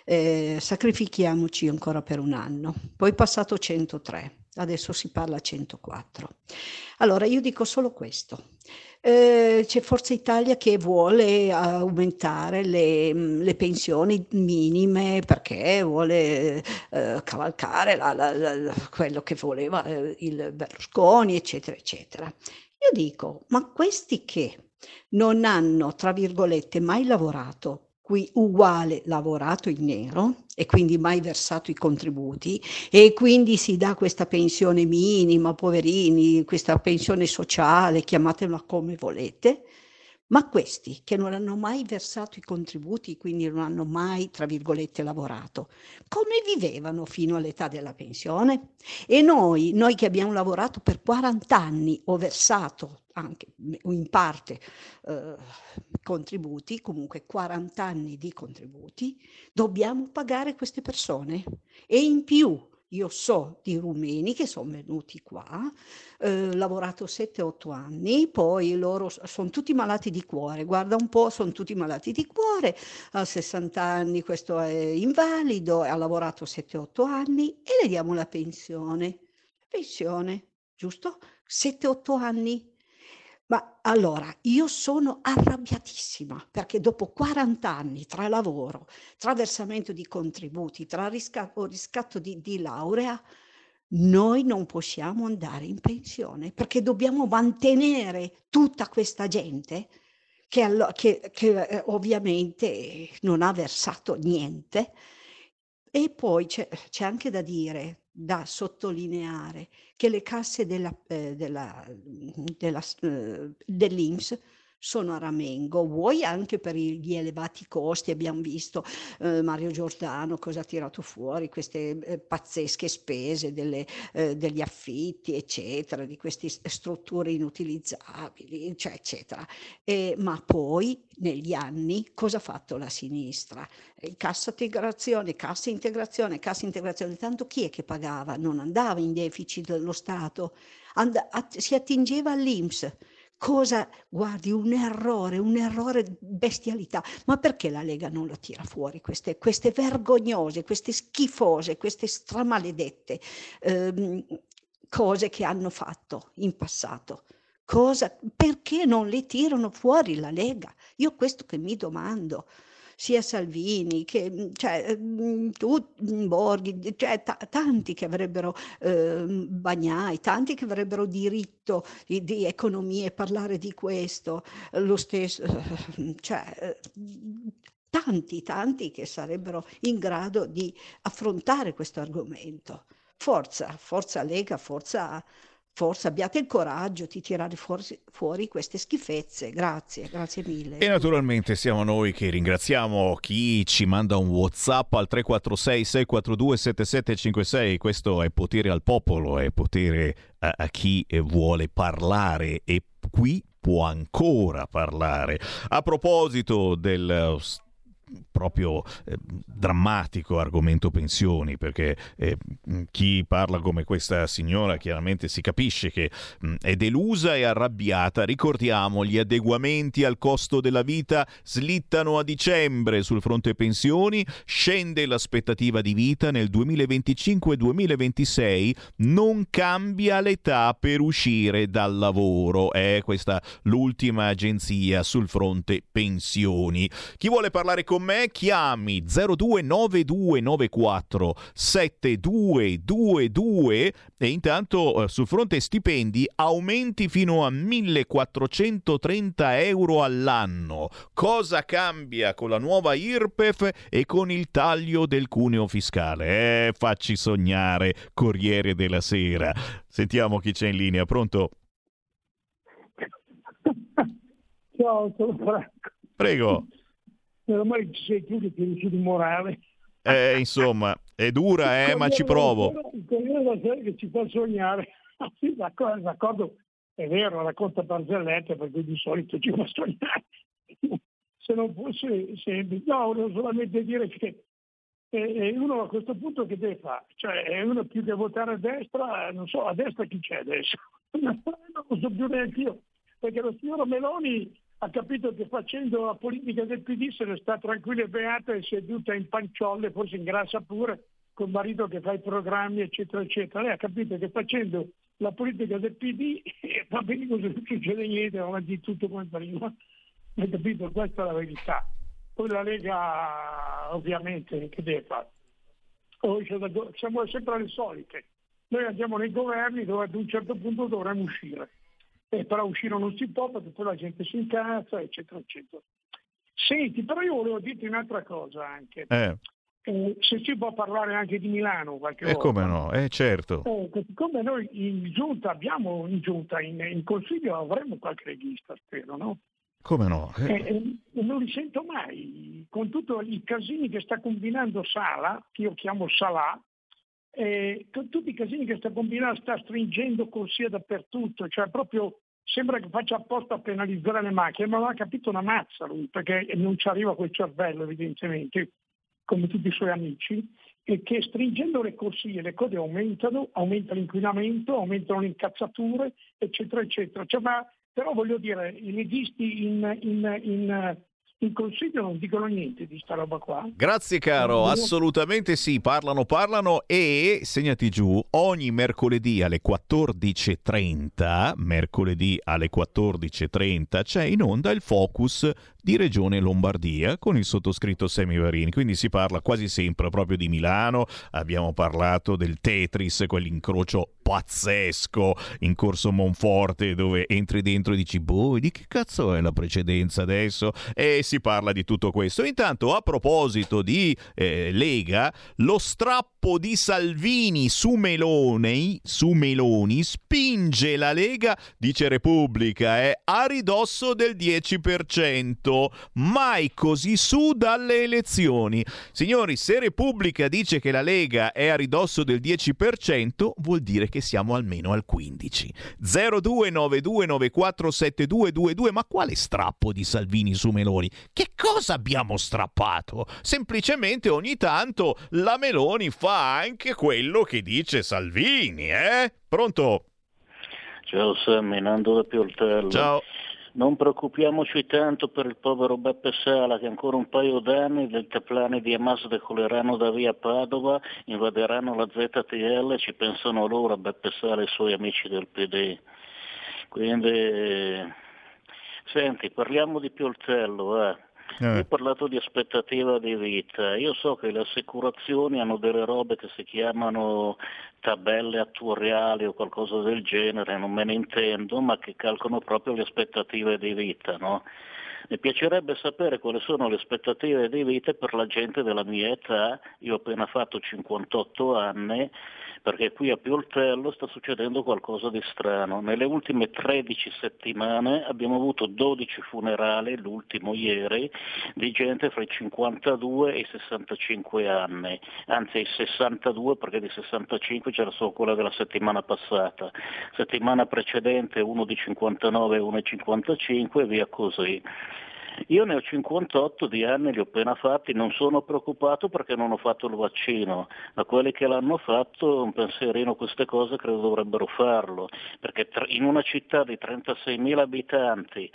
eh, sacrifichiamoci ancora per un anno. Poi è passato centotré, adesso si parla centoquattro. Allora io dico solo questo. Eh, c'è Forza Italia che vuole aumentare le, le pensioni minime perché vuole eh, cavalcare la, la, la, quello che voleva eh, il Berlusconi, eccetera, eccetera. Io dico, ma questi che non hanno, tra virgolette, mai lavorato, qui uguale lavorato in nero e quindi mai versato i contributi e quindi si dà questa pensione minima, poverini, questa pensione sociale, chiamatela come volete, ma questi che non hanno mai versato i contributi, quindi non hanno mai, tra virgolette, lavorato, come vivevano fino all'età della pensione? E noi, noi che abbiamo lavorato per quaranta anni, ho versato anche in parte eh, contributi, comunque quaranta anni di contributi, dobbiamo pagare queste persone. E in più io so di rumeni che sono venuti qua, eh, lavorato sette otto anni, poi loro sono tutti malati di cuore, guarda un po', sono tutti malati di cuore, a sessanta anni questo è invalido, ha lavorato sette otto anni e le diamo la pensione. Pensione, giusto? sette otto anni. Ma allora, io sono arrabbiatissima perché dopo quaranta anni tra lavoro, tra versamento di contributi, tra riscatto, riscatto di, di laurea, noi non possiamo andare in pensione perché dobbiamo mantenere tutta questa gente che, allo- che- che, eh, ovviamente non ha versato niente. E poi c'è, c'è anche da dire, da sottolineare, che le casse della, eh, della, della, eh, dell'I N P S sono a ramengo, vuoi anche per gli elevati costi, abbiamo visto eh, Mario Giordano cosa ha tirato fuori, queste eh, pazzesche spese delle, eh, degli affitti, eccetera, di queste strutture inutilizzabili, cioè, eccetera. E, ma poi negli anni cosa ha fatto la sinistra? Eh, Cassa integrazione, cassa integrazione, cassa integrazione, tanto chi è che pagava? Non andava in deficit lo Stato, and- att- si attingeva all'I N P S. Cosa, guardi, un errore, un errore bestialità. Ma perché la Lega non lo tira fuori? Queste, queste vergognose, queste schifose, queste stramaledette ehm, cose che hanno fatto in passato. Cosa, perché non le tirano fuori la Lega? Io questo che mi domando. Sia Salvini che cioè, mm, tu, mm, Borghi, cioè, ta- tanti che avrebbero eh, Bagnai, tanti che avrebbero diritto di, di economia e parlare di questo, eh, lo stesso, eh, cioè, eh, tanti, tanti che sarebbero in grado di affrontare questo argomento. Forza, forza Lega, forza, forza, abbiate il coraggio di tirare fuori, fuori queste schifezze. Grazie, grazie mille. E naturalmente siamo noi che ringraziamo chi ci manda un WhatsApp al tre quattro sei sei quattro due sette sette cinque sei. Questo è potere al popolo, è potere a, a chi vuole parlare e qui può ancora parlare. A proposito del proprio eh, drammatico argomento pensioni, perché eh, chi parla come questa signora chiaramente si capisce che mh, è delusa e arrabbiata. Ricordiamo, gli adeguamenti al costo della vita slittano a dicembre sul fronte pensioni, scende l'aspettativa di vita nel duemilaventicinque duemilaventisei, non cambia l'età per uscire dal lavoro, è questa l'ultima agenzia sul fronte pensioni. Chi vuole parlare con me chiami zero due nove due nove quattro sette due due due e intanto eh, sul fronte stipendi aumenti fino a millequattrocentotrenta euro all'anno. Cosa cambia con la nuova I R P E F e con il taglio del cuneo fiscale? Eh, facci sognare, Corriere della Sera. Sentiamo chi c'è in linea, pronto? Ciao, sono Franco. Prego. Ormai ci sei tu che ti riusciti di morale. Eh, insomma, è dura, eh, ma ci provo. Il Corriere della Sera che ci fa sognare. Sì, d'accordo, d'accordo, è vero, racconta barzellette perché di solito ci fa sognare. Se non fosse semplice. No, volevo solamente dire che eh, uno a questo punto che deve fare? Cioè, è uno più che votare a destra, non so, a destra chi c'è adesso? Non lo so più neanche io. Perché la signora Meloni ha capito che facendo la politica del P D se ne sta tranquilla e beata e seduta in panciolle, forse ingrassa pure col marito che fa i programmi eccetera eccetera. Lei ha capito che facendo la politica del P D va bene così, non succede niente, va avanti tutto come prima. Hai capito? Questa è la verità. Poi la Lega ovviamente che deve fare? Oh, siamo sempre le solite. Noi andiamo nei governi dove ad un certo punto dovremmo uscire. Eh, però uscire non si può perché poi la gente si incazza, eccetera, eccetera. Senti, però io volevo dirti un'altra cosa anche. Eh. Eh, se si può parlare anche di Milano qualche eh, volta. Come no? Eh, certo. Eh, siccome noi in giunta abbiamo, in giunta, in, in consiglio avremo qualche leghista, spero, no? Come no? Eh. Eh, eh, non li sento mai, con tutti i casini che sta combinando Sala, che io chiamo Salà, eh, con tutti i casini che sta combinando, sta stringendo corsie dappertutto, cioè proprio sembra che faccia apposta a penalizzare le macchine, ma non ha capito una mazza lui, perché non ci arriva quel cervello evidentemente, come tutti i suoi amici, e che stringendo le corsie le code aumentano, aumenta l'inquinamento, aumentano le incazzature, eccetera, eccetera. Cioè, ma, però voglio dire, i leghisti in, in, in, in consiglio non dicono niente di sta roba qua. Grazie caro, assolutamente sì, parlano, parlano e segnati giù, ogni mercoledì alle quattordici e trenta, mercoledì alle quattordici e trenta c'è in onda il Focus di Regione Lombardia con il sottoscritto Semivarini, quindi si parla quasi sempre proprio di Milano, abbiamo parlato del Tetris, quell'incrocio pazzesco in Corso Monforte dove entri dentro e dici boh, di che cazzo è la precedenza adesso? E si parla di tutto questo. Intanto a proposito di eh, Lega, lo strappo di Salvini su Meloni, su Meloni spinge la Lega, dice Repubblica, eh, a ridosso del dieci per cento. Mai così su dalle elezioni. Signori, se Repubblica dice che la Lega è a ridosso del dieci per cento, vuol dire che siamo almeno al quindici. zero due nove due nove quattro sette due due due. Ma quale strappo di Salvini su Meloni? Che cosa abbiamo strappato? Semplicemente ogni tanto la Meloni fa anche quello che dice Salvini, eh? Pronto? Ciao Sammy, Nando da Pioltello. Ciao. Non preoccupiamoci tanto per il povero Beppe Sala, che ancora un paio d'anni del taplani di Hamas decoleranno da via Padova, invaderanno la Z T L e ci pensano loro, Beppe Sala e i suoi amici del P D. Quindi, senti, parliamo di Pioltello, eh. Eh. Io ho parlato di aspettativa di vita, io so che le assicurazioni hanno delle robe che si chiamano tabelle attuariali o qualcosa del genere, non me ne intendo, ma che calcolano proprio le aspettative di vita, no? Mi piacerebbe sapere quali sono le aspettative di vita per la gente della mia età, io ho appena fatto cinquantotto anni, perché qui a Pioltello sta succedendo qualcosa di strano. Nelle ultime tredici settimane abbiamo avuto dodici funerali, l'ultimo ieri, di gente fra i cinquantadue e i sessantacinque anni, anzi i sessantadue perché di sessantacinque c'era solo quella della settimana passata, settimana precedente uno di cinquantanove e uno di cinquantacinque e via così. Io ne ho cinquantotto di anni, li ho appena fatti, non sono preoccupato perché non ho fatto il vaccino, ma quelli che l'hanno fatto un pensierino queste cose credo dovrebbero farlo, perché in una città di trentaseimila abitanti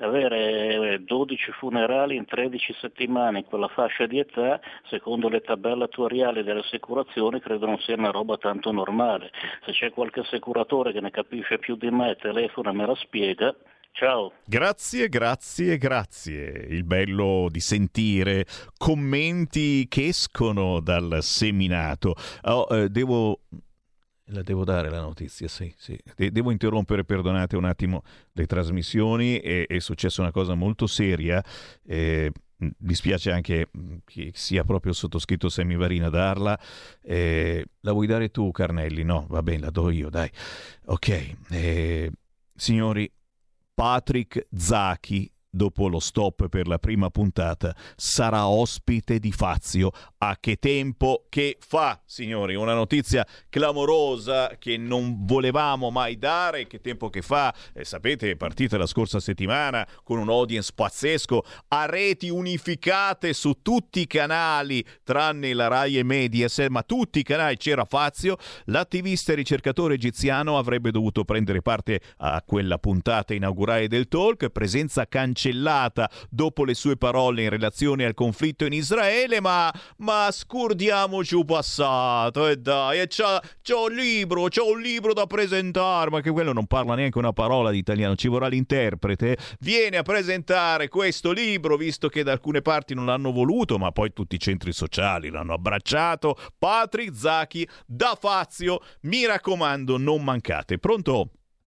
avere dodici funerali in tredici settimane in quella fascia di età, secondo le tabelle attuariali delle assicurazioni, credo non sia una roba tanto normale. Se c'è qualche assicuratore che ne capisce più di me, telefona e me la spiega. Ciao. Grazie, grazie, grazie. Il bello di sentire commenti che escono dal seminato. Oh, eh, devo... La devo dare la notizia, sì, sì. De- devo interrompere, perdonate un attimo, le trasmissioni. È, è successa una cosa molto seria. Eh, dispiace anche che sia proprio il sottoscritto Semivarini a darla. Eh, la vuoi dare tu, Carnelli? No, va bene, la do io, dai. Ok. Eh, signori, Patrick Zaki, dopo lo stop per la prima puntata, sarà ospite di Fazio. A che tempo che fa, signori? Una notizia clamorosa che non volevamo mai dare. Che tempo che fa? Eh, sapete, è partita la scorsa settimana con un audience pazzesco a reti unificate su tutti i canali, tranne la Rai e Mediaset, ma tutti i canali c'era Fazio. L'attivista e ricercatore egiziano avrebbe dovuto prendere parte a quella puntata inaugurale del talk, presenza cancellata cancellata dopo le sue parole in relazione al conflitto in Israele, ma, ma scordiamoci un passato, e dai, e c'ha, c'ho un libro, c'ho un libro da presentare, ma che quello non parla neanche una parola di italiano, ci vorrà l'interprete, viene a presentare questo libro, visto che da alcune parti non l'hanno voluto, ma poi tutti i centri sociali l'hanno abbracciato. Patrick Zaki da Fazio, mi raccomando, non mancate. Pronto?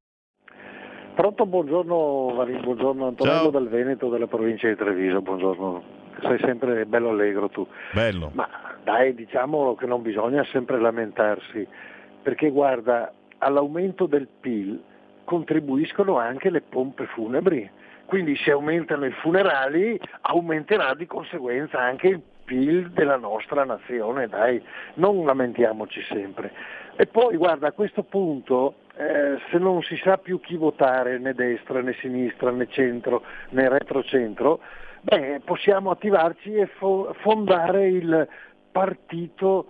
Pronto, buongiorno Marin, buongiorno Antonello. Ciao. Dal Veneto, della provincia di Treviso, buongiorno. Sei sempre bello allegro tu. Bello. Ma dai, diciamo che non bisogna sempre lamentarsi, perché guarda, all'aumento del P I L contribuiscono anche le pompe funebri, quindi se aumentano i funerali aumenterà di conseguenza anche il P I L della nostra nazione, dai, non lamentiamoci sempre. E poi guarda, a questo punto eh, se non si sa più chi votare, né destra né sinistra né centro né retrocentro, beh, possiamo attivarci e fo- fondare il partito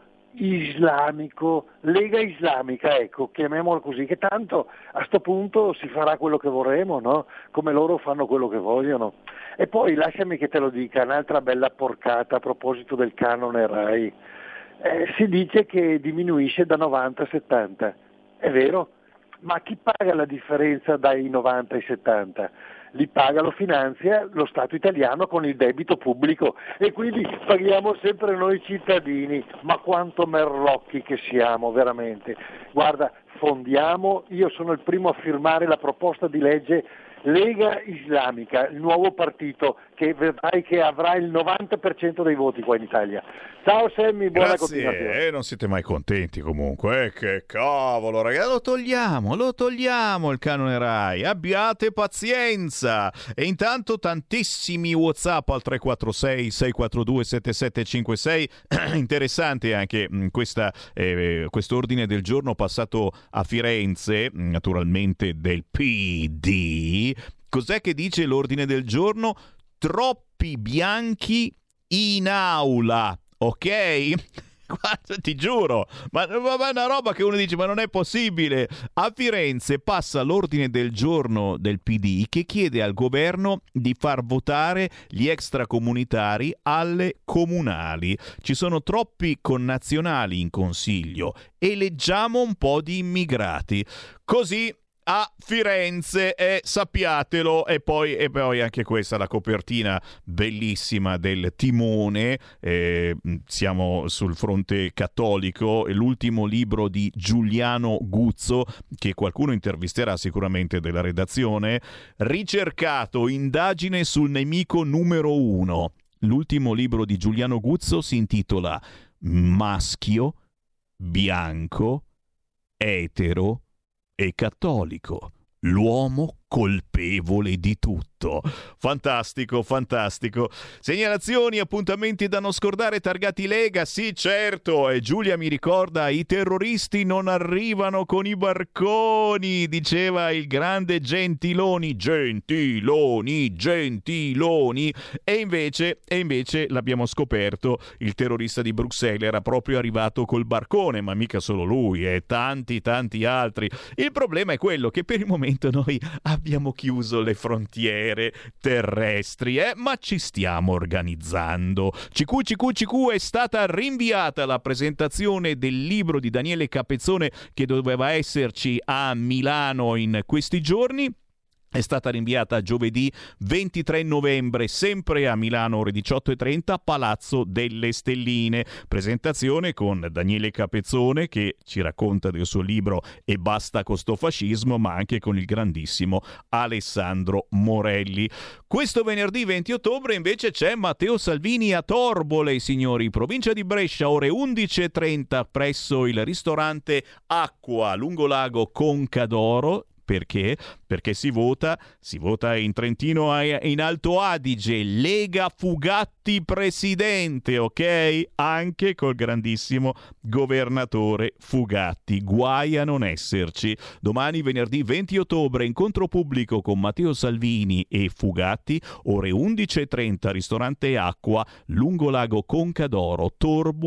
islamico, Lega Islamica, ecco, chiamiamolo così, che tanto a sto punto si farà quello che vorremo, no? Come loro fanno quello che vogliono. E poi lasciami che te lo dica, un'altra bella porcata a proposito del canone Rai. Eh, si dice che diminuisce da novanta a settanta, è vero? Ma chi paga la differenza dai novanta ai settanta? Li paga, lo finanzia lo Stato italiano con il debito pubblico, e quindi paghiamo sempre noi cittadini. Ma quanto merlocchi che siamo, veramente. Guarda, fondiamo, io sono il primo a firmare la proposta di legge Lega Islamica, il nuovo partito che vedrai che avrà il novanta per cento dei voti qua in Italia. Ciao Sammy, buona Grazie. continuazione. Eh, non siete mai contenti comunque, eh? Che cavolo ragazzi, lo togliamo, lo togliamo il canone Rai, abbiate pazienza. E intanto tantissimi WhatsApp al tre quattro sei sei quattro due sette sette cinque sei. Interessante anche mh, questa, eh, quest'ordine del giorno passato a Firenze, naturalmente del P D. Cos'è che dice l'ordine del giorno? Troppi bianchi in aula, ok? Guarda, ti giuro, ma, ma è una roba che uno dice, ma non è possibile. A Firenze passa l'ordine del giorno del P D che chiede al governo di far votare gli extracomunitari alle comunali. Ci sono troppi connazionali in consiglio, eleggiamo un po' di immigrati. Così a Firenze, e sappiatelo. E poi, e poi anche questa la copertina bellissima del Timone, eh, siamo sul fronte cattolico, l'ultimo libro di Giuliano Guzzo, che qualcuno intervisterà sicuramente della redazione, ricercato, indagine sul nemico numero uno. L'ultimo libro di Giuliano Guzzo si intitola Maschio, bianco, etero e cattolico, l'uomo colpevole di tutto. Fantastico, fantastico. Segnalazioni, appuntamenti da non scordare targati Lega, sì certo, e Giulia mi ricorda, i terroristi non arrivano con i barconi, diceva il grande Gentiloni, Gentiloni, Gentiloni, e invece, e invece l'abbiamo scoperto, il terrorista di Bruxelles era proprio arrivato col barcone, ma mica solo lui, e tanti tanti altri. Il problema è quello che per il momento noi abbiamo chiuso le frontiere terrestri, eh? Ma ci stiamo organizzando. C Q C Q C Q è stata rinviata la presentazione del libro di Daniele Capezzone, che doveva esserci a Milano in questi giorni. È stata rinviata a giovedì ventitré novembre, sempre a Milano, ore diciotto e trenta, Palazzo delle Stelline. Presentazione con Daniele Capezzone, che ci racconta del suo libro E basta con sto fascismo, ma anche con il grandissimo Alessandro Morelli. Questo venerdì venti ottobre invece c'è Matteo Salvini a Torbole, signori, provincia di Brescia, ore undici e trenta, presso il ristorante Acqua, Lungolago Conca d'Oro. Perché? Perché si vota, si vota in Trentino e in Alto Adige, Lega Fugatti presidente, ok? Anche col grandissimo governatore Fugatti, guai a non esserci. Domani venerdì venti ottobre, incontro pubblico con Matteo Salvini e Fugatti, ore undici e trenta, ristorante Acqua, Lungolago Conca d'Oro, Torbole,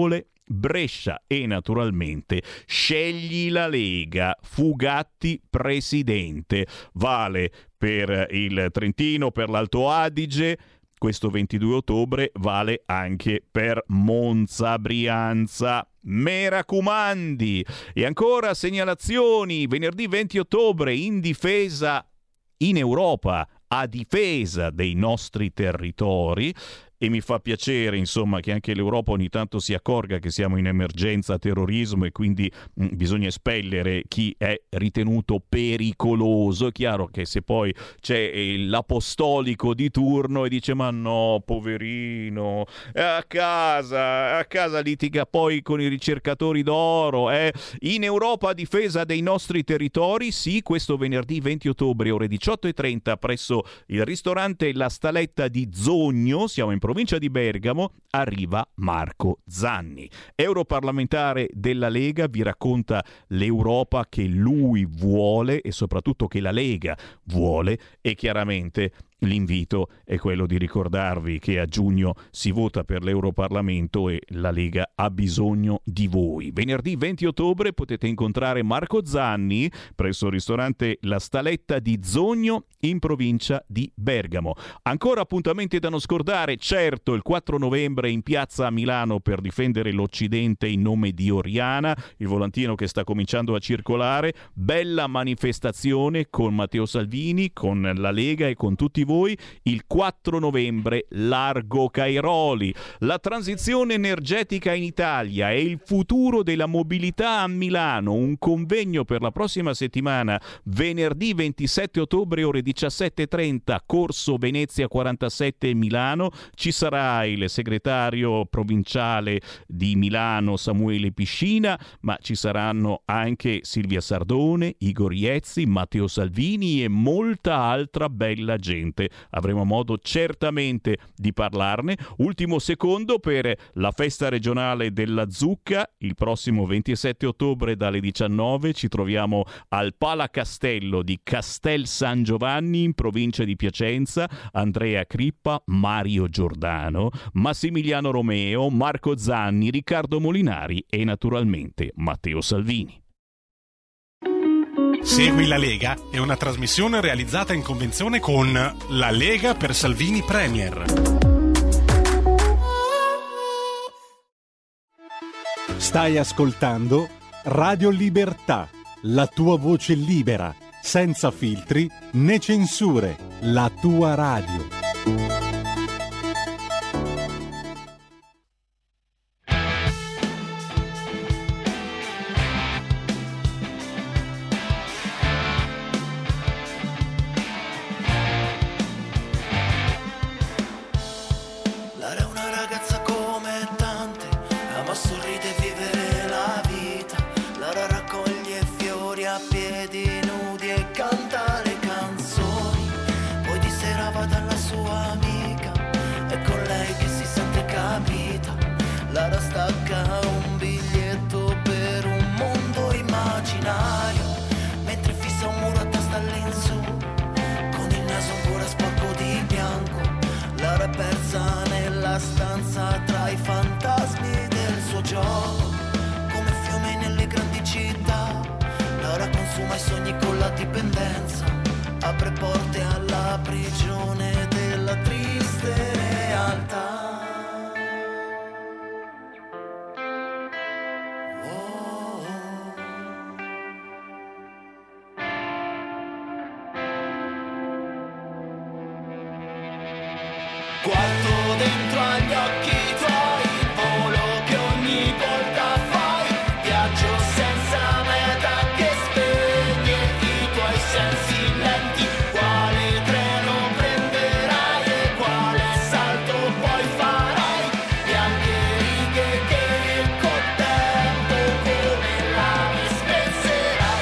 Brescia e naturalmente scegli la Lega, Fugatti presidente. Vale per il Trentino, per l'Alto Adige. Questo ventidue ottobre vale anche per Monza, Brianza. Me raccomandi. E ancora segnalazioni. Venerdì venti ottobre in difesa in Europa, a difesa dei nostri territori. E mi fa piacere, insomma, che anche l'Europa ogni tanto si accorga che siamo in emergenza terrorismo e quindi mh, bisogna espellere chi è ritenuto pericoloso. È chiaro che se poi c'è l'apostolico di turno e dice ma no, poverino, è a casa, a casa litiga poi con i ricercatori d'oro. Eh. In Europa a difesa dei nostri territori, sì, questo venerdì venti ottobre ore diciotto e trenta presso il ristorante La Staletta di Zogno, siamo in provincia di Bergamo, arriva Marco Zanni, europarlamentare della Lega. Vi racconta l'Europa che lui vuole e soprattutto che la Lega vuole, e chiaramente l'invito è quello di ricordarvi che a giugno si vota per l'Europarlamento e la Lega ha bisogno di voi. Venerdì venti ottobre potete incontrare Marco Zanni presso il ristorante La Staletta di Zogno in provincia di Bergamo. Ancora appuntamenti da non scordare, certo il quattro novembre in piazza a Milano per difendere l'Occidente in nome di Oriana, il volantino che sta cominciando a circolare. Bella manifestazione con Matteo Salvini, con la Lega e con tutti voi il quattro novembre, largo Cairoli. La transizione energetica in Italia e il futuro della mobilità a Milano, un convegno per la prossima settimana, venerdì ventisette ottobre ore diciassette e trenta, Corso Venezia quarantasette Milano. Ci sarà il segretario provinciale di Milano Samuele Piscina, ma ci saranno anche Silvia Sardone, Igor Iezzi, Matteo Salvini e molta altra bella gente. Avremo modo certamente di parlarne. Ultimo secondo per la festa regionale della zucca, il prossimo ventisette ottobre dalle diciannove ci troviamo al Palacastello di Castel San Giovanni in provincia di Piacenza. Andrea Crippa, Mario Giordano, Massimiliano Romeo, Marco Zanni, Riccardo Molinari e naturalmente Matteo Salvini. Segui la Lega è una trasmissione realizzata in convenzione con La Lega per Salvini Premier. Stai ascoltando Radio Libertà, la tua voce libera, senza filtri né censure, la tua radio. Lara stacca un biglietto per un mondo immaginario, mentre fissa un muro a testa all'insù, con il naso ancora sporco di bianco. Lara è persa nella stanza tra i fantasmi del suo gioco, come fiume nelle grandi città. Lara consuma i sogni con la dipendenza, apre porte alla prigione della triste realtà. Guardo dentro agli occhi tuoi, il volo che ogni volta fai, viaggio senza meta che spegne i tuoi sensi lenti. Quale treno prenderai e quale salto poi farai? Bianche righe che col tempo come lame spezzerai.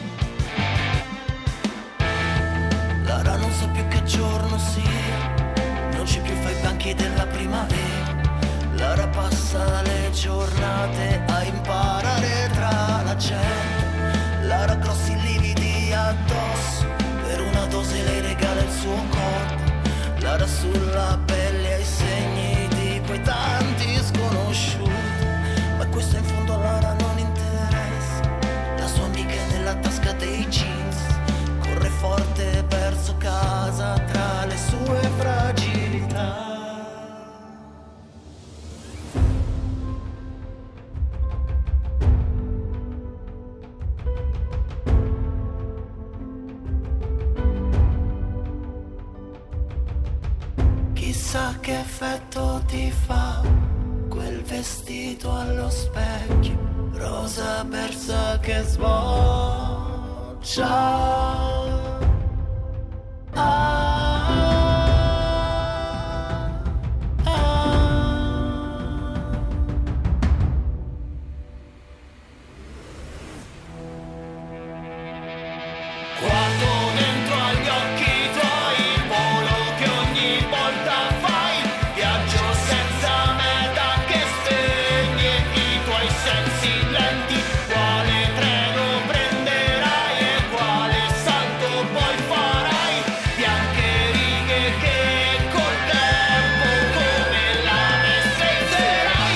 Lara non sa più che giorno sia, occhi della primavera. Lara passa le giornate a imparare tra la gente. Lara grossi lividi addosso, per una dose lei regala il suo corpo. Lara sulla pelle ha i segni di quei tanti sconosciuti, ma questo in fondo a Lara non interessa. La sua amica è nella tasca dei jeans, corre forte verso casa tra le sue fragilità. Chissà che effetto ti fa quel vestito allo specchio, rosa persa che sboccia. Ah, ah. Guardo dentro agli occhi tuoi, il volo che ogni volta fai, viaggio senza meta che spegne i tuoi sensi lenti. Quale treno prenderai e quale salto poi farai? Bianche righe che col tempo come lame senzerai.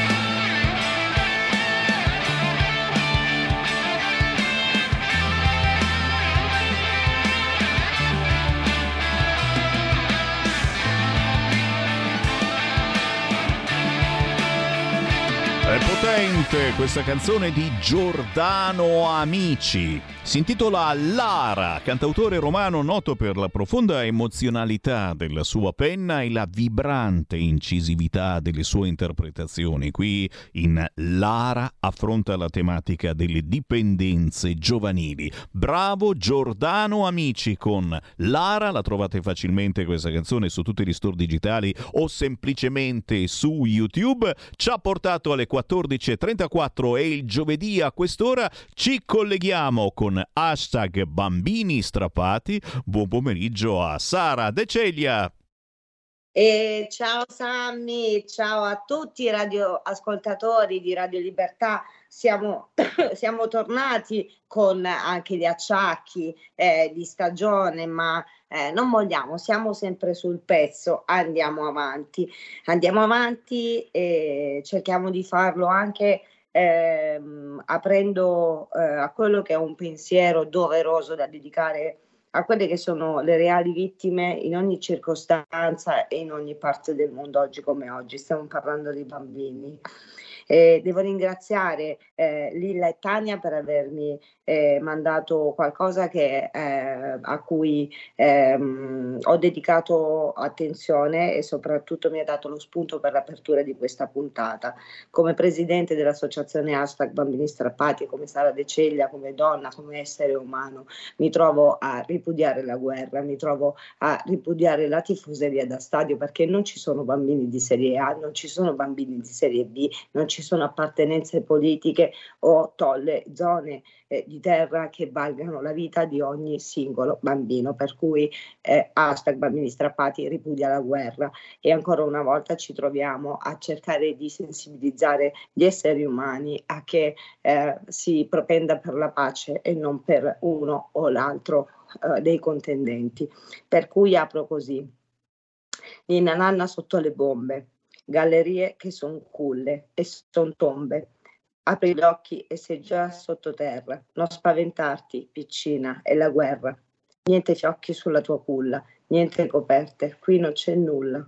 È potente questa canzone di Giordano Amici. Si intitola Lara, cantautore romano noto per la profonda emozionalità della sua penna e la vibrante incisività delle sue interpretazioni. Qui in Lara affronta la tematica delle dipendenze giovanili. Bravo Giordano Amici con Lara, la trovate facilmente questa canzone su tutti gli store digitali o semplicemente su YouTube. Ci ha portato alle quattordici e trentaquattro e il giovedì a quest'ora ci colleghiamo con hashtag bambini strappati. Buon pomeriggio a Sara De Celia. E ciao Sammy, ciao a tutti i radioascoltatori di Radio Libertà. Siamo, siamo tornati con anche gli acciacchi eh, di stagione, ma eh, non molliamo, siamo sempre sul pezzo, andiamo avanti, andiamo avanti e cerchiamo di farlo anche eh, aprendo eh, a quello che è un pensiero doveroso da dedicare a quelle che sono le reali vittime in ogni circostanza e in ogni parte del mondo oggi come oggi. Stiamo parlando dei bambini. Eh, devo ringraziare eh, Lilla e Tania per avermi eh, mandato qualcosa che, eh, a cui ehm, ho dedicato attenzione e soprattutto mi ha dato lo spunto per l'apertura di questa puntata. Come presidente dell'associazione hashtag Bambini Strappati, come Sara De Ceglia, come donna, come essere umano, mi trovo a ripudiare la guerra, mi trovo a ripudiare la tifoseria da stadio, perché non ci sono bambini di serie A, non ci sono bambini di serie B, non ci sono appartenenze politiche o tolle zone eh, di terra che valgano la vita di ogni singolo bambino, per cui eh, hashtag Bambini Strappati ripudia la guerra. E ancora una volta ci troviamo a cercare di sensibilizzare gli esseri umani a che eh, si propenda per la pace e non per uno o l'altro eh, dei contendenti. Per cui apro così: Ninna nanna sotto le bombe, gallerie che son culle e son tombe. Apri gli occhi e sei già sottoterra. Non spaventarti, piccina, è la guerra. Niente fiocchi sulla tua culla, niente coperte, qui non c'è nulla.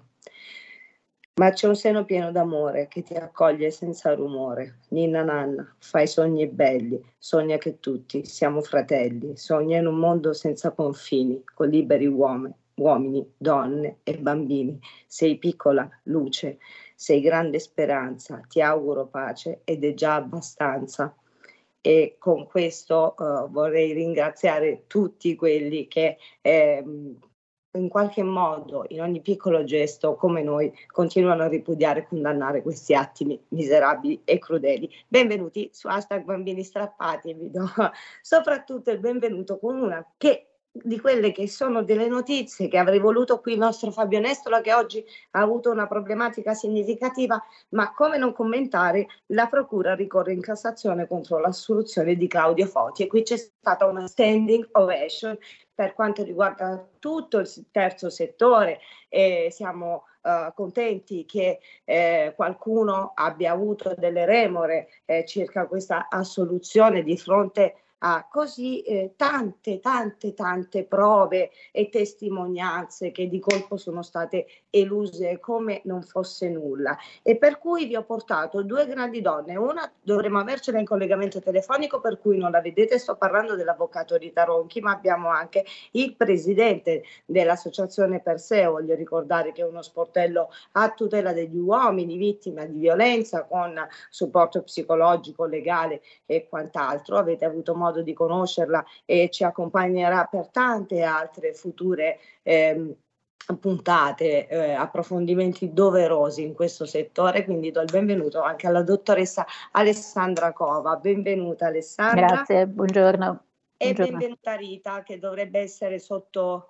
Ma c'è un seno pieno d'amore che ti accoglie senza rumore. Ninna nanna, fai sogni belli, sogna che tutti siamo fratelli, sogna in un mondo senza confini, con liberi uomini. Uomini, donne e bambini. Sei piccola luce, sei grande speranza, ti auguro pace ed è già abbastanza. E con questo uh, vorrei ringraziare tutti quelli che eh, in qualche modo, in ogni piccolo gesto, come noi, continuano a ripudiare e condannare questi atti miserabili e crudeli. Benvenuti su hashtag Bambini Strappati e vi do soprattutto il benvenuto con una che di quelle che sono delle notizie che avrei voluto qui il nostro Fabio Nestola, che oggi ha avuto una problematica significativa, ma come non commentare, la procura ricorre in Cassazione contro l'assoluzione di Claudio Foti e qui c'è stata una standing ovation per quanto riguarda tutto il terzo settore e siamo uh, contenti che eh, qualcuno abbia avuto delle remore eh, circa questa assoluzione di fronte a così eh, tante, tante, tante prove e testimonianze che di colpo sono state eluse come non fosse nulla. E per cui vi ho portato due grandi donne, una dovremmo avercela in collegamento telefonico per cui non la vedete, sto parlando dell'avvocato Rita Ronchi, ma abbiamo anche il presidente dell'associazione Perseo, voglio ricordare che è uno sportello a tutela degli uomini vittime di violenza con supporto psicologico, legale e quant'altro. Avete avuto modo di conoscerla e ci accompagnerà per tante altre future ehm, puntate, eh, approfondimenti doverosi in questo settore, quindi do il benvenuto anche alla dottoressa Alessandra Cova. Benvenuta Alessandra. Grazie, buongiorno. E buongiorno. benvenuta Rita, che dovrebbe essere sotto...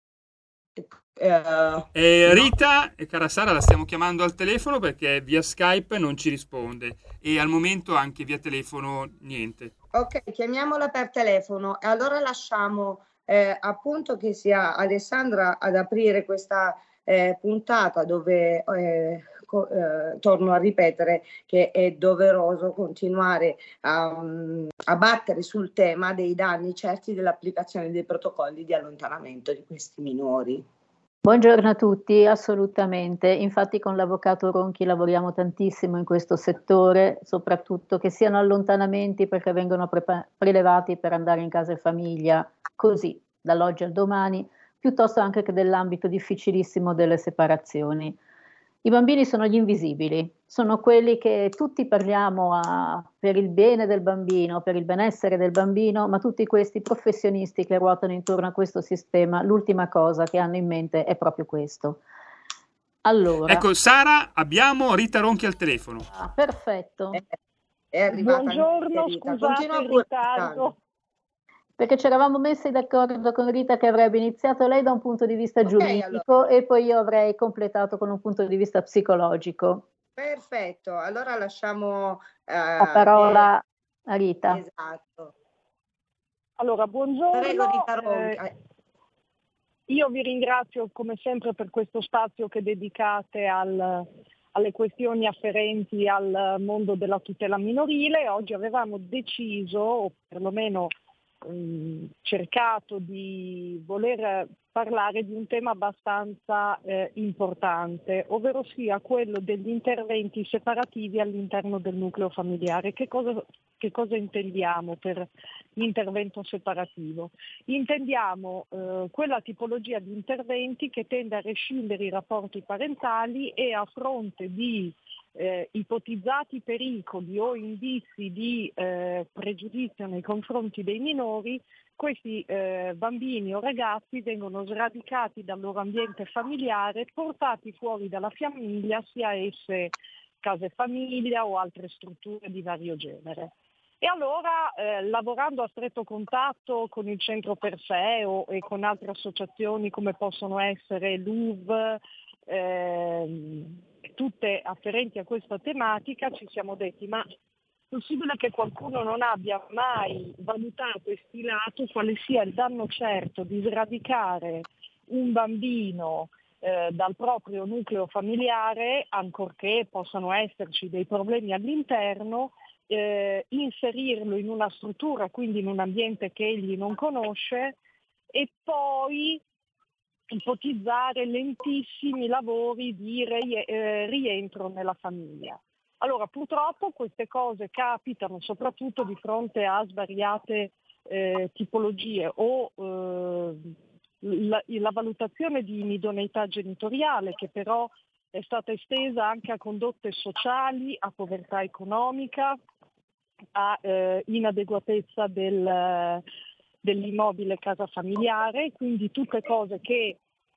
Uh, eh, Rita, no. Cara Sara, la stiamo chiamando al telefono perché via Skype non ci risponde e al momento anche via telefono niente. Ok, chiamiamola per telefono e allora lasciamo eh, appunto che sia Alessandra ad aprire questa eh, puntata dove eh, co- eh, torno a ripetere che è doveroso continuare a, a battere sul tema dei danni certi dell'applicazione dei protocolli di allontanamento di questi minori. Buongiorno a tutti, assolutamente. Infatti con l'avvocato Ronchi lavoriamo tantissimo in questo settore, soprattutto che siano allontanamenti perché vengono prepa- prelevati per andare in casa e famiglia, così, dall'oggi al domani, piuttosto anche che dell'ambito difficilissimo delle separazioni. I bambini sono gli invisibili, sono quelli che tutti parliamo a, per il bene del bambino, per il benessere del bambino, ma tutti questi professionisti che ruotano intorno a questo sistema, l'ultima cosa che hanno in mente è proprio questo. Allora, ecco, Sara, abbiamo Rita Ronchi al telefono. Ah, perfetto. È, è arrivata Buongiorno, Rita. scusate il ritardo. Perché ci eravamo messi d'accordo con Rita che avrebbe iniziato lei da un punto di vista Okay, giuridico allora. e poi io avrei completato con un punto di vista psicologico. Perfetto, allora lasciamo eh, La parola che... a Rita. Esatto. Allora, buongiorno. Prego, Rita Ronchi. Eh, io vi ringrazio come sempre per questo spazio che dedicate al, alle questioni afferenti al mondo della tutela minorile. Oggi avevamo deciso, o perlomeno mh, cercato di voler parlare di un tema abbastanza eh, importante, ovvero sia quello degli interventi separativi all'interno del nucleo familiare. Che cosa, che cosa intendiamo per l'intervento separativo? Intendiamo eh, quella tipologia di interventi che tende a rescindere i rapporti parentali e a fronte di eh, ipotizzati pericoli o indizi di eh, pregiudizio nei confronti dei minori, questi eh, bambini o ragazzi vengono sradicati dal loro ambiente familiare, portati fuori dalla famiglia, sia esse case famiglia o altre strutture di vario genere. E allora, eh, lavorando a stretto contatto con il Centro Perseo e con altre associazioni come possono essere l'U V, eh, tutte afferenti a questa tematica, ci siamo detti ma possibile che qualcuno non abbia mai valutato e stilato quale sia il danno certo di sradicare un bambino eh, dal proprio nucleo familiare, ancorché possano esserci dei problemi all'interno, eh, inserirlo in una struttura, quindi in un ambiente che egli non conosce, e poi ipotizzare lentissimi lavori di rie- eh, rientro nella famiglia. Allora, purtroppo queste cose capitano soprattutto di fronte a svariate eh, tipologie o eh, la, la valutazione di inidoneità genitoriale, che però è stata estesa anche a condotte sociali, a povertà economica, a eh, inadeguatezza del, dell'immobile casa familiare, quindi tutte cose che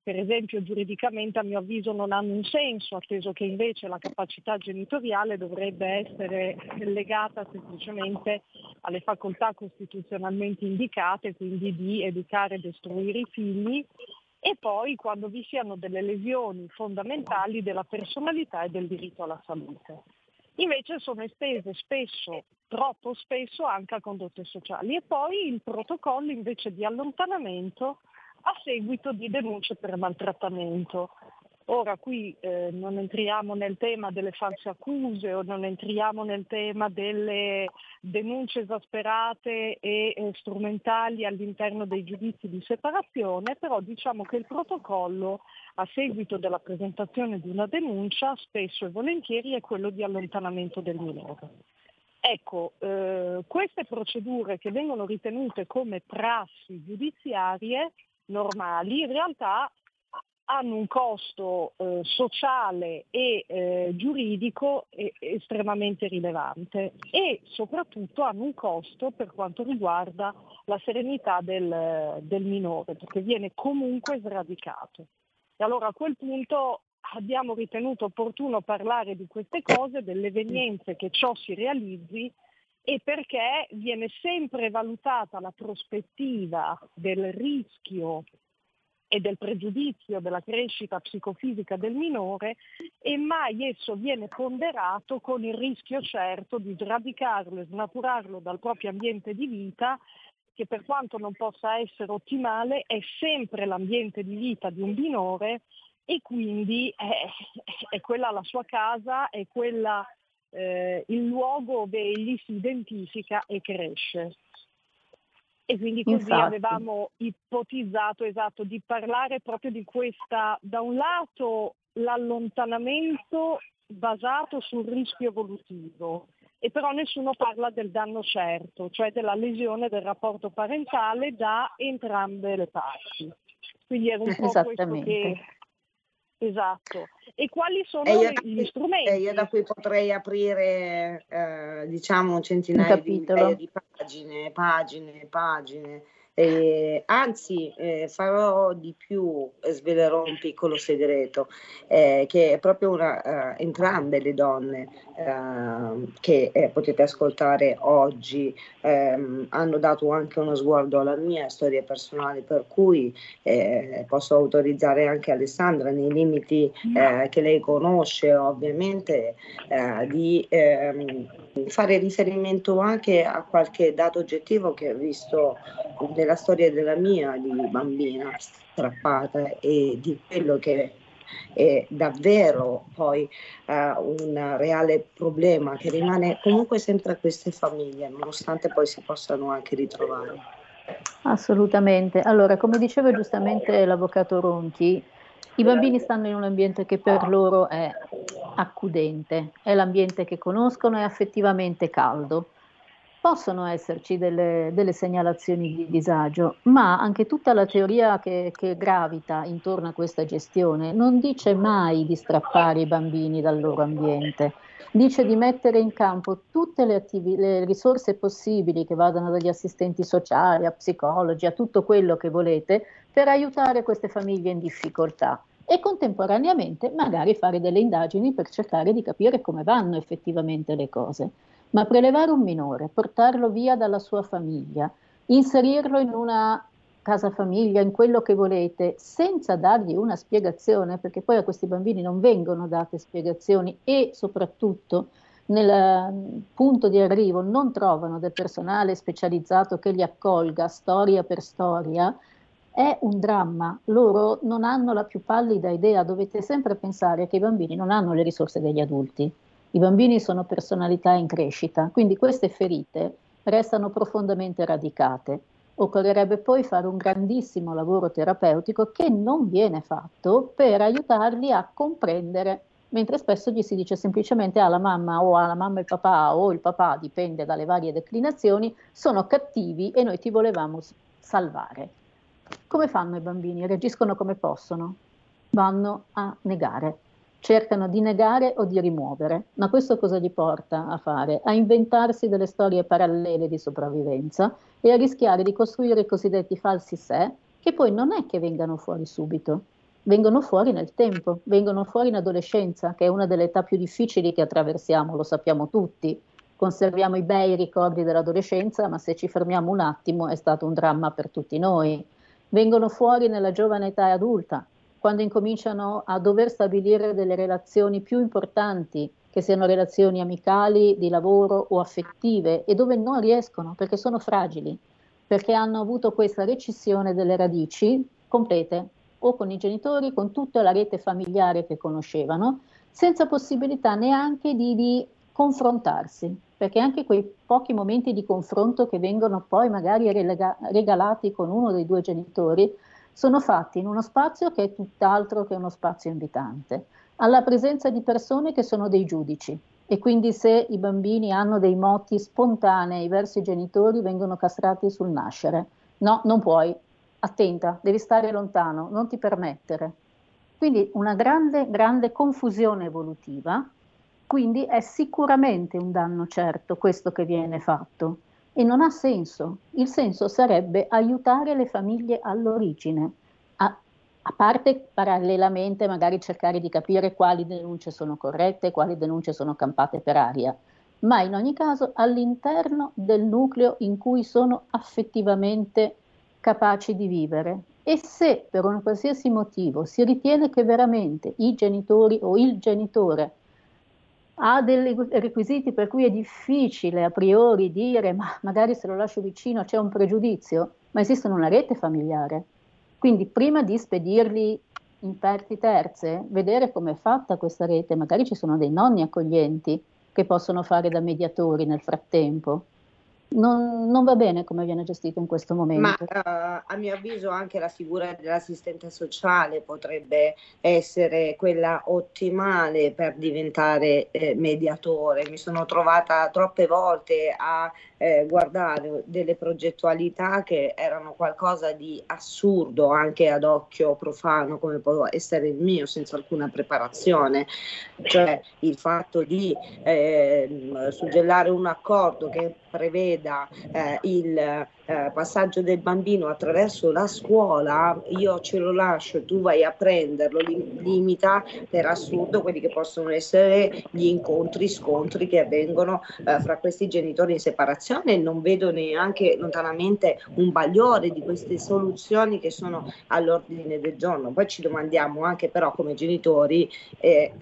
per esempio giuridicamente a mio avviso non hanno un senso, atteso che invece la capacità genitoriale dovrebbe essere legata semplicemente alle facoltà costituzionalmente indicate, quindi di educare ed istruire i figli, e poi quando vi siano delle lesioni fondamentali della personalità e del diritto alla salute. Invece sono estese spesso, troppo spesso, anche a condotte sociali. E poi il protocollo invece di allontanamento a seguito di denunce per maltrattamento. Ora qui eh, non entriamo nel tema delle false accuse o non entriamo nel tema delle denunce esasperate e eh, strumentali all'interno dei giudizi di separazione, però diciamo che il protocollo a seguito della presentazione di una denuncia spesso e volentieri è quello di allontanamento del minore. Ecco, eh, queste procedure che vengono ritenute come prassi giudiziarie normali in realtà hanno un costo eh, sociale e eh, giuridico e, estremamente rilevante e soprattutto hanno un costo per quanto riguarda la serenità del, del minore, perché viene comunque sradicato. E allora a quel punto abbiamo ritenuto opportuno parlare di queste cose, delle evenienze che ciò si realizzi, e perché viene sempre valutata la prospettiva del rischio e del pregiudizio della crescita psicofisica del minore, e mai esso viene ponderato con il rischio certo di sradicarlo e snaturarlo dal proprio ambiente di vita, che per quanto non possa essere ottimale è sempre l'ambiente di vita di un minore, e quindi è, è quella la sua casa, è quella eh, il luogo dove egli si identifica e cresce. E quindi così Infatti. avevamo ipotizzato esatto di parlare proprio di questa, da un lato l'allontanamento basato sul rischio evolutivo, e però nessuno parla del danno certo, cioè della lesione del rapporto parentale da entrambe le parti. Quindi era un po' questo che... Esatto. E quali sono e io, gli strumenti? E io da qui potrei aprire eh, diciamo centinaia di migliaia di pagine, pagine, pagine. E, anzi eh, farò di più, eh, svelerò un piccolo segreto, eh, che è proprio una, uh, entrambe le donne uh, che eh, potete ascoltare oggi um, hanno dato anche uno sguardo alla mia storia personale, per cui eh, posso autorizzare anche Alessandra nei limiti eh, che lei conosce ovviamente eh, di eh, fare riferimento anche a qualche dato oggettivo che ho visto nella storia della mia di bambina strappata e di quello che è davvero poi uh, un reale problema che rimane comunque sempre a queste famiglie, nonostante poi si possano anche ritrovare. Assolutamente. Allora, come diceva giustamente l'avvocato Ronchi, i bambini stanno in un ambiente che per loro è accudente, è l'ambiente che conoscono, è affettivamente caldo. Possono esserci delle, delle segnalazioni di disagio, ma anche tutta la teoria che, che gravita intorno a questa gestione non dice mai di strappare i bambini dal loro ambiente, dice di mettere in campo tutte le, attivi- le risorse possibili che vadano dagli assistenti sociali a psicologi, a tutto quello che volete, per aiutare queste famiglie in difficoltà e contemporaneamente magari fare delle indagini per cercare di capire come vanno effettivamente le cose. Ma prelevare un minore, portarlo via dalla sua famiglia, inserirlo in una casa famiglia, in quello che volete, senza dargli una spiegazione, perché poi a questi bambini non vengono date spiegazioni e soprattutto nel punto di arrivo non trovano del personale specializzato che li accolga storia per storia, è un dramma. Loro non hanno la più pallida idea, dovete sempre pensare che i bambini non hanno le risorse degli adulti. I bambini sono personalità in crescita, quindi queste ferite restano profondamente radicate. Occorrerebbe poi fare un grandissimo lavoro terapeutico che non viene fatto per aiutarli a comprendere, mentre spesso gli si dice semplicemente alla mamma o alla mamma e il papà o il papà, dipende dalle varie declinazioni, sono cattivi e noi ti volevamo salvare. Come fanno i bambini? Reagiscono come possono, vanno a negare. Cercano di negare o di rimuovere, ma questo cosa gli porta a fare? A inventarsi delle storie parallele di sopravvivenza e a rischiare di costruire i cosiddetti falsi sé, che poi non è che vengano fuori subito, vengono fuori nel tempo, vengono fuori in adolescenza, che è una delle età più difficili che attraversiamo, lo sappiamo tutti. Conserviamo i bei ricordi dell'adolescenza, ma se ci fermiamo un attimo è stato un dramma per tutti noi. Vengono fuori nella giovane età adulta, quando incominciano a dover stabilire delle relazioni più importanti, che siano relazioni amicali, di lavoro o affettive, e dove non riescono perché sono fragili, perché hanno avuto questa recessione delle radici complete, o con i genitori, con tutta la rete familiare che conoscevano, senza possibilità neanche di, di confrontarsi, perché anche quei pochi momenti di confronto che vengono poi magari relega- regalati con uno dei due genitori sono fatti in uno spazio che è tutt'altro che uno spazio invitante, alla presenza di persone che sono dei giudici, e quindi se i bambini hanno dei moti spontanei verso i genitori vengono castrati sul nascere. No, non puoi, attenta, devi stare lontano, non ti permettere. Quindi una grande, grande confusione evolutiva. Quindi è sicuramente un danno certo questo che viene fatto e non ha senso. Il senso sarebbe aiutare le famiglie all'origine, a, a parte parallelamente magari cercare di capire quali denunce sono corrette, quali denunce sono campate per aria, ma in ogni caso all'interno del nucleo in cui sono affettivamente capaci di vivere. E se per un qualsiasi motivo si ritiene che veramente i genitori o il genitore ha dei requisiti per cui è difficile a priori dire ma magari se lo lascio vicino c'è un pregiudizio, ma esiste una rete familiare. Quindi prima di spedirli in parti terze, vedere com'è fatta questa rete, magari ci sono dei nonni accoglienti che possono fare da mediatori nel frattempo. Non, non va bene come viene gestito in questo momento. Ma uh, a mio avviso anche la figura dell'assistente sociale potrebbe essere quella ottimale per diventare eh, mediatore. Mi sono trovata troppe volte a eh, guardare delle progettualità che erano qualcosa di assurdo anche ad occhio profano, come può essere il mio, senza alcuna preparazione. Cioè il fatto di eh, suggellare un accordo che preveda eh, il eh, passaggio del bambino attraverso la scuola, io ce lo lascio, tu vai a prenderlo, li, limita per assurdo quelli che possono essere gli incontri, scontri che avvengono eh, fra questi genitori in separazione. Non vedo neanche lontanamente un bagliore di queste soluzioni che sono all'ordine del giorno. Poi ci domandiamo anche però come genitori eh,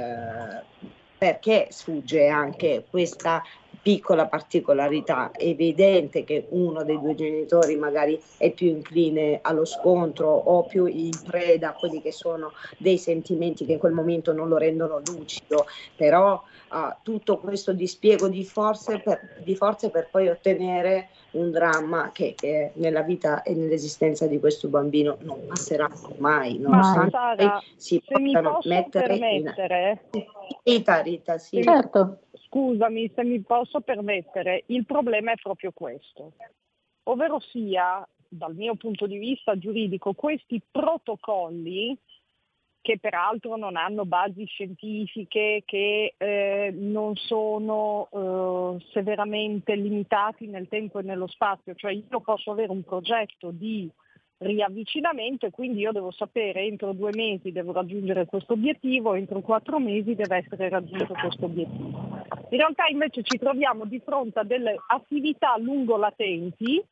eh, perché sfugge anche questa piccola particolarità. È evidente che uno dei due genitori magari è più incline allo scontro o più in preda a quelli che sono dei sentimenti che in quel momento non lo rendono lucido, però uh, tutto questo dispiego di forze, per, di forze per poi ottenere un dramma che eh, nella vita e nell'esistenza di questo bambino non passerà mai, nonostante Sara, si se mi possano posso mettere permettere, in... Rita, Rita, sì. Certo. Scusami se mi posso permettere, il problema è proprio questo, ovvero sia, dal mio punto di vista giuridico, questi protocolli, che peraltro non hanno basi scientifiche, che eh, non sono eh, severamente limitati nel tempo e nello spazio, cioè io posso avere un progetto di riavvicinamento e quindi io devo sapere entro due mesi devo raggiungere questo obiettivo, entro quattro mesi deve essere raggiunto questo obiettivo. In realtà invece ci troviamo di fronte a delle attività lungolatenti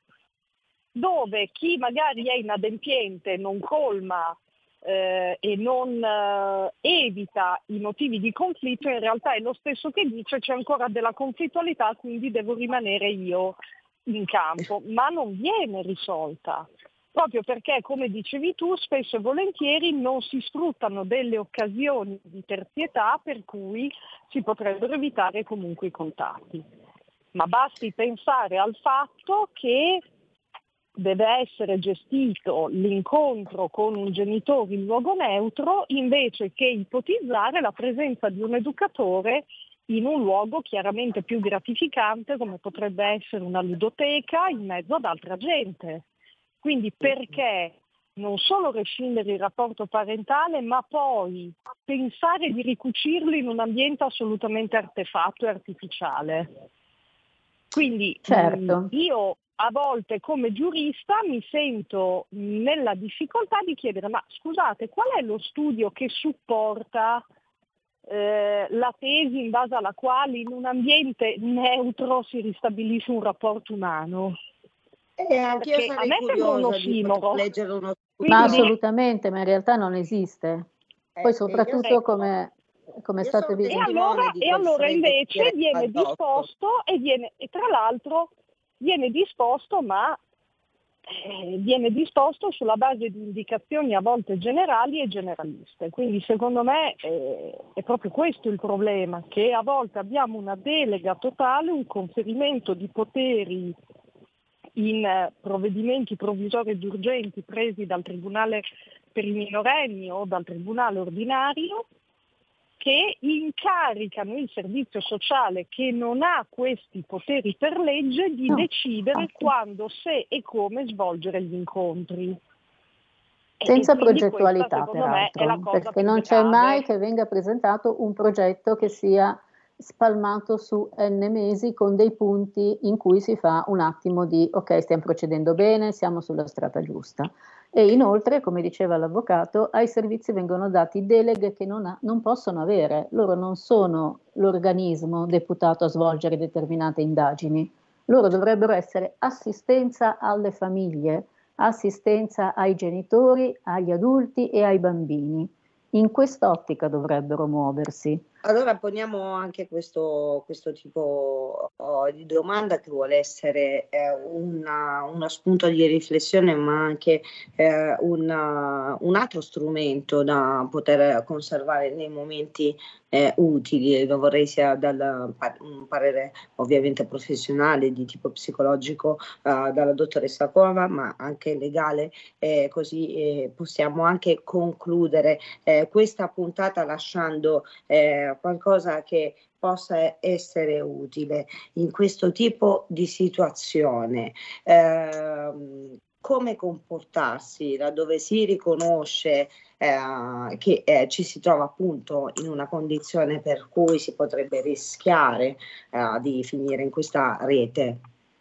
dove chi magari è inadempiente non colma eh, e non eh, evita i motivi di conflitto, in realtà è lo stesso che dice c'è ancora della conflittualità, quindi devo rimanere io in campo, ma non viene risolta. Proprio perché, come dicevi tu, spesso e volentieri non si sfruttano delle occasioni di terzietà per cui si potrebbero evitare comunque i contatti. Ma basti pensare al fatto che deve essere gestito l'incontro con un genitore in luogo neutro invece che ipotizzare la presenza di un educatore in un luogo chiaramente più gratificante come potrebbe essere una ludoteca in mezzo ad altra gente. Quindi perché non solo rescindere il rapporto parentale, ma poi pensare di ricucirlo in un ambiente assolutamente artefatto e artificiale. Quindi certo. mh, io a volte come giurista mi sento nella difficoltà di chiedere: ma scusate, qual è lo studio che supporta eh, la tesi in base alla quale in un ambiente neutro si ristabilisce un rapporto umano? Eh, anche io a me sembra un ossimoro. Leggere uno Quindi... Ma assolutamente, ma in realtà non esiste. Poi eh, soprattutto ecco. come... come è stato E allora, e allora invece viene disposto e, viene, e tra l'altro viene disposto, ma eh, viene disposto sulla base di indicazioni a volte generali e generaliste. Quindi secondo me eh, è proprio questo il problema, che a volte abbiamo una delega totale, un conferimento di poteri in eh, provvedimenti provvisori ed urgenti presi dal Tribunale per i minorenni o dal Tribunale ordinario, che incaricano il servizio sociale, che non ha questi poteri per legge, di no. decidere quando, se e come svolgere gli incontri. Senza progettualità, peraltro, perché non c'è mai che venga presentato un progetto che sia spalmato su n mesi con dei punti in cui si fa un attimo di ok, stiamo procedendo bene, siamo sulla strada giusta. E inoltre, come diceva l'avvocato, ai servizi vengono dati deleghe che non, ha, non possono avere. Loro non sono l'organismo deputato a svolgere determinate indagini. Loro dovrebbero essere assistenza alle famiglie, assistenza ai genitori, agli adulti e ai bambini. In quest'ottica dovrebbero muoversi. Allora poniamo anche questo, questo tipo oh, di domanda, che vuole essere eh, una, uno spunto di riflessione, ma anche eh, una, un altro strumento da poter conservare nei momenti eh, utili. Lo vorrei sia dal un parere ovviamente professionale di tipo psicologico eh, dalla dottoressa Cova, ma anche legale, eh, così eh, possiamo anche concludere eh, questa puntata lasciando eh, qualcosa che possa essere utile in questo tipo di situazione. Eh, come comportarsi laddove si riconosce eh, che eh, ci si trova appunto in una condizione per cui si potrebbe rischiare eh, di finire in questa rete.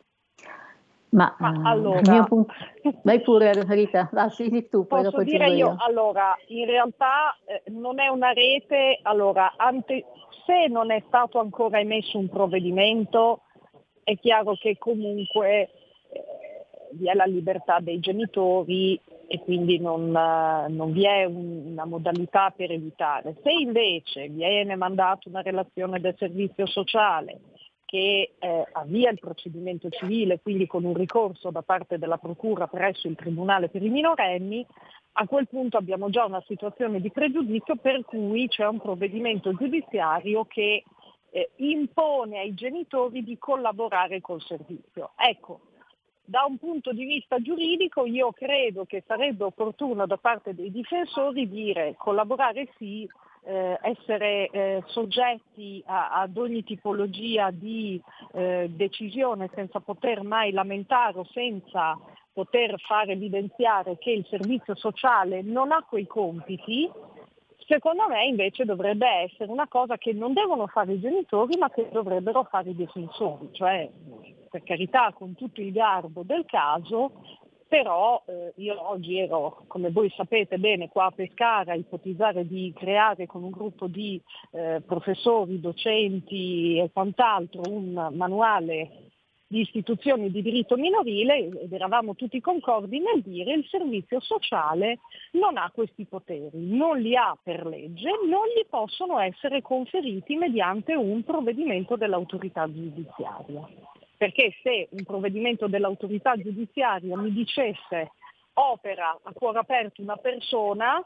Ma, Ma uh, allora, il mio punto... vai pure Rita, va, sì, tu, poi posso dopo dire io, io. Allora, in realtà eh, non è una rete, allora, ante, se non è stato ancora emesso un provvedimento, è chiaro che comunque eh, vi è la libertà dei genitori e quindi non, non vi è un, una modalità per evitare. Se invece viene mandata una relazione del servizio sociale che eh, avvia il procedimento civile, quindi con un ricorso da parte della procura presso il Tribunale per i minorenni, a quel punto abbiamo già una situazione di pregiudizio per cui c'è un provvedimento giudiziario che eh, impone ai genitori di collaborare col servizio. Ecco, da un punto di vista giuridico io credo che sarebbe opportuno da parte dei difensori dire collaborare sì, Eh, essere eh, soggetti a, ad ogni tipologia di eh, decisione senza poter mai lamentare o senza poter far evidenziare che il servizio sociale non ha quei compiti, secondo me invece dovrebbe essere una cosa che non devono fare i genitori ma che dovrebbero fare i difensori, cioè per carità con tutto il garbo del caso. Però eh, io oggi ero, come voi sapete bene, qua a Pescara a ipotizzare di creare con un gruppo di eh, professori, docenti e quant'altro un manuale di istituzioni di diritto minorile ed eravamo tutti concordi nel dire il servizio sociale non ha questi poteri, non li ha per legge, non gli possono essere conferiti mediante un provvedimento dell'autorità giudiziaria. Perché se un provvedimento dell'autorità giudiziaria mi dicesse opera a cuore aperto una persona,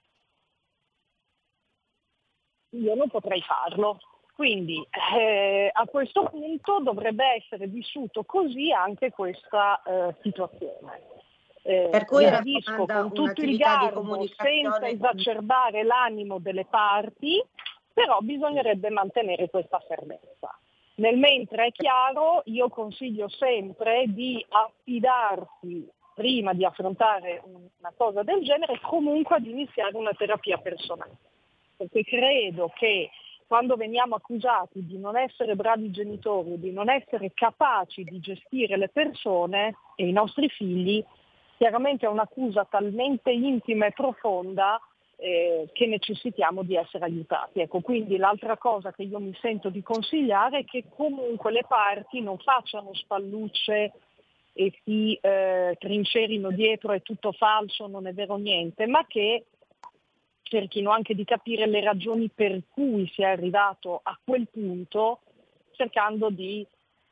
io non potrei farlo. Quindi eh, a questo punto dovrebbe essere vissuto così anche questa eh, situazione. Eh, per cui ribadisco con tutto il garbo, senza esacerbare l'animo delle parti, però bisognerebbe mantenere questa fermezza. Nel mentre è chiaro, io consiglio sempre di affidarsi, prima di affrontare una cosa del genere, comunque ad iniziare una terapia personale, perché credo che quando veniamo accusati di non essere bravi genitori, di non essere capaci di gestire le persone e i nostri figli, chiaramente è un'accusa talmente intima e profonda eh, che necessitiamo di essere aiutati. Ecco, quindi l'altra cosa che io mi sento di consigliare è che comunque le parti non facciano spallucce e si eh, trincerino dietro è tutto falso, non è vero niente, ma che cerchino anche di capire le ragioni per cui si è arrivato a quel punto, cercando di,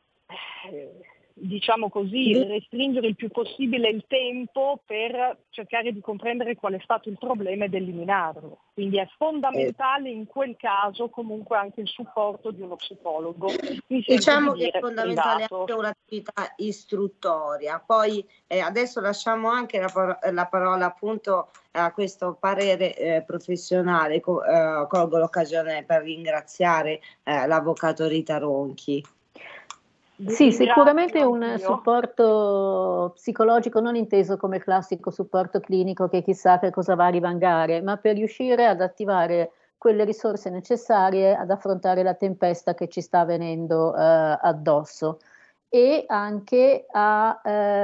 eh, diciamo così, restringere il più possibile il tempo per cercare di comprendere qual è stato il problema ed eliminarlo. Quindi è fondamentale in quel caso comunque anche il supporto di uno psicologo. Mi diciamo di che dire, è fondamentale privato. anche un'attività istruttoria. Poi eh, adesso lasciamo anche la, par- la parola appunto a questo parere eh, professionale. Co- eh, colgo l'occasione per ringraziare eh, l'avvocato Rita Ronchi. Sì, sicuramente un supporto psicologico non inteso come classico supporto clinico che chissà che cosa va a rivangare, ma per riuscire ad attivare quelle risorse necessarie ad affrontare la tempesta che ci sta venendo eh, addosso. E anche a,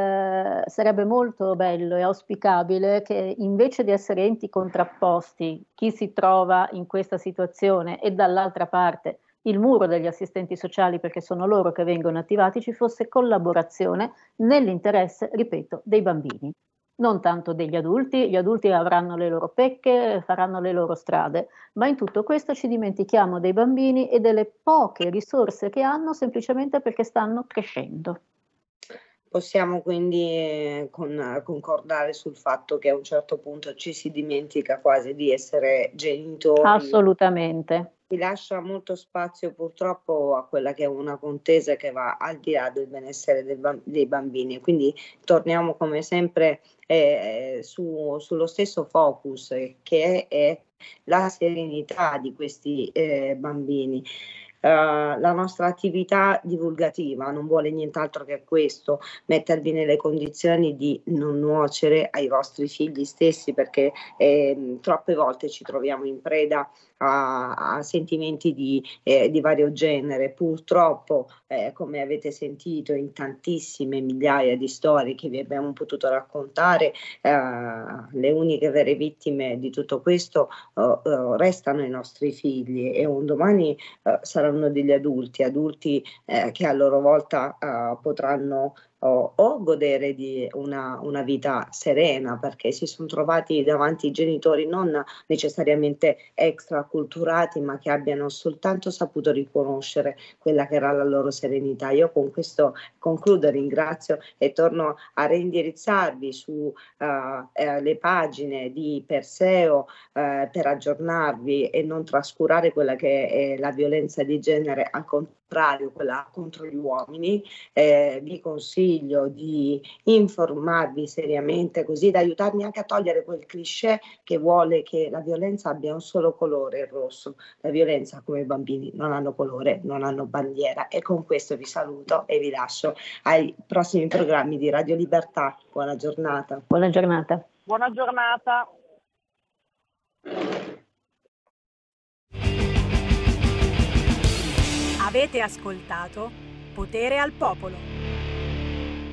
eh, sarebbe molto bello e auspicabile che invece di essere enti contrapposti, chi si trova in questa situazione e dall'altra parte il muro degli assistenti sociali, perché sono loro che vengono attivati, ci fosse collaborazione nell'interesse, ripeto, dei bambini, non tanto degli adulti. Gli adulti avranno le loro pecche, faranno le loro strade, ma in tutto questo ci dimentichiamo dei bambini e delle poche risorse che hanno semplicemente perché stanno crescendo. Possiamo quindi eh, con, concordare sul fatto che a un certo punto ci si dimentica quasi di essere genitori. Assolutamente. Si lascia molto spazio purtroppo a quella che è una contesa che va al di là del benessere del bamb- dei bambini. Quindi torniamo come sempre eh, su, sullo stesso focus eh, che è, è la serenità di questi eh, bambini. Uh, la nostra attività divulgativa non vuole nient'altro che questo, mettervi nelle condizioni di non nuocere ai vostri figli stessi, perché eh, troppe volte ci troviamo in preda a, a sentimenti di, eh, di vario genere. Purtroppo, eh, come avete sentito in tantissime migliaia di storie che vi abbiamo potuto raccontare, eh, le uniche vere vittime di tutto questo uh, uh, restano i nostri figli, e un domani uh, saranno degli adulti, adulti eh, che a loro volta uh, potranno o, o godere di una, una vita serena, perché si sono trovati davanti i genitori non necessariamente extraculturati, ma che abbiano soltanto saputo riconoscere quella che era la loro serenità. Io con questo concludo, ringrazio e torno a reindirizzarvi su uh, eh, le pagine di Perseo eh, per aggiornarvi e non trascurare quella che è la violenza di genere, al contrario, quella contro gli uomini. Eh, vi consiglio di informarvi seriamente, così da aiutarmi anche a togliere quel cliché che vuole che la violenza abbia un solo colore, il rosso. La violenza, come i bambini, non hanno colore, non hanno bandiera. E con questo vi saluto e vi lascio ai prossimi programmi di Radio Libertà. Buona giornata. Buona giornata. Buona giornata. Avete ascoltato Potere al Popolo.